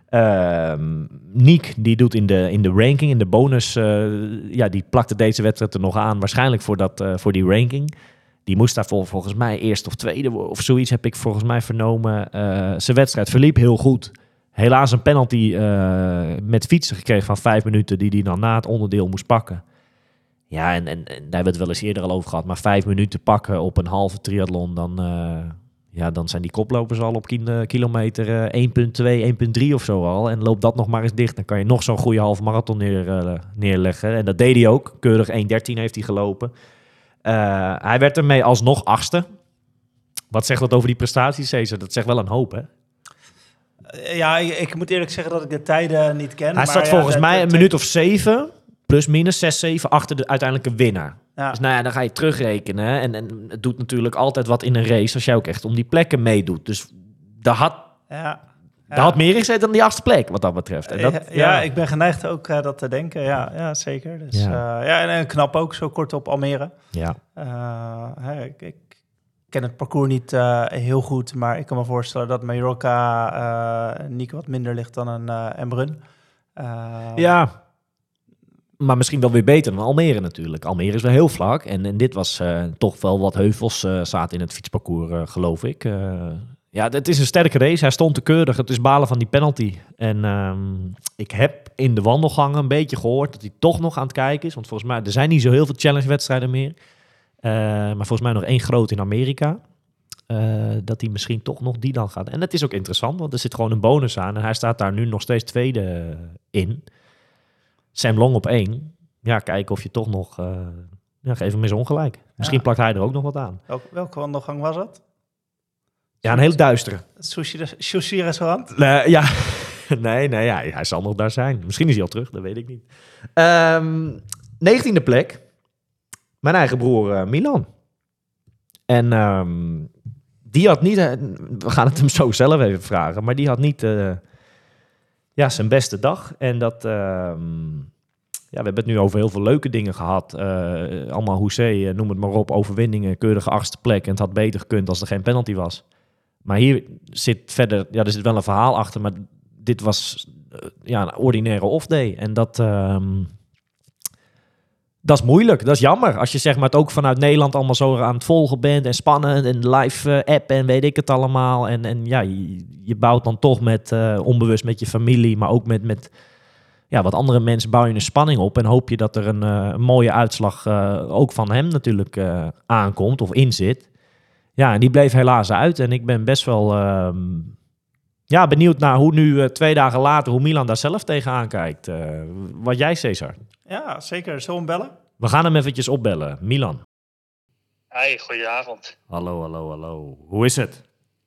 Niek, die doet in de ranking, in de bonus, die plakte deze wedstrijd er nog aan, waarschijnlijk voor die ranking. Die moest daarvoor volgens mij eerst of tweede of zoiets, heb ik volgens mij vernomen. Zijn wedstrijd verliep heel goed. Helaas een penalty met fietsen gekregen van 5 minuten, die hij dan na het onderdeel moest pakken. Ja, en daar hebben we het wel eens eerder al over gehad, maar 5 minuten pakken op een halve triathlon, dan zijn die koplopers al op kilometer 1,2, 1,3 of zo al. En loopt dat nog maar eens dicht. Dan kan je nog zo'n goede halve marathon neerleggen. En dat deed hij ook. Keurig 1,13 heeft hij gelopen. Hij werd ermee alsnog 8e. Wat zegt dat over die prestaties, Cesar? Dat zegt wel een hoop, hè?
Ja, ik moet eerlijk zeggen dat ik de tijden niet ken.
Hij staat volgens mij een minuut of 7, plus minus 6, 7, achter de uiteindelijke winnaar. Ja. Dus dan ga je terugrekenen. En het doet natuurlijk altijd wat in een race als jij ook echt om die plekken meedoet. Dus daar had meer gezeten dan die 8e plek, wat dat betreft. En
ik ben geneigd ook dat te denken. Ja, zeker. Dus, en knap ook, zo kort op Almere. Ja. Ik ken het parcours niet heel goed, maar ik kan me voorstellen dat Mallorca Niek wat minder ligt dan een Embrun.
Maar misschien wel weer beter dan Almere natuurlijk. Almere is wel heel vlak. En dit was toch wel wat heuvels zaten in het fietsparcours, geloof ik. Het is een sterke race. Hij stond te keurig. Het is balen van die penalty. En ik heb in de wandelgangen een beetje gehoord dat hij toch nog aan het kijken is. Want volgens mij, er zijn niet zo heel veel challenge-wedstrijden meer. Maar volgens mij nog 1 groot in Amerika. Dat hij misschien toch nog die dan gaat. En dat is ook interessant, want er zit gewoon een bonus aan. En hij staat daar nu nog steeds tweede in. Sam Long op 1. Ja, kijken of je toch nog... geef hem eens ongelijk. Misschien plakt hij er ook nog wat aan.
Welke wandelgang was dat?
Ja, een heel duistere.
Sushi-restaurant?
Nee, hij zal nog daar zijn. Misschien is hij al terug, dat weet ik niet. 19e plek. Mijn eigen broer Milan. En die had niet... we gaan het hem zo zelf even vragen. Maar die had niet zijn beste dag. En dat... we hebben het nu over heel veel leuke dingen gehad. Allemaal hoezee, noem het maar op. Overwinningen, keurige 8e plek. En het had beter gekund als er geen penalty was. Maar hier zit verder... Ja, er zit wel een verhaal achter. Maar dit was een ordinaire off-day. En dat is moeilijk, dat is jammer. Als je zeg maar het ook vanuit Nederland allemaal zo aan het volgen bent en spannend en live app en weet ik het allemaal. En je bouwt dan toch met onbewust met je familie, maar ook met wat andere mensen bouw je een spanning op en hoop je dat er een mooie uitslag ook van hem natuurlijk aankomt of in zit. Ja, en die bleef helaas uit en ik ben best wel benieuwd naar hoe nu 2 dagen later, hoe Milan daar zelf tegenaan kijkt. Wat jij, Cesar?
Ja, zeker. Zullen we hem bellen?
We gaan hem eventjes opbellen. Milan.
Hey, goedenavond.
Hallo. Hoe is het?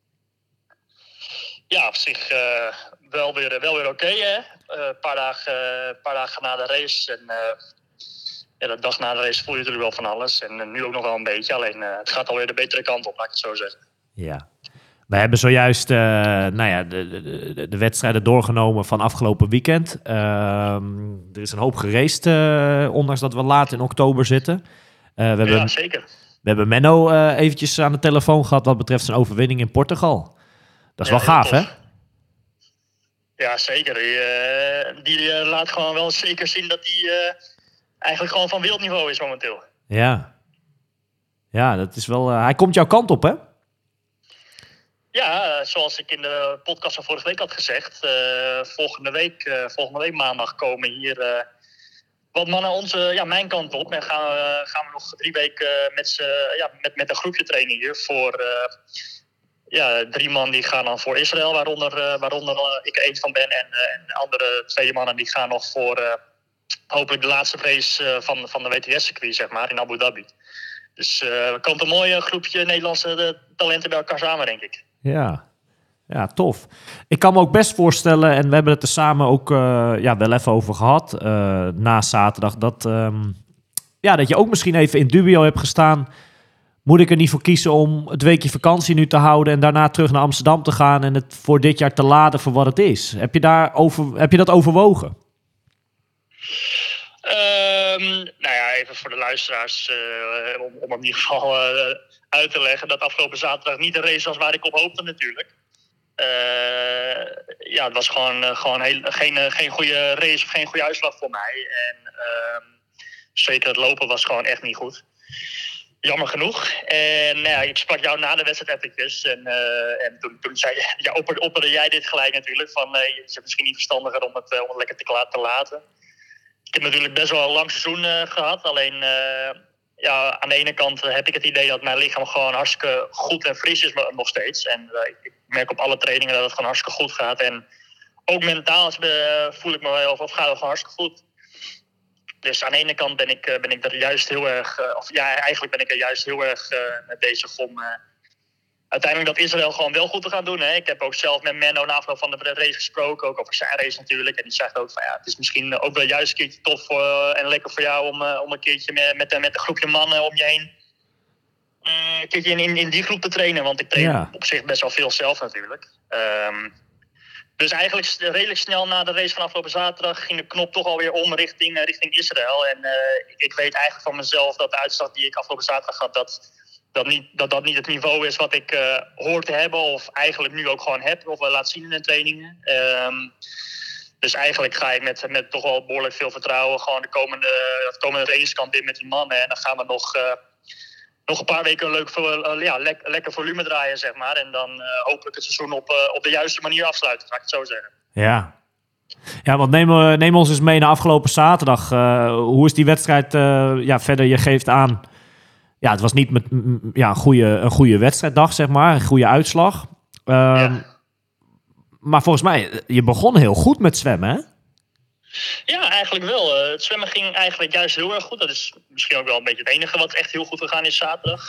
Ja, op zich wel weer oké, hè? Een paar dagen na de race. En de dag na de race voel je natuurlijk wel van alles. En nu ook nog wel een beetje. Alleen het gaat alweer de betere kant op, laat ik het zo zeggen.
Ja. We hebben zojuist de wedstrijden doorgenomen van afgelopen weekend. Er is een hoop geraced, ondanks dat we laat in oktober zitten.
Ja, zeker.
We hebben Menno eventjes aan de telefoon gehad wat betreft zijn overwinning in Portugal. Dat is wel gaaf,
tof.
Hè?
Ja, zeker. Die laat gewoon wel zeker zien dat hij eigenlijk gewoon van wereldniveau is momenteel.
Ja, dat is wel... hij komt jouw kant op, hè?
Ja, zoals ik in de podcast van vorige week had gezegd. Volgende week maandag komen hier wat mannen mijn kant op. En gaan we nog 3 weken met een groepje trainen hier. Voor 3 man die gaan dan voor Israël, waaronder ik er één van ben. En de andere 2 mannen die gaan nog voor hopelijk de laatste race van de WTS-circuit, zeg maar, in Abu Dhabi. Dus er komt een mooi groepje Nederlandse talenten bij elkaar samen, denk ik.
Ja, tof. Ik kan me ook best voorstellen, en we hebben het er samen ook wel even over gehad na zaterdag, dat je ook misschien even in dubio hebt gestaan. Moet ik er niet voor kiezen om het weekje vakantie nu te houden en daarna terug naar Amsterdam te gaan en het voor dit jaar te laden voor wat het is? Heb je dat overwogen?
Nou ja, even voor de luisteraars, om in ieder geval uit te leggen dat afgelopen zaterdag niet de race was waar ik op hoopte natuurlijk. Het was gewoon geen goede race of geen goede uitslag voor mij. En zeker het lopen was gewoon echt niet goed. Jammer genoeg. En ik sprak jou na de wedstrijd eventjes. En toen zei opperde jij dit gelijk natuurlijk. Van het is misschien niet verstandiger om het lekker te laten. Ik heb natuurlijk best wel een lang seizoen gehad. Alleen aan de ene kant heb ik het idee dat mijn lichaam gewoon hartstikke goed en fris is nog steeds. En ik merk op alle trainingen dat het gewoon hartstikke goed gaat. En ook mentaal voel ik me gaat het gewoon hartstikke goed. Dus aan de ene kant ben ik er juist heel erg... eigenlijk ben ik er juist heel erg mee bezig om... uiteindelijk dat Israël gewoon wel goed te gaan doen. Hè. Ik heb ook zelf met Menno na afloop van de race gesproken. Ook over zijn race natuurlijk. En die zegt ook van het is misschien ook wel juist een keertje tof en lekker voor jou om een keertje met een groepje mannen om je heen een keertje in die groep te trainen. Want ik train op zich best wel veel zelf natuurlijk. Dus eigenlijk redelijk snel na de race van afgelopen zaterdag ging de knop toch alweer om richting Israël. En ik weet eigenlijk van mezelf dat de uitslag die ik afgelopen zaterdag had, dat niet het niveau is wat ik hoor te hebben of eigenlijk nu ook gewoon heb of laat zien in de trainingen. Dus eigenlijk ga ik met toch wel behoorlijk veel vertrouwen gewoon het komende racekamp in met die mannen. En dan gaan we nog een paar weken lekker volume draaien, zeg maar. En dan hopelijk het seizoen op de juiste manier afsluiten, laat ik het zo zeggen.
Ja, want neem ons eens mee naar afgelopen zaterdag. Hoe is die wedstrijd verder? Je geeft aan... Ja, het was niet met een goede wedstrijddag, zeg maar. Een goede uitslag. Maar volgens mij, je begon heel goed met zwemmen, hè? Ja,
eigenlijk wel. Het zwemmen ging eigenlijk juist heel erg goed. Dat is misschien ook wel een beetje het enige wat echt heel goed gegaan is zaterdag.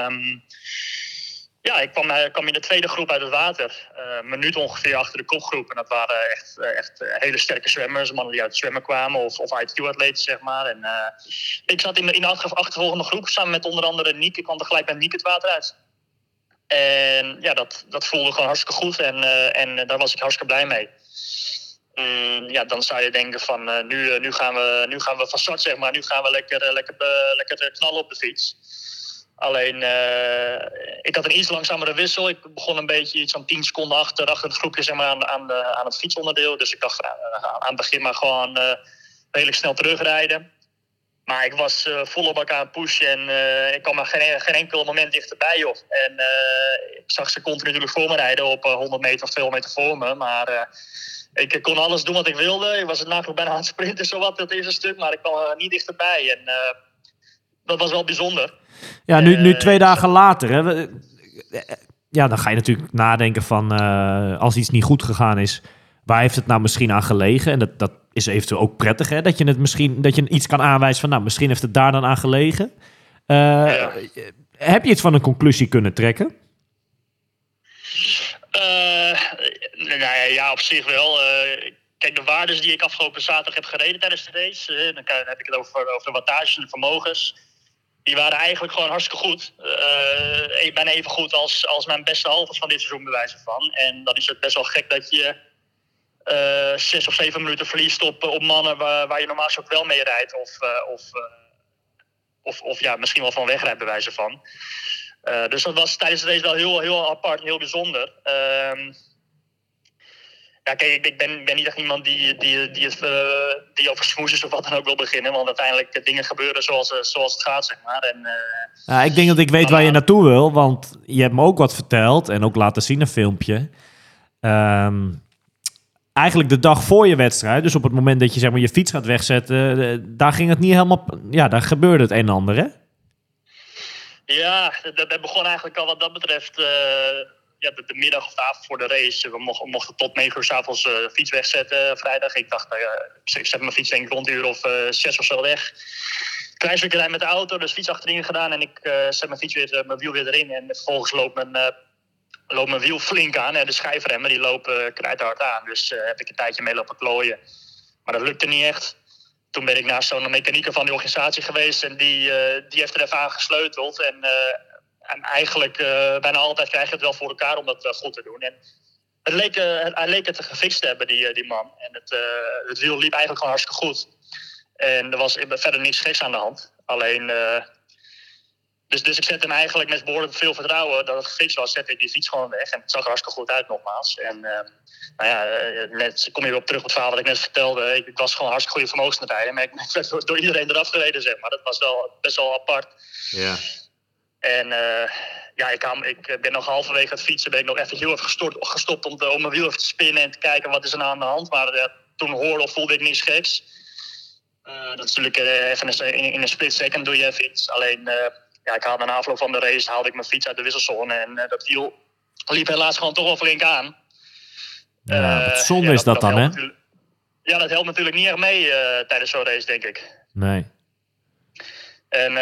Ik kwam in de tweede groep uit het water. Een minuut ongeveer achter de kopgroep. En dat waren echt hele sterke zwemmers. Mannen die uit het zwemmen kwamen of IQ-atleten, zeg maar. En ik zat in de achtervolgende groep samen met onder andere Niek. Ik kwam tegelijk met Niek het water uit. En dat voelde gewoon hartstikke goed. En daar was ik hartstikke blij mee. Dan zou je denken van nu gaan we van start, zeg maar. Nu gaan we lekker knallen op de fiets. Alleen, ik had een iets langzamere wissel. Ik begon een beetje iets van 10 seconden achter het groepje, zeg maar, aan het fietsonderdeel. Dus ik dacht aan het begin maar gewoon redelijk snel terugrijden. Maar ik was vol op elkaar aan het pushen en ik kwam maar geen enkel moment dichterbij, joh. En ik zag ze continu natuurlijk voor me rijden op 100 meter of 200 meter voor me. Maar ik kon alles doen wat ik wilde. Ik was het nagenoeg bijna aan het sprinten, zowat, dat eerste stuk. Maar ik kwam niet dichterbij. En dat was wel bijzonder.
Ja, nu 2 dagen later, hè, dan ga je natuurlijk nadenken van als iets niet goed gegaan is, waar heeft het nou misschien aan gelegen? En dat is eventueel ook prettig, hè, dat je iets kan aanwijzen van, misschien heeft het daar dan aan gelegen. Heb je iets van een conclusie kunnen trekken?
Op zich wel. Kijk, de waardes die ik afgelopen zaterdag heb gereden tijdens de race, dan heb ik het over de wattages en de vermogens. Die waren eigenlijk gewoon hartstikke goed. Bijna even goed als mijn beste halves van dit seizoen, bij wijze van. En dan is het best wel gek dat je 6 of 7 minuten verliest op mannen waar je normaal ook wel mee rijdt. Of misschien wel van wegrijdt, bij wijze van. Dus dat was tijdens de race wel heel, heel apart en heel bijzonder. Kijk, ik ben niet echt iemand die over smoesjes of wat dan ook wil beginnen. Want uiteindelijk dingen gebeuren zoals het gaat, zeg maar. En,
ik denk dat ik weet waar je naartoe wil. Want je hebt me ook wat verteld en ook laten zien een filmpje. Eigenlijk de dag voor je wedstrijd, dus op het moment dat je, zeg maar, je fiets gaat wegzetten, daar ging het niet helemaal... Ja, daar gebeurde het een en ander, hè?
Ja, dat begon eigenlijk al wat dat betreft... de middag of de avond voor de race. We mochten tot 9 uur 's avonds fiets wegzetten vrijdag. Ik dacht, ik zet mijn fiets denk ik rond een uur of 6 of zo weg. Klein stukje rijden met de auto, dus fiets achterin gedaan. En ik zet mijn wiel weer erin. En vervolgens loopt mijn wiel flink aan. De schijfremmen die lopen knijterhard aan. Dus heb ik een tijdje mee lopen klooien. Maar dat lukte niet echt. Toen ben ik naar zo'n mechanieker van die organisatie geweest. En die heeft er even aan gesleuteld. En eigenlijk bijna altijd krijg je het wel voor elkaar om dat goed te doen. En hij leek het gefixt te hebben, die man. En het wiel liep eigenlijk gewoon hartstikke goed. En er was verder niks geks aan de hand. Alleen... Dus ik zette hem eigenlijk met behoorlijk veel vertrouwen dat het gefixt was, zette ik die fiets gewoon weg. En het zag er hartstikke goed uit nogmaals. En net kom je weer op terug op het verhaal wat ik net vertelde. Ik was gewoon hartstikke goede vermogens aan het rijden. Maar ik werd door iedereen eraf gereden, zeg maar. Dat was wel best wel apart.
Ja.
En ik ben nog halverwege het fietsen ben ik nog even heel even gestopt om mijn wiel even te spinnen en te kijken wat is er nou aan de hand. Maar toen hoorde of voelde ik niks geks. Dat is natuurlijk even in een split second doe je even iets. Alleen... ik haalde na afloop van de race haalde ik mijn fiets uit de wisselzone. En dat wiel liep helaas gewoon toch wel flink aan.
Ja, wat zonde is dat dan, hè?
Ja, dat helpt natuurlijk niet echt mee tijdens zo'n race, denk ik.
Nee.
En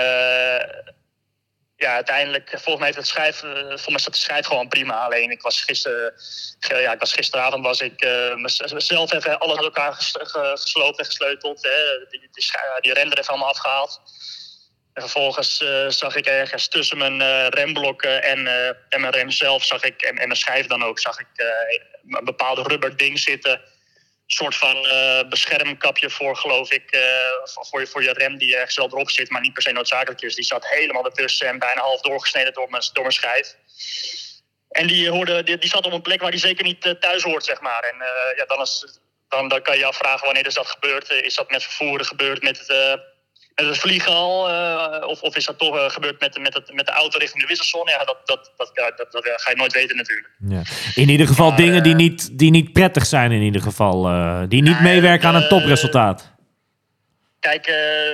uiteindelijk, volgens mij staat de schijf gewoon prima. Alleen ik was gisteravond was ik mezelf even alles uit elkaar gesloopt en gesleuteld. Hè. Die rem er even allemaal afgehaald. En vervolgens zag ik ergens tussen mijn remblokken en mijn rem zelf en mijn schijf dan ook, zag ik een bepaalde rubber ding zitten. Een soort van beschermkapje voor, geloof ik, voor je rem die ergens wel erop zit, maar niet per se noodzakelijk is. Die zat helemaal ertussen en bijna half doorgesneden door mijn schijf. En die zat op een plek waar die zeker niet thuis hoort, zeg maar. En dan kan je je afvragen wanneer is dat gebeurd. Is dat met vervoeren gebeurd met het vliegen al? Of is dat toch gebeurd met de auto richting de wisselzone? Ja, dat ga je nooit weten natuurlijk.
Ja. In ieder geval dingen die niet prettig zijn in ieder geval. Die niet meewerken aan een topresultaat.
Kijk,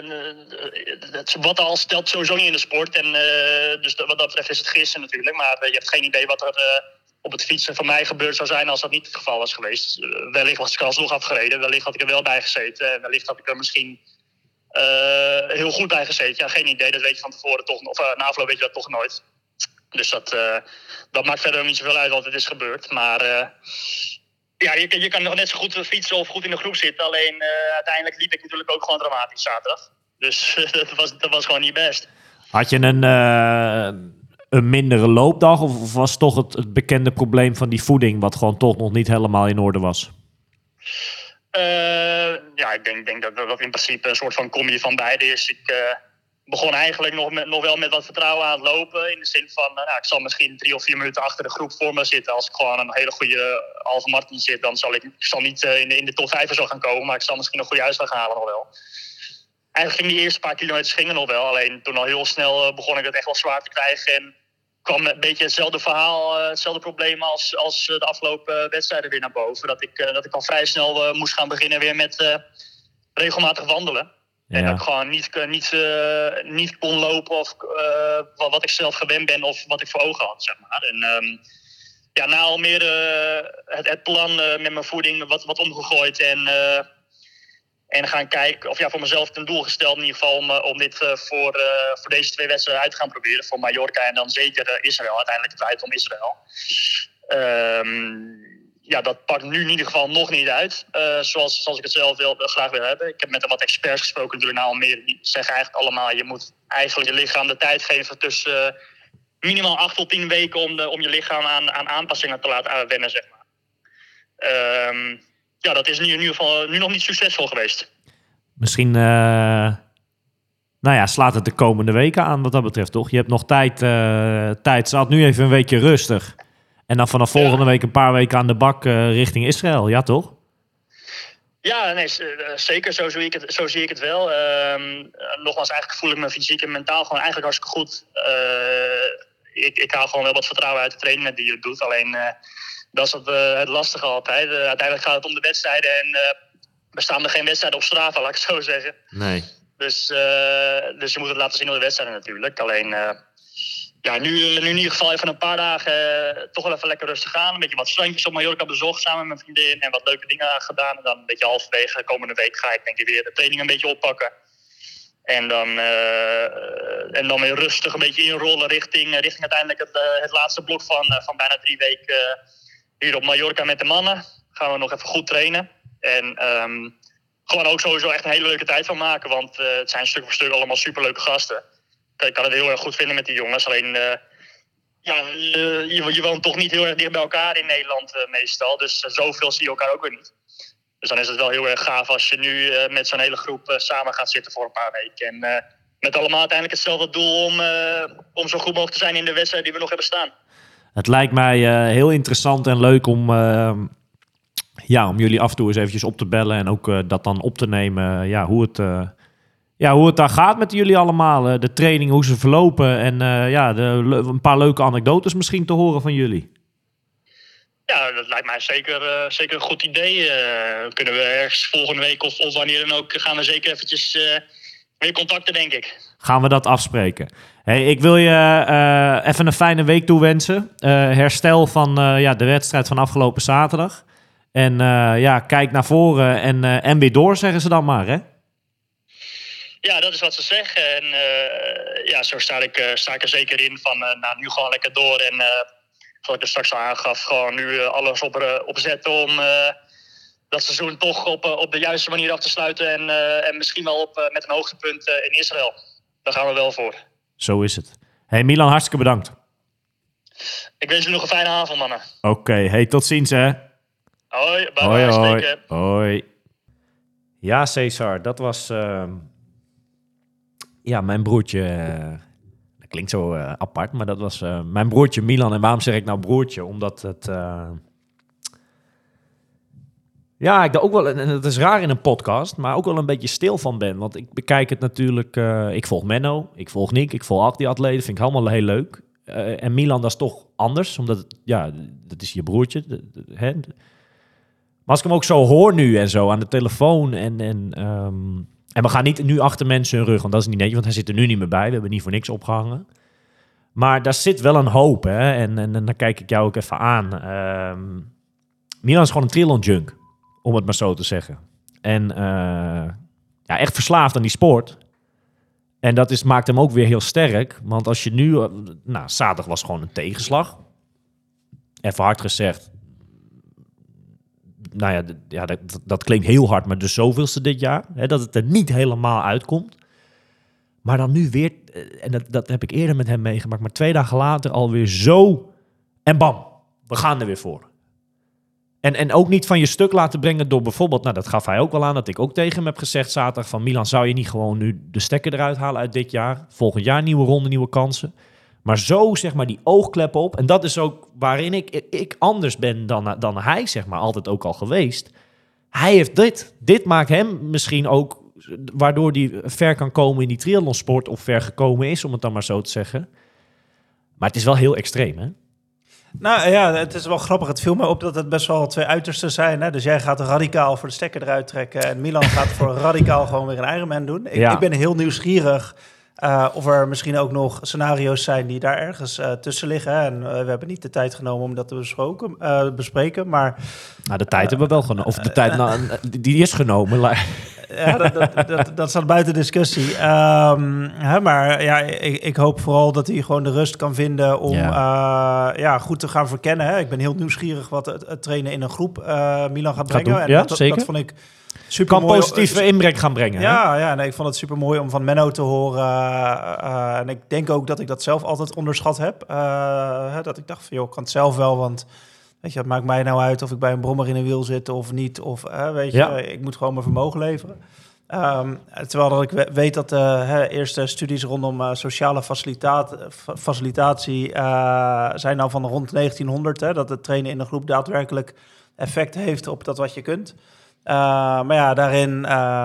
wat al stelt sowieso niet in de sport. En dus wat dat betreft is het gissen natuurlijk. Maar je hebt geen idee wat er op het fietsen van mij gebeurd zou zijn als dat niet het geval was geweest. Wellicht was ik er alsnog afgereden. Wellicht had ik er wel bij gezeten. Wellicht had ik er misschien... heel goed bij gezeten. Ja, geen idee. Dat weet je van tevoren toch. Of na afloop weet je dat toch nooit. Dus dat maakt verder niet zoveel uit wat het is gebeurd. Maar je kan nog net zo goed fietsen of goed in de groep zitten. Alleen uiteindelijk liep ik natuurlijk ook gewoon dramatisch zaterdag. Dus dat was gewoon niet best.
Had je een mindere loopdag? Of was toch het bekende probleem van die voeding wat gewoon toch nog niet helemaal in orde was?
Ik denk dat in principe een soort van combi van beide is. Ik begon eigenlijk nog wel met wat vertrouwen aan het lopen. In de zin van, ik zal misschien 3 of 4 minuten achter de groep voor me zitten. Als ik gewoon een hele goede halve marathon zit, dan zal ik niet in de top 5 zo gaan komen. Maar ik zal misschien een goede uitslag halen nog wel. Eigenlijk ging die eerste paar kilometers gingen nog wel. Alleen toen al heel snel begon ik het echt wel zwaar te krijgen. En kwam een beetje hetzelfde verhaal, hetzelfde probleem als de afgelopen wedstrijden weer naar boven. Dat ik al vrij snel moest gaan beginnen weer met regelmatig wandelen. Ja. En dat ik gewoon niet kon lopen of wat ik zelf gewend ben of wat ik voor ogen had, zeg maar. En na al meer het plan met mijn voeding wat omgegooid en gaan kijken, of voor mezelf ten doel gesteld in ieder geval om dit voor deze 2 wedstrijden uit te gaan proberen. Voor Mallorca en dan zeker Israël, uiteindelijk het rijdt om Israël. Dat pakt nu in ieder geval nog niet uit, zoals ik het zelf graag wil hebben. Ik heb met wat experts gesproken natuurlijk al meer. Die zeggen eigenlijk allemaal, je moet eigenlijk je lichaam de tijd geven tussen minimaal 8 tot 10 weken om je lichaam aan aanpassingen te laten wennen, zeg maar. Dat is in ieder geval nu nog niet succesvol geweest.
Misschien slaat het de komende weken aan wat dat betreft, toch? Je hebt nog tijd. Ze had nu even een weekje rustig. En dan vanaf volgende week een paar weken aan de bak richting Israël. Ja, toch?
Ja, nee, zeker. Zo zie ik het wel. Nogmaals, eigenlijk voel ik me fysiek en mentaal gewoon eigenlijk hartstikke goed. Ik haal gewoon wel wat vertrouwen uit de trainingen die je doet. Alleen... dat is het lastige altijd. Uiteindelijk gaat het om de wedstrijden en bestaan er geen wedstrijden op Strava, laat ik het zo zeggen.
Nee.
Dus je moet het laten zien op de wedstrijden natuurlijk. Alleen, Ja, nu in ieder geval even een paar dagen toch wel even lekker rustig aan. Een beetje wat strandjes op Mallorca bezocht samen met mijn vriendin. En wat leuke dingen gedaan. En dan een beetje halverwege komende week ga ik denk ik weer de training een beetje oppakken. En dan weer rustig een beetje inrollen richting uiteindelijk het laatste blok van bijna 3 weken hier op Mallorca met de mannen. Gaan we nog even goed trainen. En gewoon ook sowieso echt een hele leuke tijd van maken. Want het zijn stuk voor stuk allemaal superleuke gasten. Ik kan het heel erg goed vinden met die jongens. Alleen, je woont toch niet heel erg dicht bij elkaar in Nederland meestal. Dus zoveel zie je elkaar ook weer niet. Dus dan is het wel heel erg gaaf als je nu met zo'n hele groep samen gaat zitten voor een paar weken. En met allemaal uiteindelijk hetzelfde doel om zo goed mogelijk te zijn in de wedstrijd die we nog hebben staan.
Het lijkt mij heel interessant en leuk om jullie af en toe eens eventjes op te bellen. En ook dat dan op te nemen, hoe het daar gaat met jullie allemaal. De training, hoe ze verlopen. En een paar leuke anekdotes misschien te horen van jullie.
Ja, dat lijkt mij zeker een goed idee. Kunnen we ergens volgende week of wanneer dan ook... gaan we zeker eventjes weer contacten, denk ik.
Gaan we dat afspreken. Hey, ik wil je even een fijne week toewensen. Herstel van de wedstrijd van afgelopen zaterdag. En kijk naar voren en weer door, zeggen ze dan maar, hè?
Ja, dat is wat ze zeggen. En zo sta ik er zeker in van nu gewoon lekker door. En zoals ik er straks al aangaf, gewoon nu alles op zetten om dat seizoen toch op de juiste manier af te sluiten. En misschien wel met een hoogtepunt in Israël. Daar gaan we wel voor.
Zo is het. Hey Milan, hartstikke bedankt.
Ik wens jullie nog een fijne avond, mannen.
Oké, hey, tot ziens hè.
Hoi, bye.
Hoi. Ja, Cesar, dat was mijn broertje. Dat klinkt zo apart, maar dat was mijn broertje Milan. En waarom zeg ik nou broertje? Omdat het... ik daar ook wel, en het is raar in een podcast, maar ook wel een beetje stil van ben. Want ik bekijk het natuurlijk... ik volg Menno, ik volg Nick, ik volg al die atleten. Vind ik allemaal heel leuk. En Milan, dat is toch anders, omdat dat is je broertje. Hè? Maar als ik hem ook zo hoor nu en zo aan de telefoon en we gaan niet nu achter mensen hun rug, want dat is niet netjes, want hij zit er nu niet meer bij. We hebben niet voor niks opgehangen. Maar daar zit wel een hoop, hè. En dan kijk ik jou ook even aan. Milan is gewoon een triathlon junk, om het maar zo te zeggen. En echt verslaafd aan die sport. En dat maakt hem ook weer heel sterk. Want als je nu... zaterdag was gewoon een tegenslag. Even hard gezegd. Dat klinkt heel hard, maar de zoveelste dit jaar. Hè, dat het er niet helemaal uitkomt. Maar dan nu weer... En dat heb ik eerder met hem meegemaakt. Maar 2 dagen later alweer zo... En bam, we gaan er weer voor. En ook niet van je stuk laten brengen door bijvoorbeeld... dat gaf hij ook wel aan, dat ik ook tegen hem heb gezegd zaterdag... van Milan, zou je niet gewoon nu de stekker eruit halen uit dit jaar? Volgend jaar nieuwe ronde, nieuwe kansen. Maar zo, zeg maar, die oogkleppen op. En dat is ook waarin ik anders ben dan hij, zeg maar, altijd ook al geweest. Hij heeft dit. Dit maakt hem misschien ook... waardoor hij ver kan komen in die triathlonsport... of ver gekomen is, om het dan maar zo te zeggen. Maar het is wel heel extreem, hè?
Nou ja, het is wel grappig. Het viel me op dat het best wel 2 uitersten zijn. Hè? Dus jij gaat radicaal voor de stekker eruit trekken... en Milan gaat voor radicaal gewoon weer een Ironman doen. Ik ben heel nieuwsgierig... of er misschien ook nog scenario's zijn die daar ergens tussen liggen. Hè? En we hebben niet de tijd genomen om dat te bespreken. Maar,
de tijd hebben we wel genomen. Of de tijd, die is genomen.
Ja, dat staat buiten discussie. Maar ja, ik hoop vooral dat hij gewoon de rust kan vinden om goed te gaan verkennen. Hè? Ik ben heel nieuwsgierig wat het trainen in een groep Milan gaat brengen. En dat vond ik super
kan positieve inbreng gaan brengen.
Ik vond het super mooi om van Menno te horen. En ik denk ook dat ik dat zelf altijd onderschat heb. Dat ik dacht van, joh, ik kan het zelf wel, want weet je, het maakt mij nou uit of ik bij een brommer in een wiel zit of niet. Of ik moet gewoon mijn vermogen leveren. Terwijl dat ik weet dat de eerste studies rondom sociale facilitatie zijn nou van rond 1900. Dat het trainen in een groep daadwerkelijk effect heeft op dat wat je kunt. Maar ja, daarin...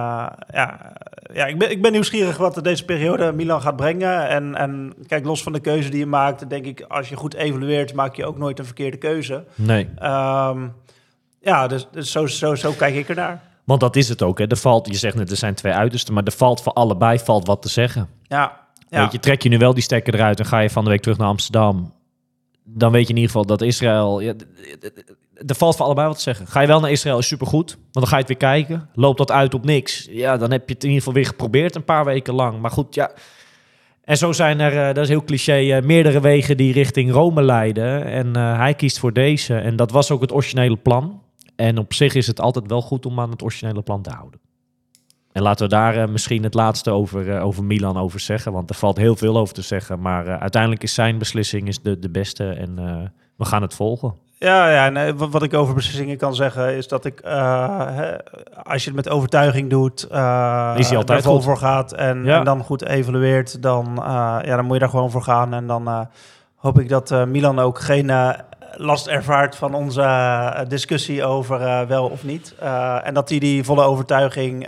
ik ben nieuwsgierig wat deze periode Milan gaat brengen. En kijk, los van de keuze die je maakt... denk ik, als je goed evalueert... maak je ook nooit een verkeerde keuze.
Nee.
Dus zo kijk ik ernaar.
Want dat is het ook, hè. Je zegt net, er zijn 2 uitersten... maar er valt voor allebei wat te zeggen.
Ja. Ja.
Weet je, trek je nu wel die stekker eruit en ga je van de week terug naar Amsterdam, dan weet je in ieder geval dat Israël... Ja, er valt voor allebei wat te zeggen. Ga je wel naar Israël, is supergoed, want dan ga je het weer kijken. Loopt dat uit op niks, ja, dan heb je het in ieder geval weer geprobeerd een paar weken lang. Maar goed, ja... En zo zijn er, dat is heel cliché, meerdere wegen die richting Rome leiden. En hij kiest voor deze. En dat was ook het originele plan. En op zich is het altijd wel goed om aan het originele plan te houden. En laten we daar misschien het laatste over Milan over zeggen. Want er valt heel veel over te zeggen. Maar uiteindelijk is zijn beslissing de beste. En we gaan het volgen.
Ja, nee, wat ik over beslissingen kan zeggen is dat ik, als je het met overtuiging doet,
Is hij altijd
er vol
goed.
voor gaat en dan goed evalueert, dan moet je daar gewoon voor gaan. En dan hoop ik dat Milan ook geen last ervaart van onze discussie over wel of niet. En dat hij die volle overtuiging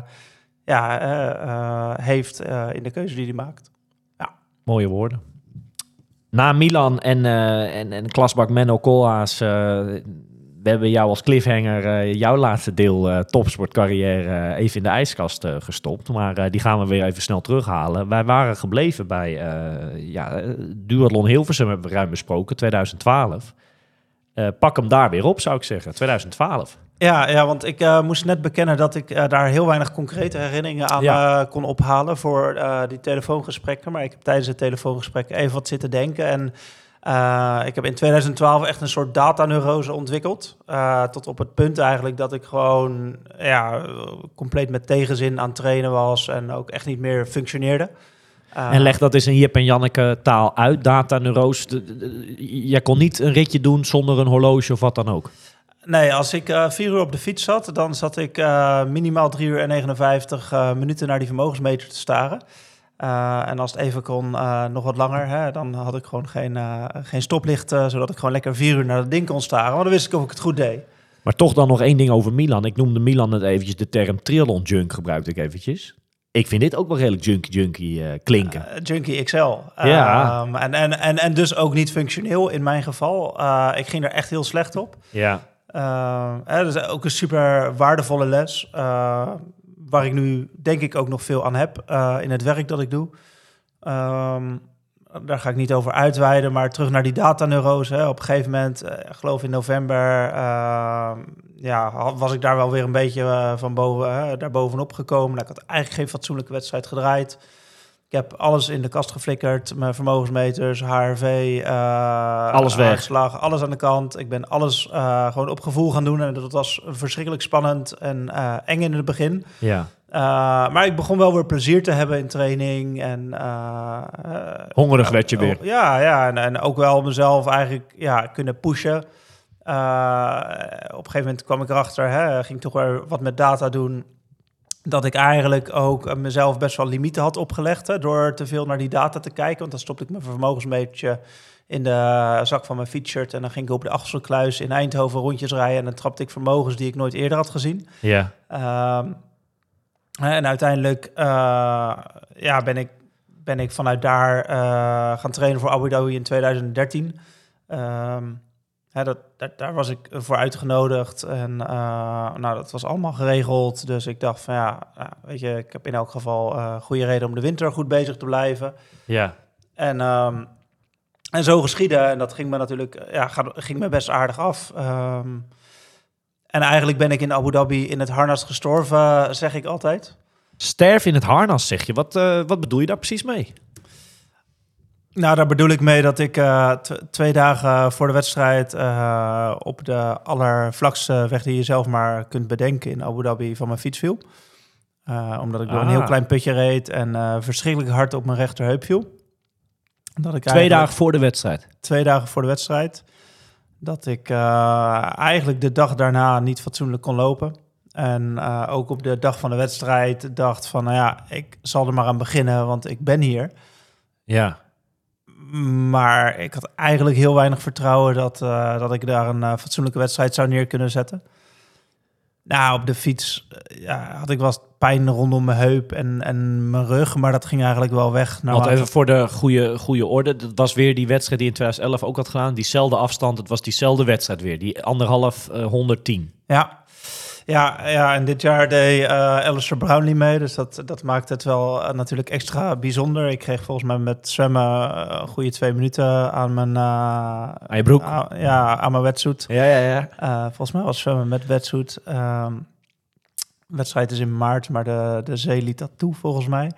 heeft in de keuze die hij maakt.
Mooie woorden. Na Milan en klasbak Menno Koolhaas, we hebben jou als cliffhanger jouw laatste deel topsportcarrière even in de ijskast gestopt. Maar die gaan we weer even snel terughalen. Wij waren gebleven bij Duathlon Hilversum, hebben we ruim besproken, 2012. Pak hem daar weer op, zou ik zeggen, 2012.
Ja, want ik moest net bekennen dat ik daar heel weinig concrete herinneringen aan kon ophalen voor die telefoongesprekken. Maar ik heb tijdens het telefoongesprek even wat zitten denken. En ik heb in 2012 echt een soort dataneurose ontwikkeld. Tot op het punt eigenlijk dat ik gewoon compleet met tegenzin aan het trainen was en ook echt niet meer functioneerde.
En leg dat eens in Jip en Janneke taal uit, dataneurose. Jij kon niet een ritje doen zonder een horloge of wat dan ook?
Nee, als ik 4 uur op de fiets zat, dan zat ik minimaal 3 uur en 59 minuten naar die vermogensmeter te staren. En als het even kon, nog wat langer, dan had ik gewoon geen stoplicht, zodat ik gewoon lekker 4 uur naar dat ding kon staren. Want dan wist ik of ik het goed deed.
Maar toch dan nog één ding over Milan. Ik noemde Milan net eventjes, de term triathlon junk gebruikte ik eventjes. Ik vind dit ook wel redelijk junkie klinken.
Junkie XL.
Ja.
En dus ook niet functioneel in mijn geval. Ik ging er echt heel slecht op.
Ja.
Dat is ook een super waardevolle les. Waar ik nu denk ik ook nog veel aan heb in het werk dat ik doe. Daar ga ik niet over uitweiden, maar terug naar die dataneurose. Op een gegeven moment, ik geloof in november, was ik daar wel weer een beetje daar bovenop gekomen. Ik had eigenlijk geen fatsoenlijke wedstrijd gedraaid. Ik heb alles in de kast geflikkerd, mijn vermogensmeters, HRV,
alles weg.
hartslag, alles aan de kant. Ik ben alles gewoon op gevoel gaan doen en dat was verschrikkelijk spannend en eng in het begin.
Ja.
Maar ik begon wel weer plezier te hebben in training en
Hongerig werd je weer.
En ook wel mezelf eigenlijk kunnen pushen. Op een gegeven moment kwam ik erachter, ging toch weer wat met data doen, dat ik eigenlijk ook mezelf best wel limieten had opgelegd door te veel naar die data te kijken. Want dan stopte ik mijn vermogensmetertje in de zak van mijn fietsshirt en dan ging ik op de Achselkluis in Eindhoven rondjes rijden en dan trapte ik vermogens die ik nooit eerder had gezien.
Ja.
En uiteindelijk ben ik vanuit daar gaan trainen voor Abu Dhabi in 2013. Daar was ik voor uitgenodigd en dat was allemaal geregeld. Dus ik dacht van weet je, ik heb in elk geval goede reden om de winter goed bezig te blijven.
Ja.
En zo geschiedde. En dat ging me natuurlijk ging me best aardig af. En eigenlijk ben ik in Abu Dhabi in het harnas gestorven, zeg ik altijd.
Sterf in het harnas, zeg je. Wat bedoel je daar precies mee?
Nou, daar bedoel ik mee dat ik 2 dagen voor de wedstrijd op de allervlakste weg die je zelf maar kunt bedenken in Abu Dhabi van mijn fiets viel. Omdat ik door een heel klein putje reed en verschrikkelijk hard op mijn rechterheup viel. Dat ik
2 dagen voor de wedstrijd?
2 dagen voor de wedstrijd. Dat ik eigenlijk de dag daarna niet fatsoenlijk kon lopen. En ook op de dag van de wedstrijd dacht van, ik zal er maar aan beginnen, want ik ben hier.
Ja.
Maar ik had eigenlijk heel weinig vertrouwen dat ik daar een fatsoenlijke wedstrijd zou neer kunnen zetten. Nou, op de fiets had ik wel pijn rondom mijn heup en mijn rug, maar dat ging eigenlijk wel weg.
Want even voor de goede orde, dat was weer die wedstrijd die in 2011 ook had gedaan. Diezelfde afstand, het was diezelfde wedstrijd weer, die 1,5 110.
Ja. Ja, en dit jaar deed Alistair Brownlee mee. Dus dat maakt het wel natuurlijk extra bijzonder. Ik kreeg volgens mij met zwemmen een goede 2 minuten aan mijn...
Aan je broek?
aan mijn wetsuit.
Ja.
Volgens mij was zwemmen met wetsuit. Wedstrijd is in maart, maar de zee liet dat toe volgens mij.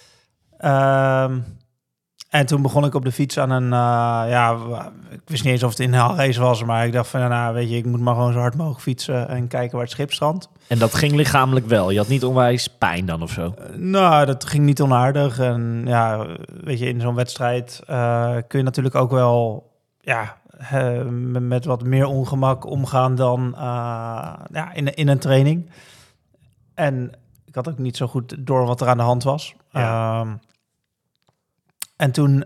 En toen begon ik op de fiets aan een... ik wist niet eens of het een inhaalrace was, maar ik dacht van, weet je, ik moet maar gewoon zo hard mogelijk fietsen en kijken waar het schip strandt.
En dat ging lichamelijk wel? Je had niet onwijs pijn dan of zo?
Nou, dat ging niet onaardig. En ja, weet je, in zo'n wedstrijd kun je natuurlijk ook wel met wat meer ongemak omgaan dan in een training. En ik had ook niet zo goed door wat er aan de hand was.
Ja.
En toen,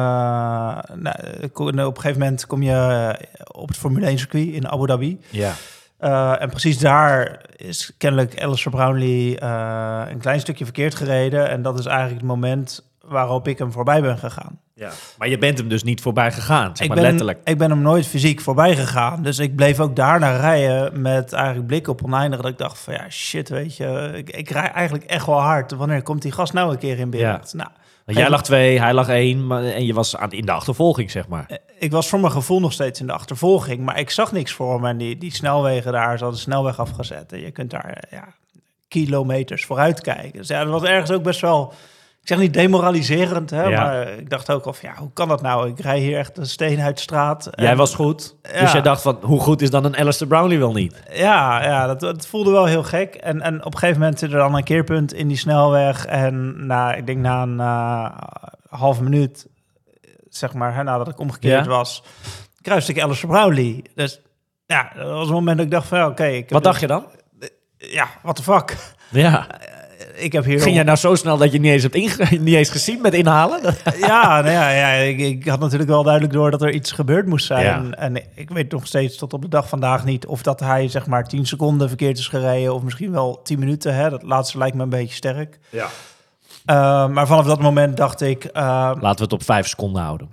op een gegeven moment kom je op het Formule 1 circuit in Abu Dhabi.
Ja.
En precies daar is kennelijk Alistair Brownlee een klein stukje verkeerd gereden. En dat is eigenlijk het moment waarop ik hem voorbij ben gegaan.
Ja. Maar je bent hem dus niet voorbij gegaan, zeg maar letterlijk.
Ik ben hem nooit fysiek voorbij gegaan. Dus ik bleef ook daarna rijden met eigenlijk blik op oneindig. Dat ik dacht van shit, weet je, ik rij eigenlijk echt wel hard. Wanneer komt die gast nou een keer in beeld?
Ja.
Nou,
Want jij lag 2, hij lag 1 en je was in de achtervolging, zeg maar.
Ik was voor mijn gevoel nog steeds in de achtervolging, maar ik zag niks voor me. En die snelwegen daar, ze hadden de snelweg afgezet. En je kunt daar kilometers vooruit kijken. Dus dat was ergens ook best wel, ik zeg niet demoraliserend, hè, maar ik dacht ook of hoe kan dat nou? Ik rij hier echt een steen uit de straat.
Jij was goed, dus jij dacht van, hoe goed is dan een Alistair Brownlee wel niet?
Ja, dat voelde wel heel gek. En op een gegeven moment zit er dan een keerpunt in die snelweg. En ik denk na een halve minuut, zeg maar, nadat ik omgekeerd was, kruiste ik Alistair Brownlee. Dus ja, dat was een moment dat ik dacht van, oké.
Wat dacht je dan?
Ja, what the fuck?
Ja.
Ik heb hier
Ging jij nou zo snel dat je niet eens gezien met inhalen?
Ik had natuurlijk wel duidelijk door dat er iets gebeurd moest zijn.
Ja.
En ik weet nog steeds tot op de dag vandaag niet of dat hij zeg maar 10 seconden verkeerd is gereden of misschien wel 10 minuten. Hè? Dat laatste lijkt me een beetje sterk.
Ja.
Maar vanaf dat moment dacht ik...
Laten we het op 5 seconden houden.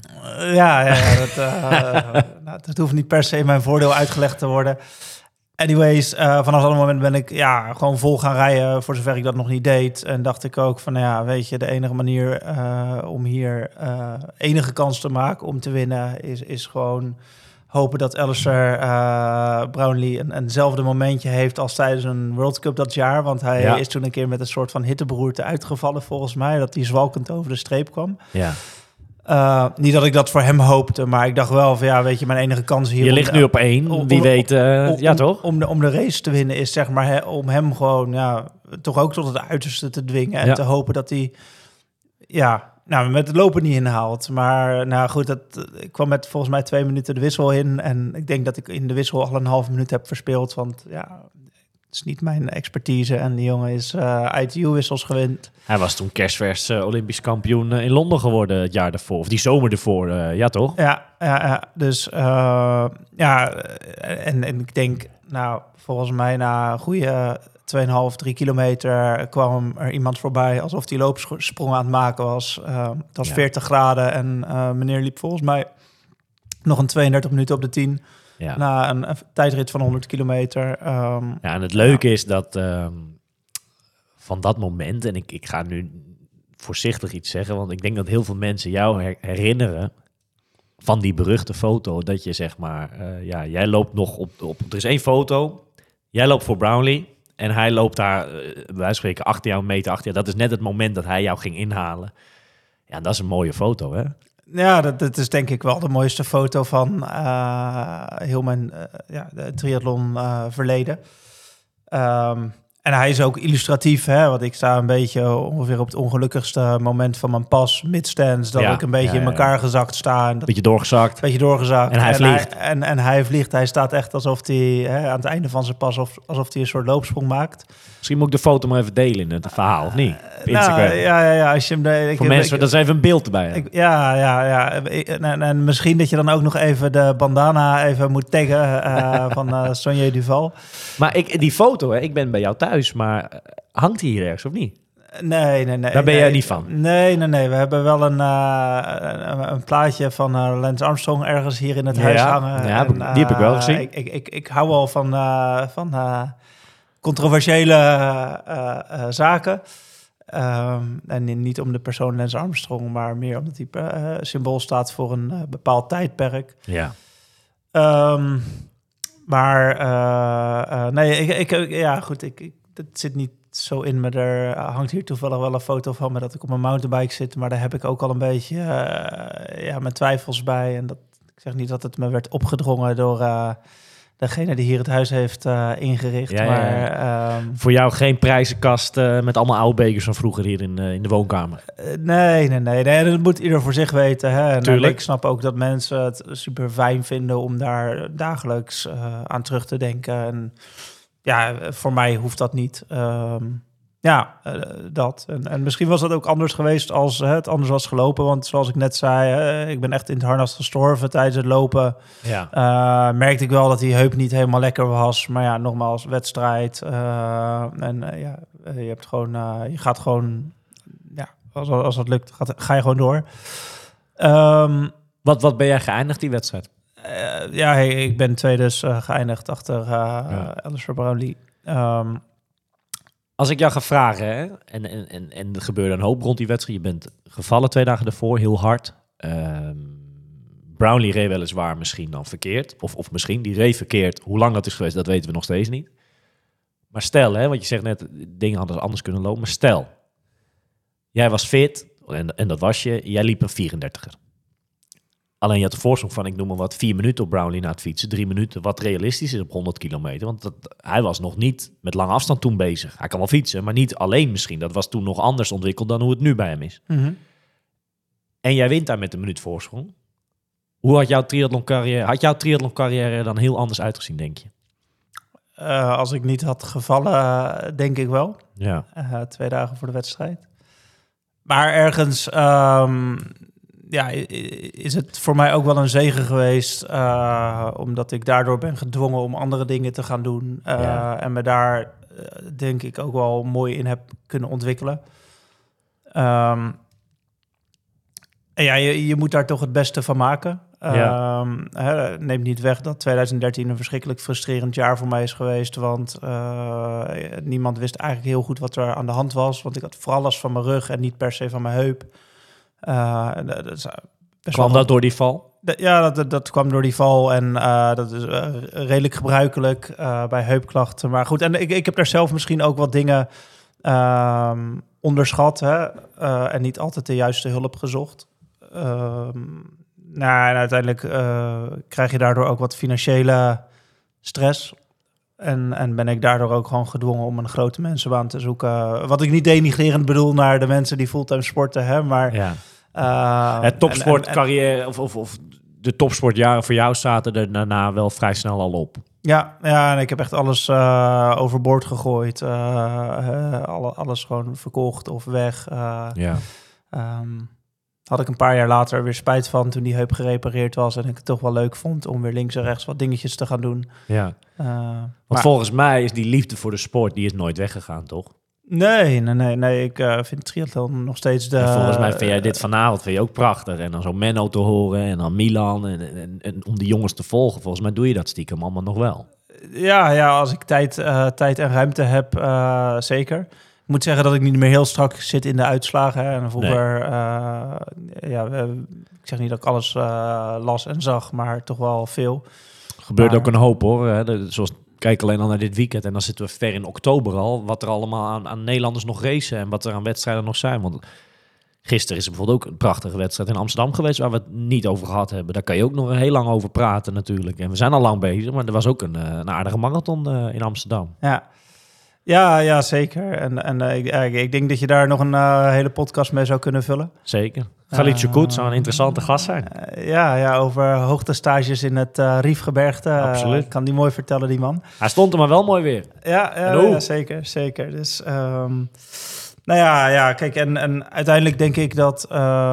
Dat hoeft niet per se in mijn voordeel uitgelegd te worden. Anyways, vanaf dat moment ben ik gewoon vol gaan rijden, voor zover ik dat nog niet deed. En dacht ik ook van, weet je, de enige manier om hier enige kans te maken om te winnen is gewoon hopen dat Alistair Brownlee eenzelfde momentje heeft als tijdens een World Cup dat jaar. Want hij is toen een keer met een soort van hitteberoerte uitgevallen, volgens mij. Dat hij zwalkend over de streep kwam. Ja. Niet dat ik dat voor hem hoopte, maar ik dacht wel van weet je, mijn enige kans hier...
Je ligt nu op 1, wie weet, toch?
Om de race te winnen is zeg maar om hem gewoon toch ook tot het uiterste te dwingen en te hopen dat hij met het lopen niet inhaalt. Maar goed, ik kwam met volgens mij 2 minuten de wissel in en ik denk dat ik in de wissel al een halve minuut heb verspeeld, want het is niet mijn expertise en die jongen is ITU-wissels gewend.
Hij was toen kerstvers Olympisch kampioen in Londen geworden het jaar daarvoor. Of die zomer ervoor, toch?
Ja. Dus en ik denk, volgens mij na een goede 2,5, 3 kilometer kwam er iemand voorbij alsof die loopsprong aan het maken was. Het was 40 graden en meneer liep volgens mij nog een 32 minuten op de 10. Ja. Na een tijdrit van 100 kilometer.
En het leuke is dat van dat moment, en ik ga nu voorzichtig iets zeggen, want ik denk dat heel veel mensen jou herinneren van die beruchte foto, dat je zeg maar, jij loopt nog op, er is 1 foto, jij loopt voor Brownlee en hij loopt daar, bij wijze van spreken, achter jou, een meter achter jou. Dat is net het moment dat hij jou ging inhalen. Ja, dat is een mooie foto, hè?
Ja, dat is denk ik wel de mooiste foto van heel mijn triathlon verleden. En hij is ook illustratief, hè? Want ik sta een beetje ongeveer op het ongelukkigste moment van mijn pas, midstands, dat ik een beetje in elkaar gezakt sta. En
beetje doorgezakt.
En
hij vliegt.
En hij vliegt. Hij staat echt alsof hij aan het einde van zijn pas, alsof hij een soort loopsprong maakt.
Misschien moet ik de foto maar even delen in het verhaal, of niet? Op Instagram.
Als je hem
voor mensen, dat is even een beeld erbij.
En misschien dat je dan ook nog even de bandana even moet taggen van Sonja Duval.
Maar die foto, hè, ik ben bij jou thuis, maar hangt die hier ergens of niet?
Nee.
Daar ben jij niet van?
Nee. We hebben wel een plaatje van Lance Armstrong ergens hier in het huis hangen.
Ja, die heb ik wel gezien.
Ik hou wel van controversiële zaken. En niet om de persoon Lance Armstrong, maar meer omdat hij symbool staat voor een bepaald tijdperk.
Ja.
Het zit niet zo in me. Er hangt hier toevallig wel een foto van me dat ik op mijn mountainbike zit, maar daar heb ik ook al een beetje mijn twijfels bij. En ik zeg niet dat het me werd opgedrongen door degene die hier het huis heeft ingericht.
Ja,
maar
voor jou geen prijzenkast met allemaal oude bekers van vroeger hier in de woonkamer.
Nee, dat moet ieder voor zich weten. Hè? En
Tuurlijk.
ik snap ook dat mensen het super fijn vinden om daar dagelijks aan terug te denken. En ja, voor mij hoeft dat niet. Dat. En misschien was dat ook anders geweest als het anders was gelopen. Want zoals ik net zei, ik ben echt in het harnas gestorven tijdens het lopen.
Ja.
Merkte ik wel dat die heup niet helemaal lekker was. Maar ja, nogmaals, wedstrijd. Je hebt gewoon, je gaat gewoon, als dat lukt, ga je gewoon door.
Wat ben jij geëindigd die wedstrijd?
Ik ben tweede dus geëindigd achter Alistair Brownlee.
Als ik jou ga vragen, hè, en er gebeurde een hoop rond die wedstrijd. Je bent gevallen 2 dagen ervoor, heel hard. Brownlee reed weliswaar misschien dan verkeerd. Of misschien, die reed verkeerd. Hoe lang dat is geweest, dat weten we nog steeds niet. Maar stel, hè, want je zegt net, dingen hadden anders kunnen lopen. Maar stel, jij was fit, en dat was je. Jij liep een 34er. Alleen je had de voorsprong van, ik noem maar wat, 4 minuten op Brownlee na het fietsen. 3 minuten, wat realistisch is op 100 kilometer. Want hij was nog niet met lange afstand toen bezig. Hij kan wel fietsen, maar niet alleen misschien. Dat was toen nog anders ontwikkeld dan hoe het nu bij hem is.
Mm-hmm.
En jij wint daar met een minuut voorsprong. Hoe had jouw triathloncarrière dan heel anders uitgezien, denk je?
Als ik niet had gevallen, denk ik wel.
Ja.
2 dagen voor de wedstrijd. Maar ergens is het voor mij ook wel een zegen geweest. Omdat ik daardoor ben gedwongen om andere dingen te gaan doen. En me daar denk ik ook wel mooi in heb kunnen ontwikkelen. Je moet daar toch het beste van maken. Neemt niet weg dat 2013 een verschrikkelijk frustrerend jaar voor mij is geweest. Want niemand wist eigenlijk heel goed wat er aan de hand was. Want ik had vooral last van mijn rug en niet per se van mijn heup.
Kwam dat door die val?
Dat kwam door die val. En dat is redelijk gebruikelijk bij heupklachten. Maar goed, en ik heb daar zelf misschien ook wat dingen onderschat. Hè? En niet altijd de juiste hulp gezocht. En uiteindelijk krijg je daardoor ook wat financiële stress. En ben ik daardoor ook gewoon gedwongen om een grote mensenbaan te zoeken. Wat ik niet denigrerend bedoel naar de mensen die fulltime sporten. Hè, maar,
het topsportcarrière of de topsportjaren voor jou zaten er daarna wel vrij snel al op.
Ja, en ik heb echt alles overboord gegooid. Alles gewoon verkocht of weg. Had ik een paar jaar later weer spijt van toen die heup gerepareerd was. En ik het toch wel leuk vond om weer links en rechts wat dingetjes te gaan doen.
Ja. Want volgens mij is die liefde voor de sport, die is nooit weggegaan, toch?
Nee. Ik vind triathlon nog steeds de...
En volgens mij vind jij dit vanavond ook prachtig. En dan zo'n Menno te horen en dan Milan. En om die jongens te volgen. Volgens mij doe je dat stiekem allemaal nog wel.
Ja, als ik tijd en ruimte heb, zeker. Ik moet zeggen dat ik niet meer heel strak zit in de uitslagen. Hè. En vroeger, ik zeg niet dat ik alles las en zag, maar toch wel veel.
Gebeurt ook een hoop, hoor. Hè. Kijk alleen al naar dit weekend en dan zitten we ver in oktober al. Wat er allemaal aan Nederlanders nog racen en wat er aan wedstrijden nog zijn. Want gisteren is er bijvoorbeeld ook een prachtige wedstrijd in Amsterdam geweest waar we het niet over gehad hebben. Daar kan je ook nog heel lang over praten natuurlijk. En we zijn al lang bezig, maar er was ook een aardige marathon in Amsterdam.
Ja, zeker. En ik denk dat je daar nog een hele podcast mee zou kunnen vullen.
Zeker. Khalid Choukout zou een interessante gast zijn.
Over hoogtestages in het Riefgebergte.
Absoluut.
Kan die mooi vertellen, die man.
Hij stond er maar wel mooi weer.
Ja, zeker. Dus, kijk, en uiteindelijk denk ik dat...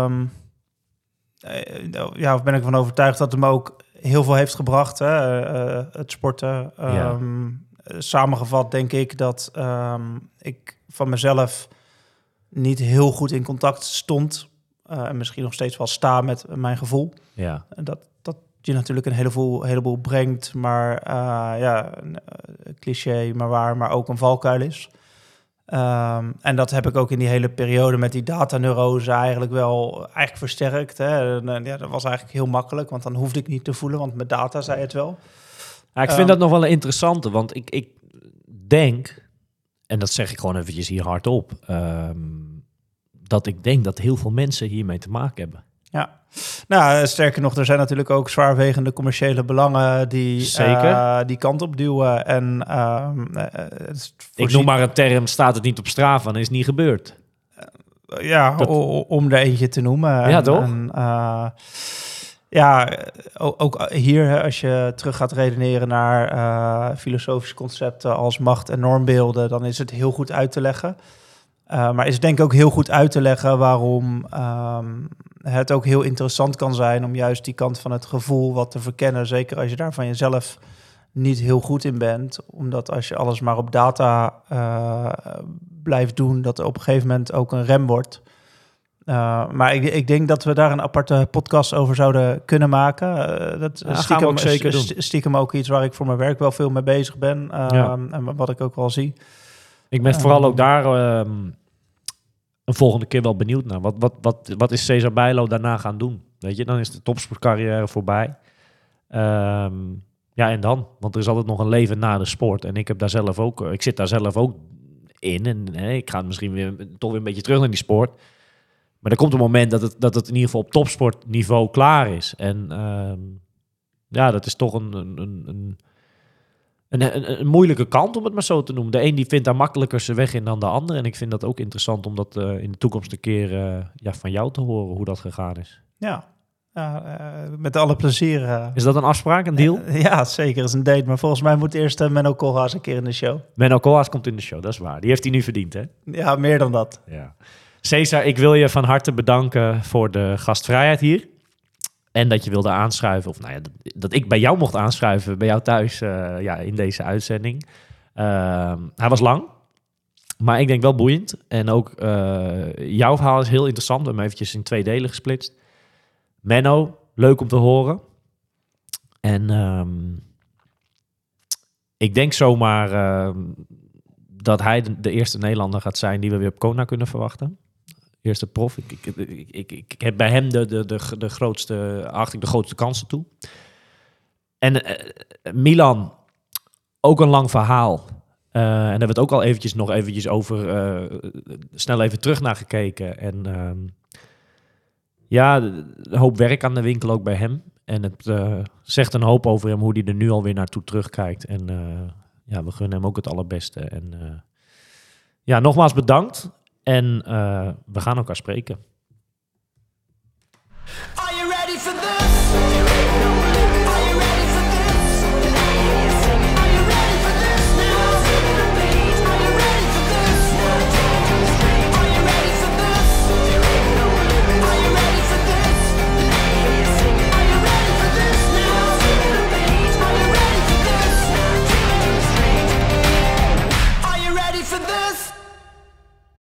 of ben ik ervan overtuigd dat het me ook heel veel heeft gebracht, hè? Het sporten. Samengevat denk ik dat ik van mezelf niet heel goed in contact stond. En misschien nog steeds wel sta met mijn gevoel.
Ja.
je natuurlijk een heleboel brengt, maar cliché, maar waar, maar ook een valkuil is. En dat heb ik ook in die hele periode met die dataneurose eigenlijk versterkt. Hè. En, dat was eigenlijk heel makkelijk, want dan hoefde ik niet te voelen, want mijn data zei het wel.
Ja, ik vind dat nog wel een interessante, want ik denk, en dat zeg ik gewoon eventjes hier hardop, dat ik denk dat heel veel mensen hiermee te maken hebben.
Ja, nou, sterker nog, er zijn natuurlijk ook zwaarwegende commerciële belangen die die kant op duwen. En,
ik noem maar een term, staat het niet op Strava, dan is het niet gebeurd.
Ja, om er eentje te noemen.
Ja, toch?
Ook hier, als je terug gaat redeneren naar filosofische concepten als macht en normbeelden, dan is het heel goed uit te leggen. Maar is het denk ik ook heel goed uit te leggen waarom het ook heel interessant kan zijn om juist die kant van het gevoel wat te verkennen. Zeker als je daar van jezelf niet heel goed in bent. Omdat als je alles maar op data blijft doen, dat er op een gegeven moment ook een rem wordt. Maar ik denk dat we daar een aparte podcast over zouden kunnen maken. Dat
gaan we ook zeker doen.
Stiekem ook iets waar ik voor mijn werk wel veel mee bezig ben. En wat ik ook wel zie.
Ik ben vooral ook daar een volgende keer wel benieuwd naar. Wat is Cesar Bijlo daarna gaan doen? Weet je, dan is de topsportcarrière voorbij. En dan? Want er is altijd nog een leven na de sport. En ik zit daar zelf ook in. En ik ga misschien toch weer een beetje terug naar die sport. Maar er komt een moment dat het in ieder geval op topsportniveau klaar is. En dat is toch een moeilijke kant, om het maar zo te noemen. De een die vindt daar makkelijker zijn weg in dan de ander. En ik vind dat ook interessant om dat in de toekomst een keer van jou te horen, hoe dat gegaan is.
Ja, met alle plezier.
Is dat een afspraak, een deal?
Ja, zeker, is een date. Maar volgens mij moet eerst Menno Koolhaas een keer in de show.
Menno Koolhaas komt in de show, dat is waar. Die heeft hij nu verdiend, hè?
Ja, meer dan dat.
Ja. Cesar, ik wil je van harte bedanken voor de gastvrijheid hier. En dat je wilde aanschuiven, of dat ik bij jou mocht aanschuiven, bij jou thuis in deze uitzending. Hij was lang, maar ik denk wel boeiend. En ook jouw verhaal is heel interessant. We hebben hem eventjes in 2 delen gesplitst. Menno, leuk om te horen. En ik denk zomaar dat hij de eerste Nederlander gaat zijn die we weer op Kona kunnen verwachten. Eerste prof. Ik heb bij hem de grootste kansen toe. En Milan, ook een lang verhaal. En daar hebben we het ook al eventjes over snel even terug naar gekeken. En een hoop werk aan de winkel ook bij hem. En het zegt een hoop over hem, hoe hij er nu alweer naartoe terugkijkt. En we gunnen hem ook het allerbeste. En nogmaals bedankt. En we gaan elkaar spreken.
Are you ready for this?